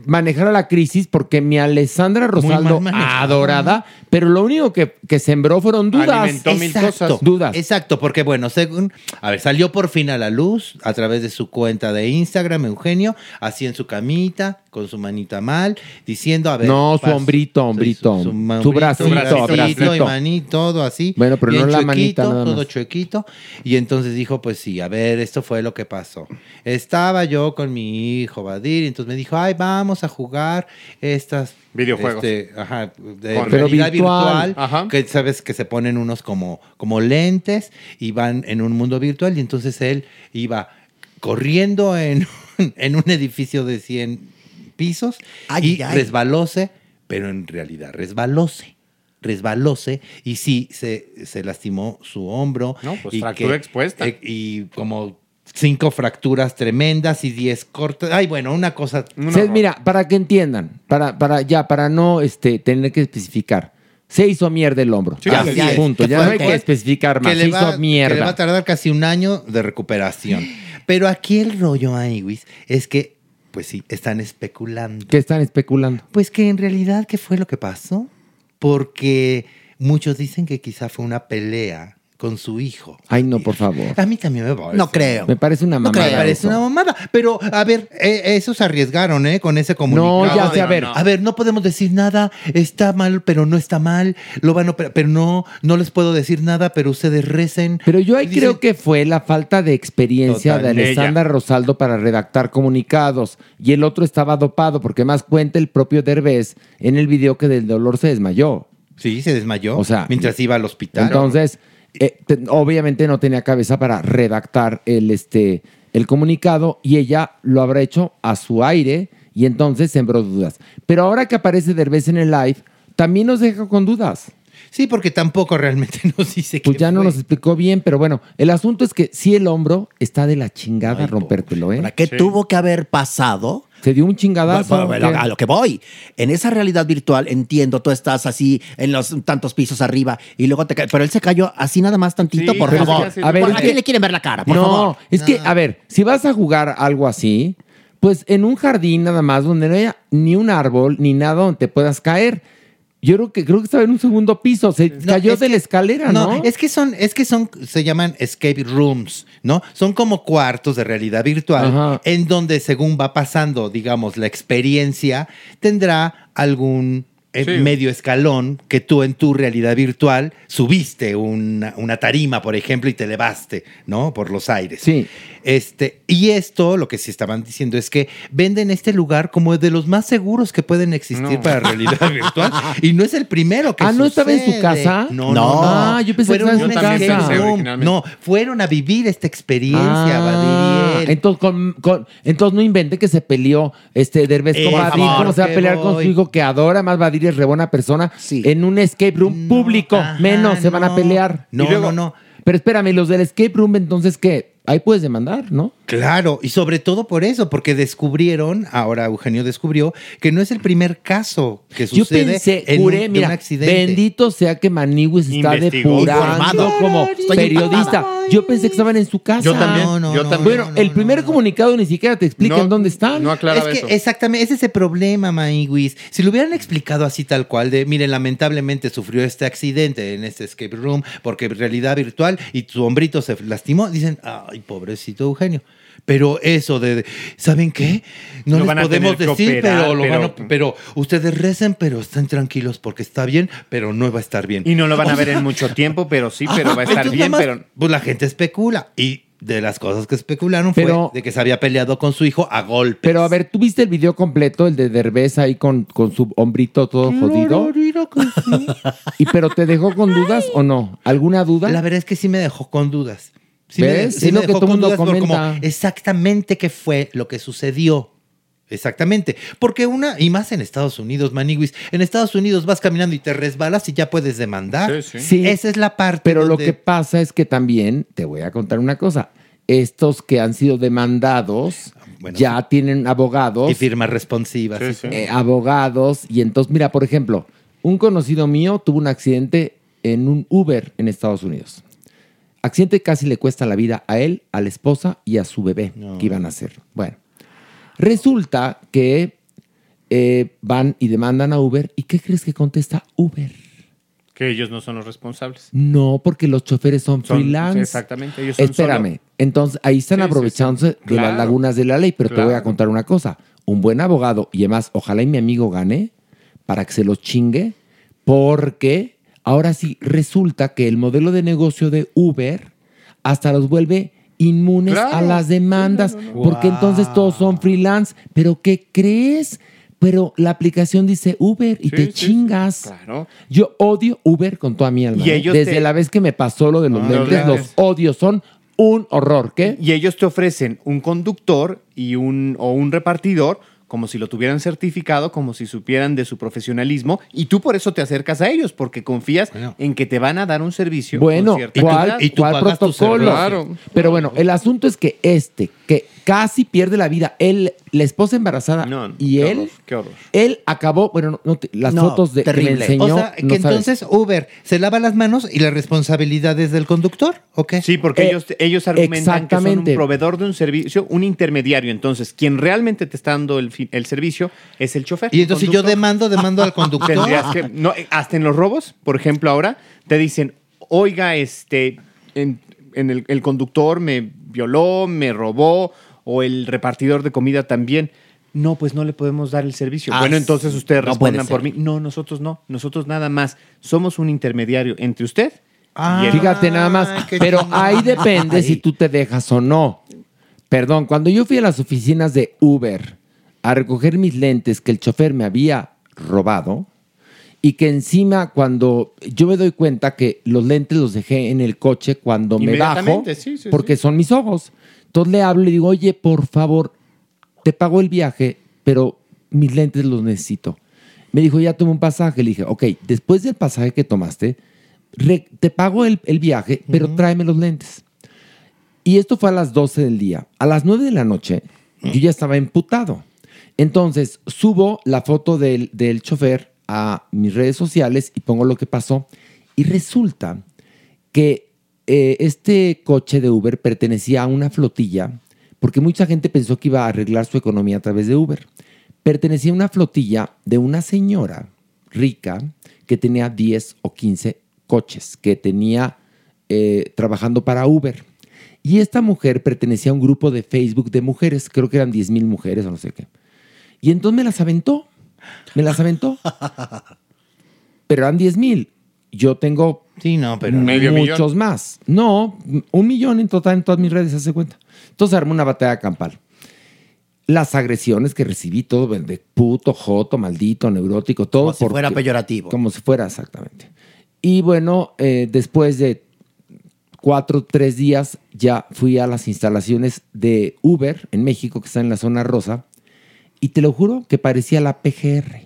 manejara la crisis porque mi Alessandra Rosaldo, mal manejado, adorada, pero lo único que, que sembró fueron dudas. Exacto, Dudas. Exacto, porque bueno, según, a ver, salió por fin a la luz a través de su cuenta de Instagram, Eugenio, así en su camita, con su manita mal, diciendo, a ver. No, su pas- hombrito, hombrito. Su, Su, hombrito, bracito, bracito bracito. y manito, todo así. Bueno, pero bien no la chuequito, manita nada todo más. chuequito. Y entonces dijo, pues sí, a ver, esto fue lo que pasó. Estaba yo con mi hijo, Badir, y entonces me dijo, ay, vamos a jugar estas... Videojuegos. este, ajá, de Con- realidad Pero virtual. virtual, Ajá. que sabes que se ponen unos como, como lentes y van en un mundo virtual y entonces él iba corriendo en, en un edificio de cien pisos Ay, y ay. resbalóse, pero en realidad resbalóse. Resbalóse y sí, se, se lastimó su hombro. No, pues y fractura expuesta. eh, y como cinco fracturas tremendas y diez cortes. Ay, bueno, una cosa... Se- mira, para que entiendan, para, para ya, para no este, tener que especificar. Se hizo mierda el hombro. Sí, ya, así ya, es. punto. Ya no hay Que- que especificar más. que Se le va- hizo mierda. Que le va a tardar casi un año de recuperación. Pero aquí el rollo, Aiwis, es que, pues sí, están especulando. ¿Qué están especulando? Pues que en realidad, ¿qué fue lo que pasó? Porque muchos dicen que quizá fue una pelea con su hijo. Ay, no, por favor. A mí también me parece. No creo. Me parece una No mamada. creo, me parece eso. una mamada. Pero, a ver, eh, esos arriesgaron, ¿eh? Con ese comunicado. No, ya sé, de, a ver. A ver, no podemos decir nada. Está mal, pero no está mal. Lo van a operar, pero no, no les puedo decir nada, pero ustedes recen. Pero yo ahí Dicen- creo que fue la falta de experiencia Total, de Alessandra Rosaldo para redactar comunicados. Y el otro estaba dopado, porque más cuenta el propio Derbez en el video que del dolor se desmayó. Sí, se desmayó. O sea, mientras iba al hospital. Entonces, eh, te- obviamente no tenía cabeza para redactar el, este, el comunicado y ella lo habrá hecho a su aire y entonces sembró dudas. Pero ahora que aparece Derbez en el live, también nos deja con dudas. Sí, porque tampoco realmente nos dice Pues qué ya no fue. nos explicó bien, pero bueno, el asunto es que sí el hombro está de la chingada rompértelo, ¿eh? ¿Qué tuvo que haber pasado? Se dio un chingadazo. Bueno, bueno, ¿qué? a lo que voy. En esa realidad virtual, entiendo, tú estás así en los tantos pisos arriba y luego te caes. Pero él se cayó así nada más tantito, Sí, por pero favor. es que- a ver, ¿A es quién que- le quieren ver la cara? Por no, favor. es que, a ver, si vas a jugar algo así, pues en un jardín nada más donde no haya ni un árbol ni nada donde te puedas caer. Yo creo que creo que estaba en un segundo piso, se cayó es de la que- escalera, ¿no? No, es que son, es que son, se llaman escape rooms, ¿no? Son como cuartos de realidad virtual Ajá. en donde según va pasando, digamos, la experiencia, tendrá algún eh, Sí. medio escalón que tú en tu realidad virtual subiste una, una tarima, por ejemplo, y te elevaste, ¿no? Por los aires. Sí. Este, y esto, lo que sí estaban diciendo es que venden este lugar como de los más seguros que pueden existir No. para realidad virtual. Y no es el primero que Ah, ¿no estaba en su sucede. casa? No, no, No. no. Ah, yo pensé que Fueron estaba en un su casa. escape Yo también pensé room. originalmente. No, fueron a vivir esta experiencia, Ah, Badiriel. entonces, con- con- entonces no invente que se peleó este Derbez Eh, con por Badir, favor, cómo se va a que pelear con su voy. hijo que adora, más Badir es re buena persona, Sí. en un escape room público, ajá, menos se van a no. pelear. No, Y luego- no, no. Pero espérame, los del escape room, entonces, ¿qué? Ahí puedes demandar, ¿no? Claro, y sobre todo por eso, porque descubrieron, ahora Eugenio descubrió, que no es el primer caso que Yo sucede pensé, en un, juré, de un mira, accidente. bendito sea que Maniwis está Investigó. depurando Informado. como Estoy periodista. informada. Yo pensé que estaban en su casa. Yo también. No, no, yo no, también. Bueno, el primer comunicado ni siquiera te explican No, dónde están. No aclaraba Es eso. que exactamente, ese es el problema, Maiguis. Si lo hubieran explicado así tal cual, de miren, lamentablemente sufrió este accidente en este escape room porque en realidad virtual y su hombrito se lastimó, dicen, ay, pobrecito Eugenio. Pero eso de, ¿saben qué? No Lo les van a podemos tener que decir, operar, pero, lo pero- van a- pero ustedes recen, pero están tranquilos porque está bien, pero no va a estar bien. Y no lo van a O ver sea, en mucho tiempo, pero sí, pero va a estar entonces bien, nada pero... más, pues la gente especula. Y de las cosas que especularon Pero- fue de que se había peleado con su hijo a golpes. Pero a ver, ¿tú viste el video completo, el de Derbez ahí con, con su hombrito todo jodido? ¿Y pero te dejó con dudas o no? ¿Alguna duda? La verdad es que sí me dejó con dudas. Sí ¿Ves? Me, sí Es me lo que dejó todo con mundo dudas por como comenta. exactamente qué fue lo que sucedió. Exactamente. Porque una, y más en Estados Unidos, Maniguis, en Estados Unidos vas caminando y te resbalas y ya puedes demandar. Sí, sí. Sí, Esa es la parte. pero lo donde- que pasa es que también, te voy a contar una cosa, estos que han sido demandados Bueno, ya tienen abogados. Y firmas responsivas. Sí, y sí. eh, abogados. Y entonces, mira, por ejemplo, un conocido mío tuvo un accidente en un Uber en Estados Unidos. Accidente que casi le cuesta la vida a él, a la esposa y a su bebé No. que iban a hacer. Bueno, resulta que eh, van y demandan a Uber. ¿Y qué crees que contesta Uber? Que ellos no son los responsables. No, porque los choferes son, Son- freelance. exactamente, ellos son Espérame. solo- Entonces, ahí están Sí, sí, aprovechándose sí. de las Claro. lagunas de la ley. Pero te voy a Claro. contar una cosa. Un buen abogado, y además, ojalá y mi amigo gane para que se los chingue, porque ahora sí resulta que el modelo de negocio de Uber hasta los vuelve inmunes Claro. a las demandas, Sí, no, no, no. porque Wow. entonces todos son freelance. ¿Pero qué crees? Pero la aplicación dice Uber y Sí, te sí, sí. chingas. Claro. Yo odio Uber con toda mi alma. Y ¿eh? ellos Desde te- la vez que me pasó lo de los Ah, lentes, claro. los odio. Son un horror. ¿Qué? Y ellos te ofrecen un conductor y un, o un repartidor como si lo tuvieran certificado, como si supieran de su profesionalismo, y tú por eso te acercas a ellos, porque confías en que te van a dar un servicio Bueno, con cierta ¿cuál, calidad. cuál protocolo? Claro. Pero bueno, el asunto es que este, que casi pierde la vida, él, la esposa embarazada y qué él, horror, qué horror. él acabó, bueno, no, no te- las No, fotos de, que me terrible. enseñó. O sea, que no sabes. entonces Uber se lava las manos y la responsabilidad es del conductor, ¿o qué? Sí, porque Eh, ellos, ellos argumentan que son un exactamente. proveedor de un servicio, un intermediario. Entonces, quien realmente te está dando el, fi- el servicio es el chofer. Y entonces si yo conductor. demando, demando al conductor. Tendrías que- no, eh, hasta en los robos, por ejemplo, ahora te dicen, oiga, este, en, en el, el conductor me violó, me robó, o el repartidor de comida también. No, pues no le podemos dar el servicio. Ah, bueno, entonces ustedes no puede respondan por ser. mí. No, nosotros no. Nosotros nada más somos un intermediario entre usted y el Fíjate nada más, pero ahí depende si tú te dejas o no. Perdón, cuando yo fui a las oficinas de Uber a recoger mis lentes que el chofer me había robado y que encima cuando yo me doy cuenta que los lentes los dejé en el coche cuando me bajo, Inmediatamente, sí, sí, porque son mis ojos. Entonces le hablo y le digo, oye, por favor, te pago el viaje, pero mis lentes los necesito. Me dijo, ya tomé un pasaje. Le dije, ok, después del pasaje que tomaste, re- te pago el, el viaje, pero tráeme los lentes. Y esto fue a las doce del día. A las nueve de la noche, yo ya estaba emputado. Entonces, subo la foto del, del chofer a mis redes sociales y pongo lo que pasó. Y resulta que eh, este coche de Uber pertenecía a una flotilla, porque mucha gente pensó que iba a arreglar su economía a través de Uber. Pertenecía a una flotilla de una señora rica que tenía diez o quince coches, que tenía eh, trabajando para Uber. Y esta mujer pertenecía a un grupo de Facebook de mujeres, creo que eran diez mil mujeres o no sé qué. Y entonces me las aventó, me las aventó. Pero eran diez mil. Yo tengo sí, no, pero medio muchos millón. más. No, un millón en total en todas mis redes, hace cuenta. Entonces armé una batalla campal. Las agresiones que recibí, todo de puto, joto, maldito, neurótico, todo. Como si fuera peyorativo. Como si fuera, exactamente. Y bueno, eh, después de cuatro, tres días, ya fui a las instalaciones de Uber en México, que están en la zona rosa, y te lo juro que parecía la P G R.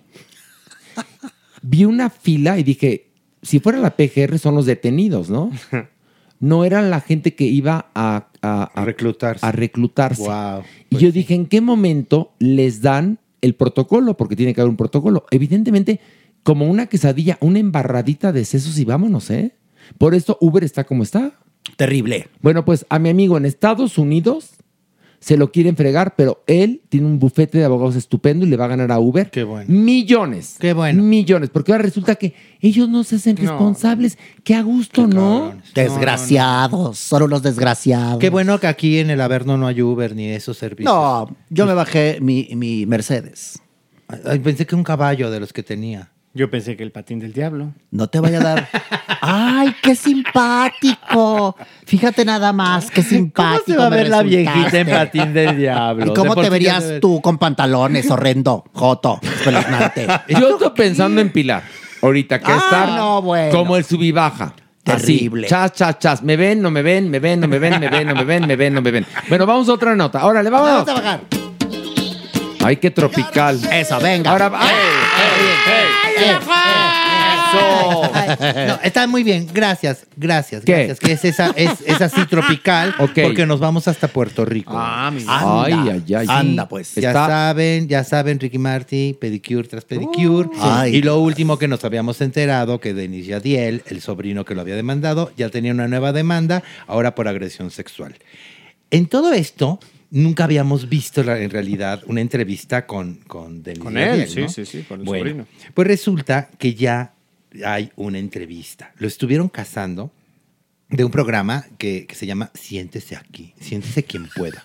Vi una fila y dije, si fuera la P G R son los detenidos, ¿no? No eran la gente que iba a, a, a reclutarse. A reclutarse. Wow. Y yo dije, ¿en qué momento les dan el protocolo? Porque tiene que haber un protocolo. Evidentemente, como una quesadilla, una embarradita de sesos y vámonos, ¿eh? Por esto Uber está como está. Terrible. Bueno, pues a mi amigo en Estados Unidos se lo quieren fregar, pero él tiene un bufete de abogados estupendo y le va a ganar a Uber Qué bueno. millones. Qué bueno. Millones. Porque ahora resulta que ellos no se hacen responsables. Qué a gusto, ¿no? Desgraciados, son unos desgraciados. Qué bueno que aquí en el Averno no hay Uber ni esos servicios. No, yo me bajé mi, mi Mercedes. Ay, pensé que un caballo de los que tenía. Yo pensé que el patín del diablo. No te vaya a dar. ¡Ay, qué simpático! Fíjate nada más, qué simpático. ¿Cómo se va a me ver la viejita en resultaste. patín del diablo? ¿Y De cómo por te sí verías ya debe- tú con pantalones, horrendo, joto, espeluznante? Yo estoy pensando en Pilar. Ahorita que Ah, estar no, bueno. como el sub y baja. Terrible. Así, chas, chas, chas. Me ven, no me ven, me ven, no me ven, me ven, no me ven, me ven, no me ven. Bueno, vamos a otra nota. Órale, Vamos vámonos. a bajar. Ay, qué tropical. Eso, venga. Ahora, ay, Eso. No, está muy bien. Gracias, gracias, ¿Qué? gracias. Que es esa, es, es así tropical. Ok. Porque nos vamos hasta Puerto Rico. Ah, mi Ay, ay, ay. Anda, pues. Ya Está- saben, ya saben, Ricky Marty, pedicure tras pedicure. Ay. Y lo último que nos habíamos enterado, que Denis Yadiel, el sobrino que lo había demandado, ya tenía una nueva demanda, ahora por agresión sexual. En todo esto, nunca habíamos visto la- en realidad una entrevista con, con Denis Con Yadiel, él, sí, ¿no? sí, sí, con el Bueno, sobrino. pues resulta que ya hay una entrevista. Lo estuvieron cazando de un programa que, que se llama Siéntese aquí, siéntese quien pueda.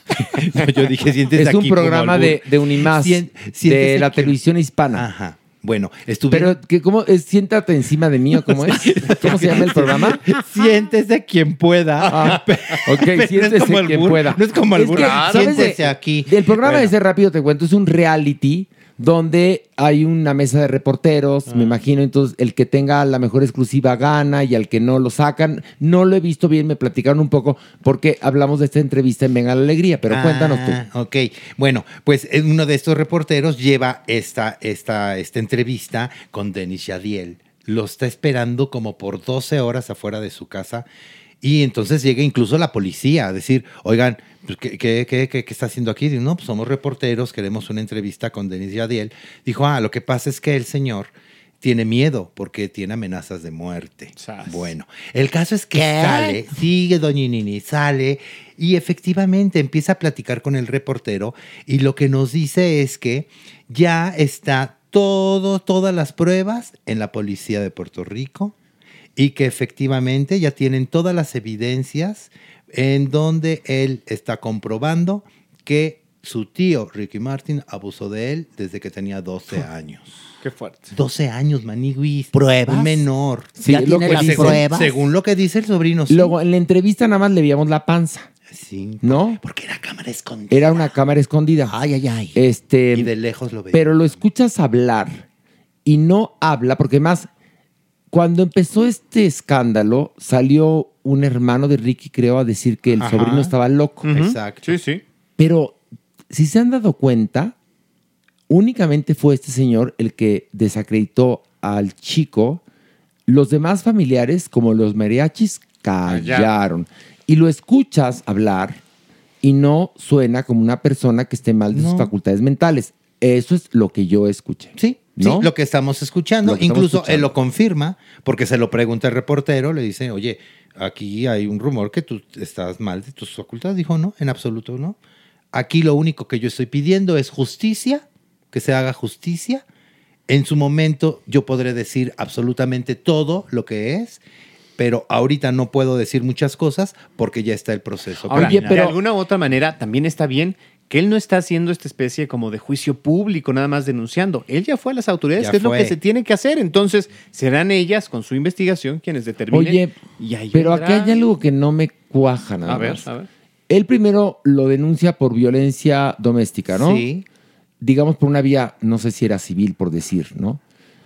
No, yo dije siéntese Es aquí. un como programa albur. de, de Unimás, Sien- de siéntese la quien- televisión hispana. Ajá. Bueno, estuvieron... Pero, que ¿cómo es? Siéntate encima de mí, ¿o cómo es? ¿Cómo se llama el programa? Siéntese quien pueda. Ah, ok, Pero no es siéntese como quien albur, pueda. No es como Es albur. que, ¿sabes de- Siéntese aquí. Del programa Bueno. ese rápido te cuento, es un reality donde hay una mesa de reporteros, Ah. me imagino, entonces el que tenga la mejor exclusiva gana y al que no lo sacan. No lo he visto bien, me platicaron un poco porque hablamos de esta entrevista en Venga la Alegría, pero Ah, cuéntanos tú. Ok, bueno, pues eh, uno de estos reporteros lleva esta, esta, esta entrevista con Denis Yadiel. Lo está esperando como por doce horas afuera de su casa y entonces llega incluso la policía a decir, oigan, pues, ¿qué, qué, qué, qué- qué está haciendo aquí? Digo, no, pues somos reporteros, queremos una entrevista con Denis Yadiel. Dijo, ah, lo que pasa es que el señor tiene miedo porque tiene amenazas de muerte. Bueno, el caso es que sale, sigue Doña Nini, sale y efectivamente empieza a platicar con el reportero y lo que nos dice es que ya está todo, todas las pruebas en la policía de Puerto Rico y que efectivamente ya tienen todas las evidencias en donde él está comprobando que su tío Ricky Martin abusó de él desde que tenía doce años. Qué fuerte. doce años, Maniguis. ¿Pruebas? Un menor. Sí, ¿Ya lo tiene que las dice- pruebas? Según lo que dice el sobrino, sí. Luego, en la entrevista nada más le veíamos la panza. Sí. ¿No? Porque era cámara escondida. Era una cámara escondida. Ay, ay, ay. Este, Y de lejos lo veía. Pero lo escuchas hablar y no habla, porque más, cuando empezó este escándalo, salió un hermano de Ricky, creo, a decir que el Ajá. sobrino estaba loco. Ujú. Exacto. Sí, sí. Pero, si se han dado cuenta, únicamente fue este señor el que desacreditó al chico. Los demás familiares, como los mariachis, callaron. Y lo escuchas hablar y no suena como una persona que esté mal de sus No. facultades mentales. Eso es lo que yo escuché. Sí, ¿no? sí, lo que estamos escuchando. Lo que estamos Incluso escuchando. él lo confirma porque se lo pregunta el reportero, le dice, oye, aquí hay un rumor que tú estás mal de tus facultades. Dijo, no, en absoluto no. Aquí lo único que yo estoy pidiendo es justicia, que se haga justicia. En su momento yo podré decir absolutamente todo lo que es, pero ahorita no puedo decir muchas cosas porque ya está el proceso. Ahora, criminal. de alguna u otra manera, también está bien que él no está haciendo esta especie como de juicio público, nada más denunciando. Él ya fue a las autoridades, Ya que es lo fue. que se tiene que hacer. Entonces, serán ellas, con su investigación, quienes determinen. Oye, y ahí pero vendrá- aquí hay algo que no me cuaja nada A ver, más. a ver. Él primero lo denuncia por violencia doméstica, ¿no? Sí. Digamos por una vía, no sé si era civil, por decir, ¿no?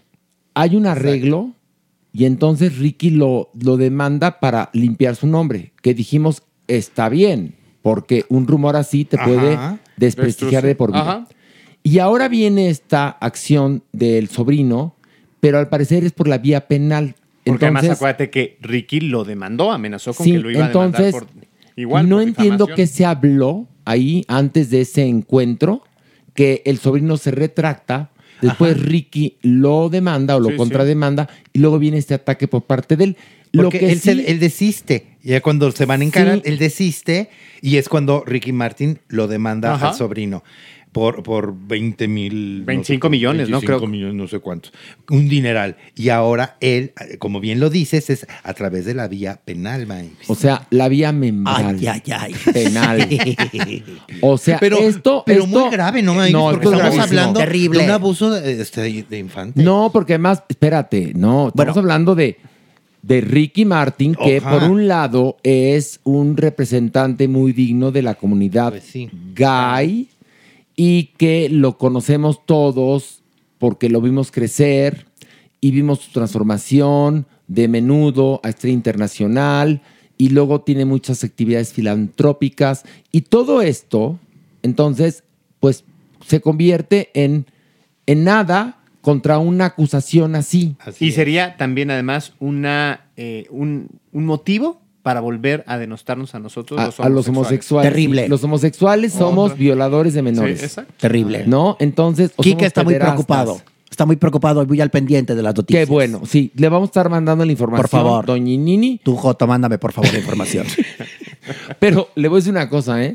Hay un arreglo y entonces Ricky lo, lo demanda para limpiar su nombre, que dijimos está bien, porque un rumor así te Ajá. puede desprestigiar de por vida. Ajá. Y ahora viene esta acción del sobrino, pero al parecer es por la vía penal. Porque además Entonces, acuérdate que Ricky lo demandó, amenazó con sí, que lo iba entonces, a demandar por igual. no por entiendo difamación. qué se habló ahí antes de ese encuentro, que el sobrino se retracta, después Ricky lo demanda o lo Sí, sí. contrademanda y luego viene este ataque por parte de él. Lo Porque que él, se- sí- él desiste. Ya cuando se van en cara, Sí. él desiste y es cuando Ricky Martin lo demanda Ajá. al sobrino por, por veinte mil... veinticinco millones, ¿no? Creo. millones, no sé cuántos. Un dineral. Y ahora él, como bien lo dices, es a través de la vía penal, man. O sea, la vía membral. Ay, ay, ay. Penal. O sea, pero, esto... pero esto- muy grave, ¿no? Maíz? No, Porque esto es estamos gravísimo. hablando Terrible. de un abuso de, este, de infante. No, porque además, espérate, no, estamos hablando de, de Ricky Martin, que Ajá. por un lado es un representante muy digno de la comunidad gay y que lo conocemos todos porque lo vimos crecer y vimos su transformación de menudo a estrella internacional y luego tiene muchas actividades filantrópicas y todo esto, entonces, pues se convierte en, en nada contra una acusación así. Y sería también, además, una, eh, un, un motivo para volver a denostarnos a nosotros, A, los a los homosexuales. Terrible. Sí, los homosexuales somos Otra. violadores de menores. Sí, exacto. Terrible. ¿No? Entonces, o Quique somos está muy pederastas. preocupado. Está muy preocupado y muy al pendiente de las noticias. Qué bueno. Sí, le vamos a estar mandando la información. Por favor. Doña Nini. Tú, Joto, mándame por favor la información. Pero le voy a decir una cosa, ¿eh?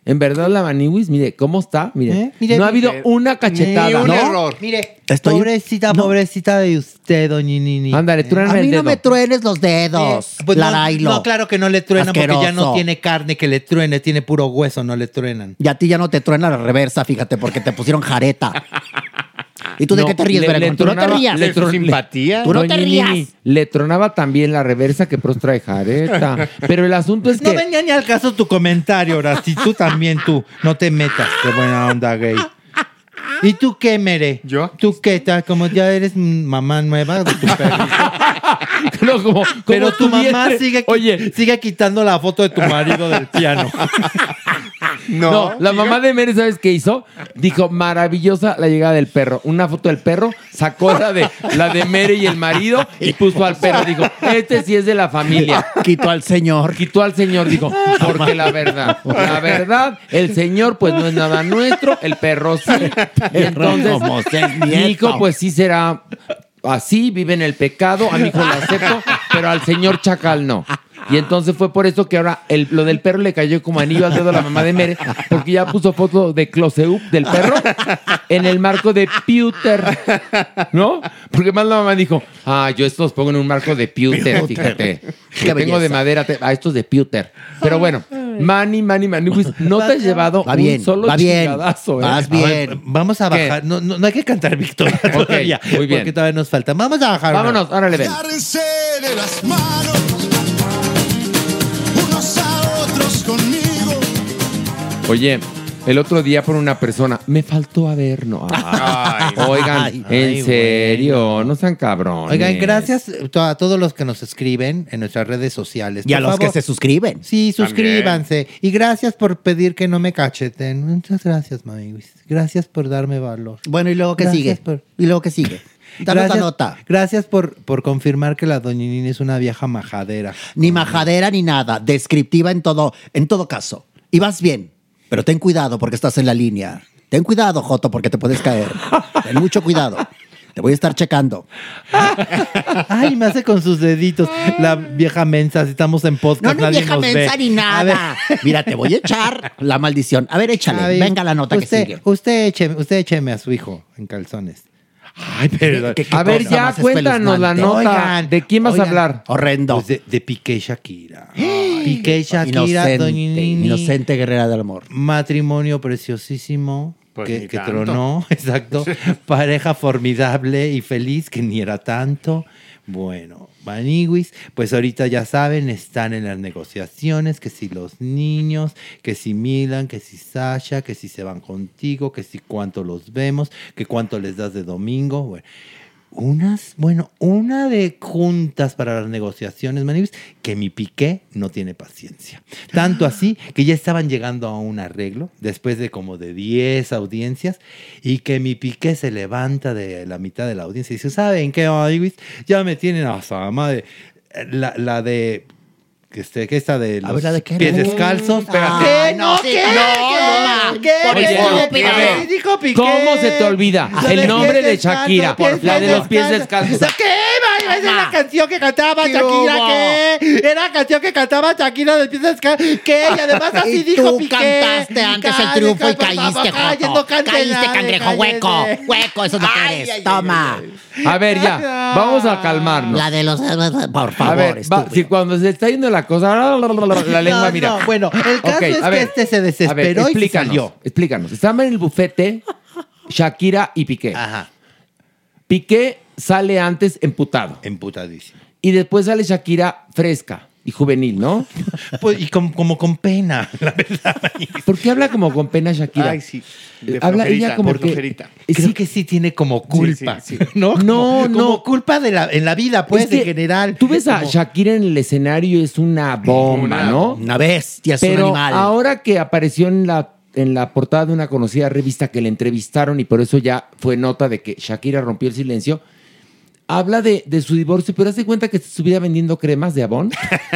En verdad, la Maniwis, mire, ¿cómo está? Mire, ¿Eh? Mire, no ha habido mire, una cachetada. Ni un ¿no? error. Mire, Estoy- pobrecita, no. pobrecita de usted, doña Nini. Ándale, truéname A mí el no dedo. me truenes los dedos, Eh, pues no, Larailo. no, claro que no le truenan porque ya no Asqueroso. tiene carne que le truene, tiene puro hueso, no le truenan. Y a ti ya no te truena la reversa, fíjate, porque te pusieron jareta. ¿Y tú de No, qué te ríes, le- Berenjena? le Tú no te tronaba- rías. le tron- simpatía. Tú no te Doña rías. Nini, le tronaba también la reversa que pros trae jareta. Pero el asunto es No que... venía ni al caso tu comentario, ahora sí, tú también, tú. No te metas de buena onda, gay. ¿Y tú qué, Mere? ¿Yo? ¿Tú qué tal? Como ya eres mamá nueva de tu perrito. No, como- Pero como tu tu mamá vientre. sigue, qui- Oye. sigue quitando la foto de tu marido del piano. No, la mamá de Mere, ¿sabes qué hizo? Dijo, maravillosa la llegada del perro. Una foto del perro, sacó la de, la de Mere y el marido y puso al perro. Dijo, este sí es de la familia. Quitó al señor. Quitó al señor, dijo, porque la verdad, la verdad, el señor pues no es nada nuestro, el perro sí. Y entonces, como ser mi nieto. hijo pues sí será así, vive en el pecado, a mi hijo lo acepto, pero al señor Chacal no. Y entonces fue por eso que ahora el, lo del perro le cayó como anillo al dedo a la mamá de Mere, porque ya puso foto de close-up del perro en el marco de pewter, ¿no? Porque más la mamá dijo, ah, yo estos pongo en un marco de pewter, fíjate. Que tengo de madera, te- a estos de pewter. Pero bueno, Mani, Mani, Mani, pues, no te has llevado Va bien, un solo va bien. chingadazo, ¿eh? Vas A ver, bien. vamos a ¿Qué? bajar. No, no, no hay que cantar victoria todavía. muy bien. Porque todavía nos falta. Vamos a bajar. una. Vámonos, órale, ven. Agárrense de las manos, unos a otros conmigo. Oye, el otro día por una persona, me faltó a ver, no. Ay, oigan, Ay, en ay, serio, no sean cabrones. Oigan, gracias a todos los que nos escriben en nuestras redes sociales. Y a Por los favor, que se suscriben. Sí, suscríbanse. Y gracias por pedir que no me cacheten. Muchas gracias, mami. Gracias por darme valor. Bueno, ¿y luego qué Gracias sigue? por- ¿Y luego qué sigue? Danos Gracias, la nota. gracias por, por confirmar que la doña Nini es una vieja majadera. Ni majadera ni nada. Descriptiva en todo, en todo caso. Y vas bien. Pero ten cuidado porque estás en la línea. Ten cuidado, Joto, porque te puedes caer. Ten mucho cuidado. Te voy a estar checando. Ay, me hace con sus deditos. La vieja mensa, si estamos en No, podcast, no nadie vieja nos ve. mensa ni A ver, nada. Mira, te voy a echar la maldición. A ver, échale. a ver, Venga la nota usted, que sigue. Usted écheme, usted écheme a su hijo en calzones. Ay, perdón. ¿Qué- qué A ver, cosa ya, más cuéntanos la espeluznante? nota. Oigan, ¿De quién vas oigan. a hablar? Horrendo. Pues de, de Piqué y Shakira. Piqué y Shakira, Inocente, doña Nini. inocente guerrera del amor. Matrimonio preciosísimo. Pues que, ni que tanto. tronó, exacto. Pareja formidable y feliz, que ni era tanto. Bueno, Maniwis, pues ahorita ya saben, están en las negociaciones, que si los niños, que si Milan, que si Sasha, que si se van contigo, que si cuánto los vemos, que cuánto les das de domingo. Bueno, unas, bueno, una de juntas para las negociaciones, Maniwis, que mi Piqué no tiene paciencia. Tanto así que ya estaban llegando a un arreglo después de como de diez audiencias y que mi Piqué se levanta de la mitad de la audiencia y dice, ¿saben qué, Maniwis? Ya me tienen hasta la madre. La, la de... Que este, que esta de A los ver, ¿la de qué? pies No. descalzos. Ah, ¿Qué? no, ¿No? sí, ¿Qué? no, no, ¿Qué? Oye, ¿Qué? no, ¿Qué? a ver, Dijo Piqué. ¿cómo se te olvida Lo el de nombre pies de descalzos, Shakira? pies La de los pies descalzos. ¿Qué? Esa es la canción que cantaba ¿Qué Shakira, hubo? ¿qué? Era la canción que cantaba Shakira de pies descalzos, ¿qué? Y además así Y dijo tú Piqué. cantaste antes el triunfo y caíste, Joto. Joto. Caíste, cangrejo, hueco. Hueco, eso es lo que Ay, eres. ay, ay, Toma. A ver, ya, vamos a calmarnos. La de los... Por A favor, ver, va, estúpido. si cuando se está yendo la cosa, la lengua, No, mira. no, bueno, el caso Ok, es a que ver, este se a ver, desesperó y se explícanos, salió. Explícanos. Estaban en el bufete Shakira y Piqué. Ajá, Piqué sale antes emputado. emputadísimo. Y después sale Shakira fresca y juvenil, ¿no? Pues, y com- como con pena, la verdad. ¿Por qué habla como con pena Shakira? Ay, sí. De Habla flojerita, ella como por que... flojerita. Creo que sí tiene como culpa, Sí, sí, sí. ¿no? No, como, no. Como culpa de la, en la vida, pues, Es que en general. Tú ves a Como- Shakira en el escenario, es una bomba, Una- ¿no? Una bestia, es un Pero animal. ahora que apareció en la, en la portada de una conocida revista que le entrevistaron y por eso ya fue nota de que Shakira rompió el silencio, habla de, de su divorcio, pero haz de cuenta que se estuviera vendiendo cremas de Avon.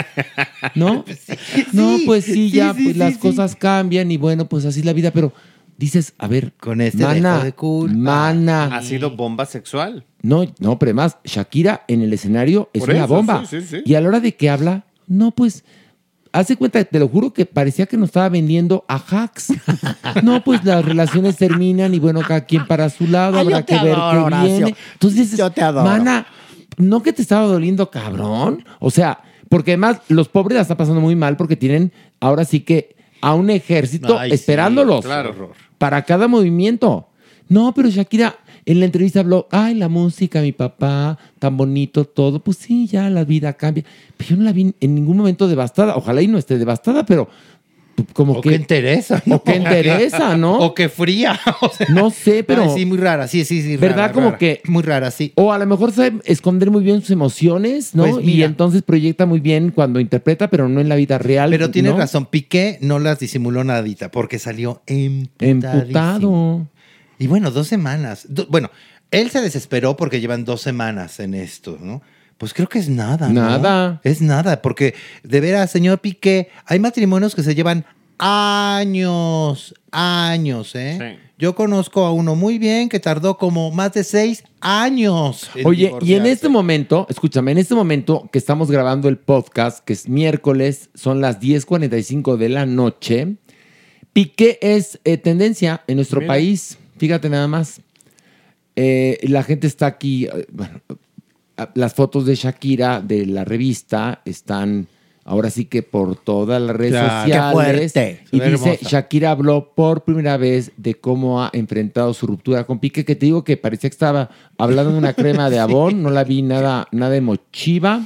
¿No? No, pues sí, sí, ya sí, pues sí, las sí. cosas cambian y bueno, pues así es la vida, pero dices, a ver, Con este mana, dejo de culpa. mana. Ha sido bomba sexual. No, no, pero además, Shakira en el escenario es Por una eso, bomba. sí, sí, sí. Y a la hora de que habla, no, pues hace cuenta, te lo juro que parecía que nos estaba vendiendo a hacks. No, pues las relaciones terminan y bueno, cada quien para su lado, Ay, habrá yo te que ver adoro, qué Horacio. viene. Entonces dices, Yo te adoro. mana, no que te estaba doliendo, cabrón. O sea, porque además los pobres la están pasando muy mal porque tienen ahora sí que a un ejército Ay, sí, esperándolos claro. para cada movimiento. No, pero Shakira en la entrevista habló, ay, la música, mi papá, tan bonito todo. Pues sí, ya la vida cambia. Pero yo no la vi en ningún momento devastada. Ojalá y no esté devastada, pero como O que... que entereza, ¿no? O que entereza, ¿no? O que fría. O sea, no sé, pero... ay, sí, muy rara. Sí, sí, sí. ¿Verdad? rara, Como rara. que... Muy rara, sí. O a lo mejor sabe esconder muy bien sus emociones, ¿no? Pues y mira. entonces proyecta muy bien cuando interpreta, pero no en la vida real. Pero tienes ¿no? razón, Piqué no las disimuló nadita porque salió emputadísimo. Emputado. Y bueno, dos semanas. Do- bueno, él se desesperó porque llevan dos semanas en esto, ¿no? Pues creo que es nada, ¿no? Nada. Es nada, porque de veras, señor Piqué, hay matrimonios que se llevan años, años, ¿eh? Sí. Yo conozco a uno muy bien que tardó como más de seis años. en Oye, y en divorciarse. este momento, escúchame, en este momento que estamos grabando el podcast, que es miércoles, son las diez cuarenta y cinco de la noche, Piqué es eh, tendencia en nuestro Mira. país. Fíjate nada más. Eh, la gente está aquí, eh, bueno, a- las fotos de Shakira de la revista están ahora sí que por todas las redes Claro. Qué sociales. fuerte. Y Se ve dice, hermosa. Shakira habló por primera vez de cómo ha enfrentado su ruptura con Piqué, que te digo que parecía que estaba hablando de una crema de abón, no la vi nada, nada emotiva.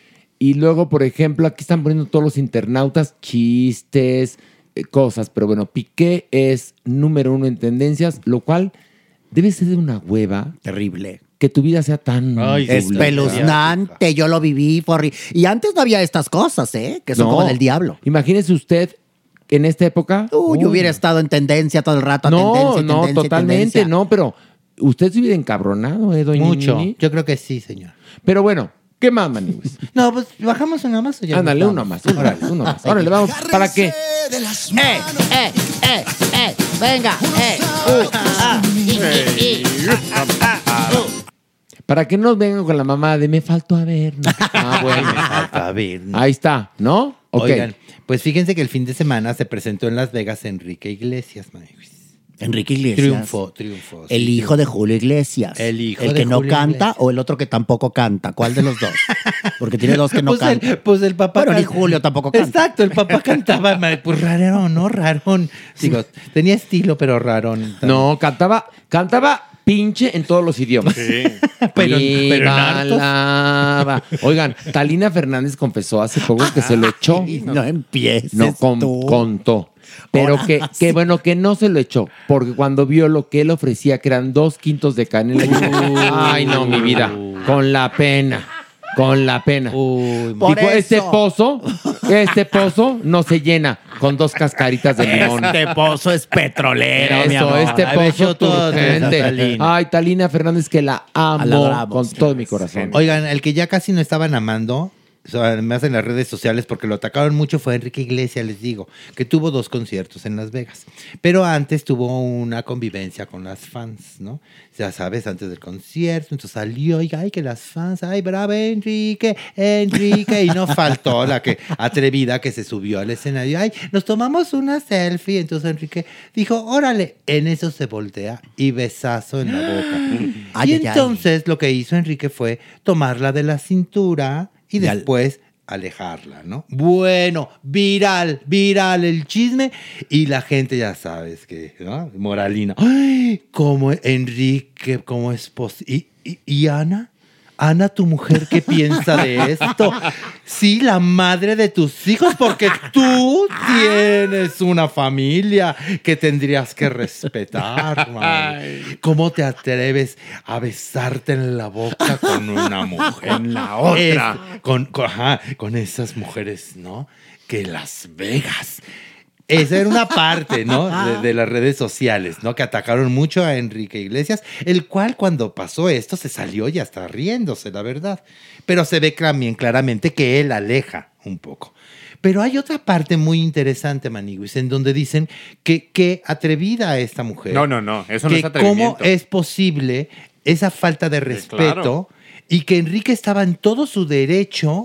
Y luego, por ejemplo, aquí están poniendo todos los internautas chistes, eh, cosas, pero bueno, Piqué es número uno en tendencias, lo cual debe ser de una hueva Terrible. que tu vida sea tan... Ay, sí. Espeluznante, yo lo viví. Fue horri- Y antes no había estas cosas, ¿eh? Que son No. como del diablo. Imagínese usted en esta época... Uh, yo Uy. hubiera estado en tendencia todo el rato. a No, tendencia, no, tendencia, totalmente, tendencia. no, pero usted se hubiera encabronado, ¿eh, doña Mucho. Nini? Yo creo que sí, señor. Pero bueno, ¿qué más, Maniwis? No, pues bajamos una más o ya Ándale, nos uno vamos? más, uno más, uno más. Órale, vamos, ¿para qué? De las ¡Eh, manos. eh, eh, eh! Venga, eh, uh, ah, y, y, y, ah, ah, ah, uh. Para que no nos vengan con la mamá de me faltó a ver. ¿no? Ah, bueno. A ver. Ahí está, ¿no? Ok. Oigan, pues fíjense que el fin de semana se presentó en Las Vegas Enrique Iglesias, Maniwis. Enrique Iglesias. Triunfó, triunfó. sí, El hijo de Julio Iglesias. El hijo El de que no Julio canta Iglesias. o el otro que tampoco canta. ¿Cuál de los dos? Porque tiene dos que no pues, el, cantan. pues el papá. Bueno, ni can- Julio tampoco canta. Exacto, el papá cantaba, ma- pues rarón, ¿no? Rarón. Digo, tenía estilo, pero rarón. No, cantaba, cantaba pinche en todos los idiomas. pero, pero en Viva hartos. la va- Oigan, Talina Fernández confesó hace poco que se lo echó. Ay, no empieces No, con- tú. contó. Pero Ahora que, sí. que bueno, que no se lo echó, porque cuando vio lo que él ofrecía, que eran dos quintos de canela, dijo, ay no, mi vida, con la pena, con la pena. Uy, Por Dijo, este eso. pozo, este pozo no se llena con dos cascaritas de limón. Este pozo es petrolero, mi Eso, amor. este Ay, pozo beso todo, turgente. Talina. Ay, Talina Fernández, que la La amo adoramos. con todo mi corazón. Oigan, el que ya casi no estaban amando, o sea, además en las redes sociales, porque lo atacaron mucho, fue Enrique Iglesias, les digo, que tuvo dos conciertos en Las Vegas. Pero antes tuvo una convivencia con las fans, ¿no? Ya sabes, antes del concierto, entonces salió y, ay, que las fans, ay, bravo, Enrique, Enrique, y no faltó la que atrevida que se subió al escenario, ay, nos tomamos una selfie, entonces Enrique dijo, órale, en eso se voltea y besazo en la boca. Ay, y ay, ay. entonces lo que hizo Enrique fue tomarla de la cintura y Y al- después alejarla, ¿no? Bueno, viral, viral el chisme y la gente ya sabes que, ¿no? Moralina. ¡Ay! ¿Cómo Enrique, cómo es posible? ¿Y, y, y Ana? Ana, tu mujer, ¿qué piensa de esto? Sí, la madre de tus hijos, porque tú tienes una familia que tendrías que respetar, mami. ¿Cómo te atreves a besarte en la boca con una mujer? En la otra. Es- con, con, ajá, con esas mujeres, ¿no? Que Las Vegas. Esa era una parte, ¿no? De, de las redes sociales, ¿no? Que atacaron mucho a Enrique Iglesias, el cual cuando pasó esto se salió y hasta riéndose, la verdad. Pero se ve también claramente que él aleja un poco. Pero hay otra parte muy interesante, Maniguis, en donde dicen que qué atrevida esta mujer. No, no, no, eso no que es atrevimiento. ¿Cómo es posible esa falta de respeto claro. y que Enrique estaba en todo su derecho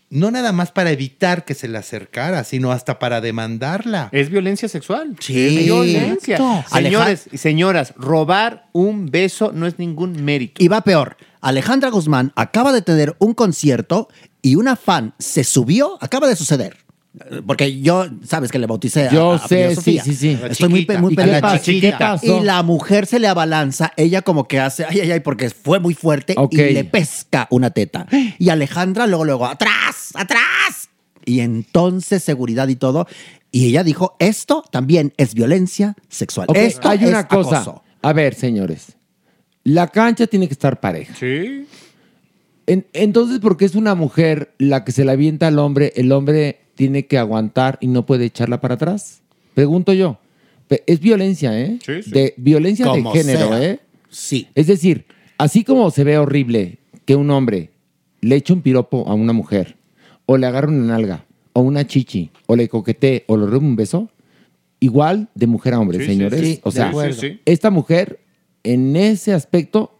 no nada más para evitar que se le acercara, sino hasta para demandarla. Es violencia sexual. Sí. Es violencia. Exacto. Señores y señoras, robar un beso no es ningún mérito. Y va peor. Alejandra Guzmán acaba de tener un concierto y una fan se subió, acaba de suceder. Porque yo, sabes que le bauticé a, Yo a sé, Filosofía. sí, sí, sí. Estoy muy, pe- muy ¿Y qué pendiente. pasó? ¿Qué pasó? Y la mujer se le abalanza, ella como que hace, ay, ay, ay, porque fue muy fuerte Ok. y le pesca una teta. Y Alejandra luego, luego, atrás, atrás. Y entonces seguridad y todo. Y ella dijo, esto también es violencia sexual. Ok, Esto hay una es cosa. acoso. A ver, señores. La cancha tiene que estar pareja. Sí. En- entonces, ¿por qué es una mujer la que se la avienta al hombre? El hombre tiene que aguantar y no puede echarla para atrás. Pregunto yo. Pe- Es violencia, ¿eh? Sí, sí. De violencia Como de género, sea. ¿eh? Sí. Es decir, así como se ve horrible que un hombre le eche un piropo a una mujer, o le agarre una nalga, o una chichi, o le coquetee, o le robe un beso, igual de mujer a hombre, Sí, sí, señores. sí, o de sea, acuerdo. Sí, sí. esta mujer, en ese aspecto,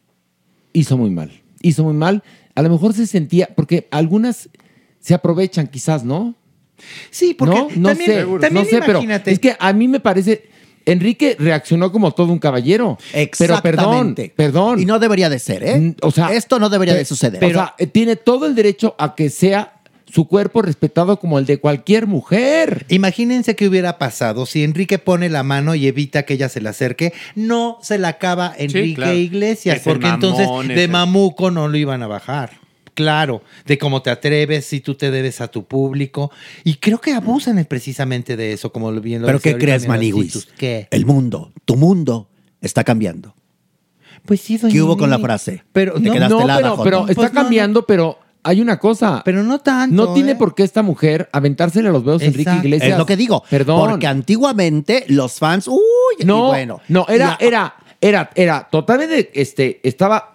hizo muy mal. Hizo muy mal. A lo mejor se sentía, porque algunas se aprovechan quizás, ¿no? Sí, porque no, no también, sé, también no sé, pero imagínate. es que a mí me parece, Enrique reaccionó como todo un caballero. Pero perdón, Exactamente. perdón. Y no debería de ser, ¿eh? Mm, O sea, esto no debería pe- de suceder. Pero, o sea, eh, tiene todo el derecho a que sea su cuerpo respetado como el de cualquier mujer. Imagínense qué hubiera pasado si Enrique pone la mano y evita que ella se le acerque. No se la acaba Enrique claro. Iglesias, Es el porque mamón, entonces es de el- mamuco no lo iban a bajar. Claro, de cómo te atreves, si tú te debes a tu público. Y creo que abusan precisamente de eso, como lo bien lo ¿Pero decía qué ahorita crees, mi Narcisus. Maniguis? ¿Qué? El mundo, tu mundo, está cambiando. Pues sí, doña ¿Qué hubo con la Nini. frase? Pero Te no, quedaste No, helada, pero, Joto. pero Pues está no, no. cambiando, pero hay una cosa. Pero no tanto. no tiene ¿eh? por qué esta mujer aventársele a los dedos a Enrique Exacto. Iglesias. Es lo que digo. Perdón. Porque antiguamente los fans, uy, y No, bueno. no, era, y a- era, era, era totalmente, este, estaba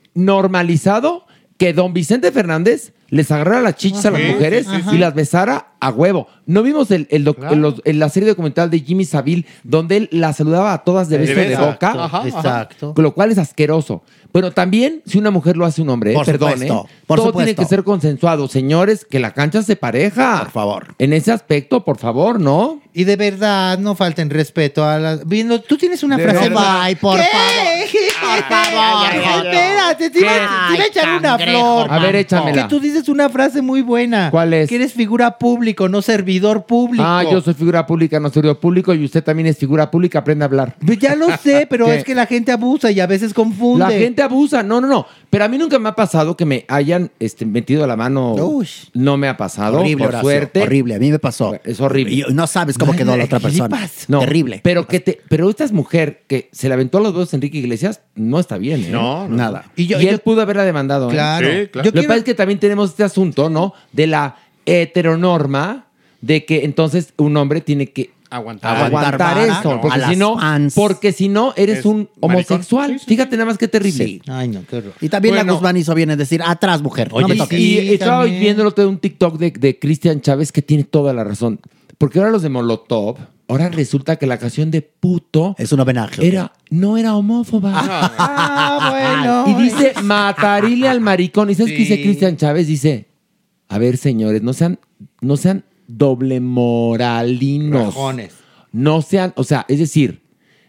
normalizado que don Vicente Fernández les agarrara las chichis a las Sí, mujeres sí, sí, y las besara a huevo. ¿No vimos el, el doc- Claro. el- los- en la serie documental de Jimmy Savile donde él las saludaba a todas de De beso de beso. boca? Ajá, ajá. Exacto. Con lo cual es asqueroso. Pero también, si una mujer lo hace un hombre, ¿eh? Por perdón, supuesto, ¿eh? por todo supuesto. tiene que ser consensuado. Señores, que la cancha se pareja. Por favor. En ese aspecto, por favor, ¿no? Y de verdad, no falten respeto a las... Viendo, tú tienes una De frase... verdad. Ay, por ¿Qué? favor. Por favor. Espérate, te iba, te iba a echar una flor. A ver, échamela. Que tú dices una frase muy buena. ¿Cuál es? Que eres figura público, no servidor público. Ah, yo soy figura pública, no servidor público, y usted también es figura pública, aprende a hablar. Pues ya lo sé, pero ¿Qué? es que la gente abusa y a veces confunde. La gente abusa, no, no, no. Pero a mí nunca me ha pasado que me hayan este, metido la mano. Uy. No me ha pasado, Horrible, por Horacio, suerte. horrible. A mí me pasó. Es horrible. Y no sabes cómo No, quedó la otra ¿qué le persona. pasa? No, Terrible. Pero que te, pero esta es mujer que se le aventó a los dedos a Enrique Iglesias, no está bien, ¿eh? No, no. Nada. Y yo, y él yo- pudo haberla demandado, ¿eh? claro. Sí, claro. Yo Lo que quiero- pasa es que también tenemos este asunto, ¿no? De la heteronorma de que entonces un hombre tiene que Aguantar. aguantar, Aguantar vara, eso, no, porque a si las no, fans. porque si no eres Es un maricón. homosexual. Sí, sí, Fíjate nada más qué terrible. Sí. Ay, no, qué horror. Y también la Bueno. Guzmán hizo bien en decir, atrás, mujer. no Oye, me sí. toques. Y estaba también. viendo el otro día un TikTok de, de Cristian Chávez que tiene toda la razón. Porque ahora los de Molotov, ahora resulta que la canción de puto Es un homenaje. era, no era homófoba. Ah, bueno. Y dice, matarile al maricón. ¿Y sabes qué dice Sí. Cristian Chávez? Dice, a ver, señores, no sean, no sean doble moralinos. Rajones. No sean, o sea, es decir,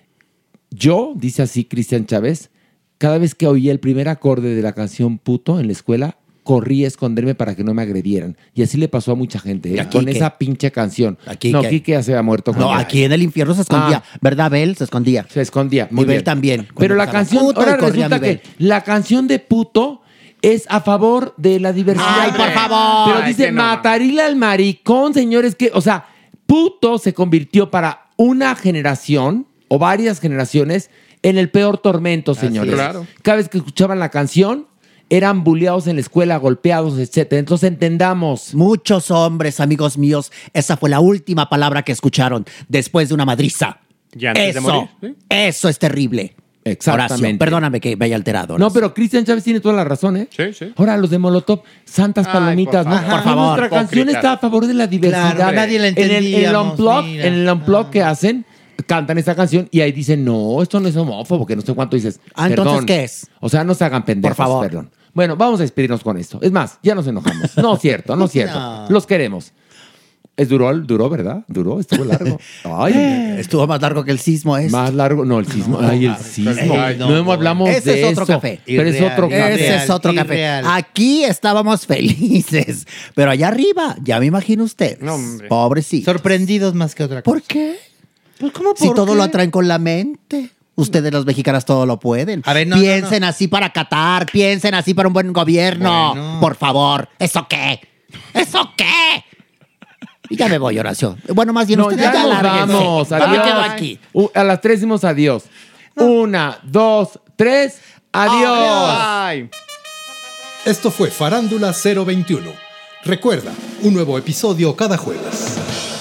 yo, dice así Cristian Chávez, cada vez que oía el primer acorde de la canción puto en la escuela, corrí a esconderme para que no me agredieran. Y así le pasó a mucha gente, ¿eh? ¿Y a Con Quique? esa pinche canción. Aquí no, que- Quique ya se había muerto. No, cuando- aquí en el infierno se escondía. Ah. ¿Verdad, Bel? Se escondía. Se escondía. Muy Y Bel bien. también. Pero Cuando la estaba canción, puto ahora y corría resulta mi Bel. que la canción de puto es a favor de la diversidad. Ay, por favor. Pero Ay, dice, que no, matarile al maricón, señores, que, o sea, puto se convirtió para una generación o varias generaciones en el peor tormento, señores. es. Claro. Cada vez que escuchaban la canción, eran bulleados en la escuela, golpeados, etcétera. Entonces entendamos. Muchos hombres, amigos míos, esa fue la última palabra que escucharon después de una madriza. Y antes de eso, morir, ¿sí? eso es terrible. Exactamente. Horacio, perdóname que me haya alterado. No, Horacio. pero Cristian Chávez tiene toda la razón, ¿eh? Sí, sí. Ahora, los de Molotov, santas Ay, palomitas, por ¿no? favor. Por favor. Nuestra canción Hipócritas. está a favor de la diversidad. Claro, nadie la En el, en el entendíamos, unplug, mira. en el unplug que hacen, cantan esta canción y ahí dicen, no, esto no es homófobo, que no sé cuánto dices. Ah, entonces, Perdón. ¿qué es? O sea, no se hagan pendejos, Por favor. perdón. Bueno, vamos a despedirnos con esto. Es más, ya nos enojamos. No es cierto, no es cierto. No. Los queremos. Es duró, duró, ¿verdad? Duró, estuvo largo. Ay, estuvo más largo que el sismo es. Más largo, no, el sismo. Ay, el sismo. Ay, no, no, hemos hablamos Ese de es otro eso, café. Pero es otro café. Ese es otro café. Irreal. Aquí estábamos felices, pero allá arriba, ya me imagino usted. Pobrecito. Sorprendidos más que otra cosa. ¿Por qué? Pues, ¿cómo Si por todo qué? lo atraen con la mente. Ustedes, los mexicanos, todo lo pueden. A ver, no, piensen no, no. así para Qatar, piensen así para un buen gobierno. Bueno. Por favor. ¿Eso qué? ¿Eso qué? Y ya me voy, Horacio. Bueno, más bien No, ustedes ya nos lárguense. vamos. Yo me Adiós. quedo aquí. Uh, a las tres decimos adiós. Una, dos, tres. Adiós. Esto fue Farándula cero veintiuno. Recuerda, un nuevo episodio cada jueves.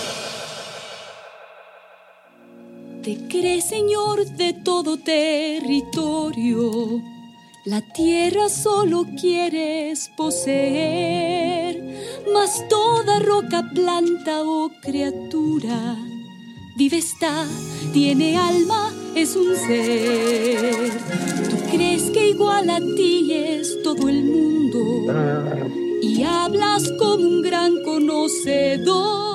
Te crees señor de todo territorio, la tierra solo quieres poseer, mas toda roca, planta o criatura vive está, tiene alma, es un ser. Tú crees que igual a ti es todo el mundo y hablas como un gran conocedor.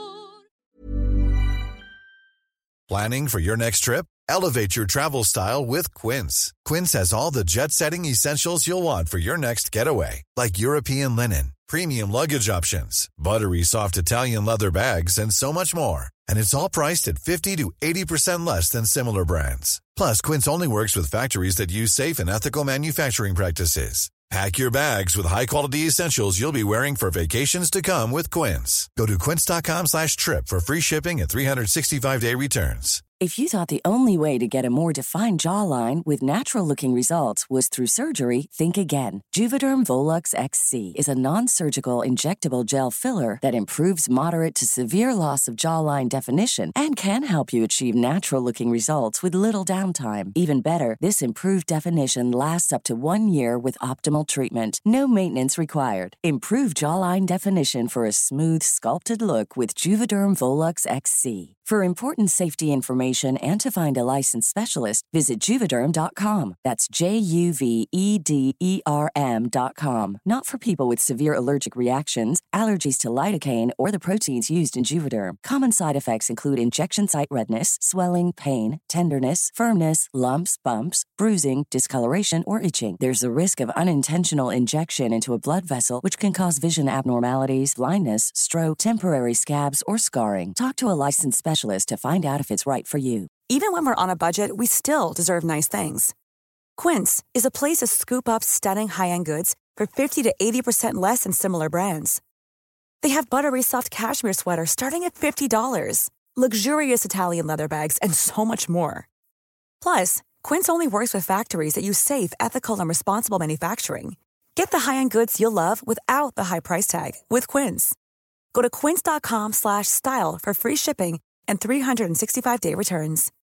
Planning for your next trip? Elevate your travel style with Quince. Quince has all the jet-setting essentials you'll want for your next getaway, like European linen, premium luggage options, buttery soft Italian leather bags, and so much more. And it's all priced at fifty to eighty percent less than similar brands. Plus, Quince only works with factories that use safe and ethical manufacturing practices. Pack your bags with high-quality essentials you'll be wearing for vacations to come with Quince. Go to quince.com slash trip for free shipping and three sixty-five day returns. If you thought the only way to get a more defined jawline with natural-looking results was through surgery, think again. Juvederm Volux X C is a non-surgical injectable gel filler that improves moderate to severe loss of jawline definition and can help you achieve natural-looking results with little downtime. Even better, this improved definition lasts up to one year with optimal treatment. No maintenance required. Improve jawline definition for a smooth, sculpted look with Juvederm Volux X C. For important safety information and to find a licensed specialist, visit Juvederm dot com. That's J U V E D E R M dot com. Not for people with severe allergic reactions, allergies to lidocaine, or the proteins used in Juvederm. Common side effects include injection site redness, swelling, pain, tenderness, firmness, lumps, bumps, bruising, discoloration, or itching. There's a risk of unintentional injection into a blood vessel, which can cause vision abnormalities, blindness, stroke, temporary scabs, or scarring. Talk to a licensed specialist to find out if it's right for you. Even when we're on a budget, we still deserve nice things. Quince is a place to scoop up stunning high-end goods for fifty to eighty percent less than similar brands. They have buttery soft cashmere sweaters starting at fifty dollars, luxurious Italian leather bags, and so much more. Plus, Quince only works with factories that use safe, ethical, and responsible manufacturing. Get the high-end goods you'll love without the high price tag with Quince. Go to quince.com slash style for free shipping and three sixty-five day returns.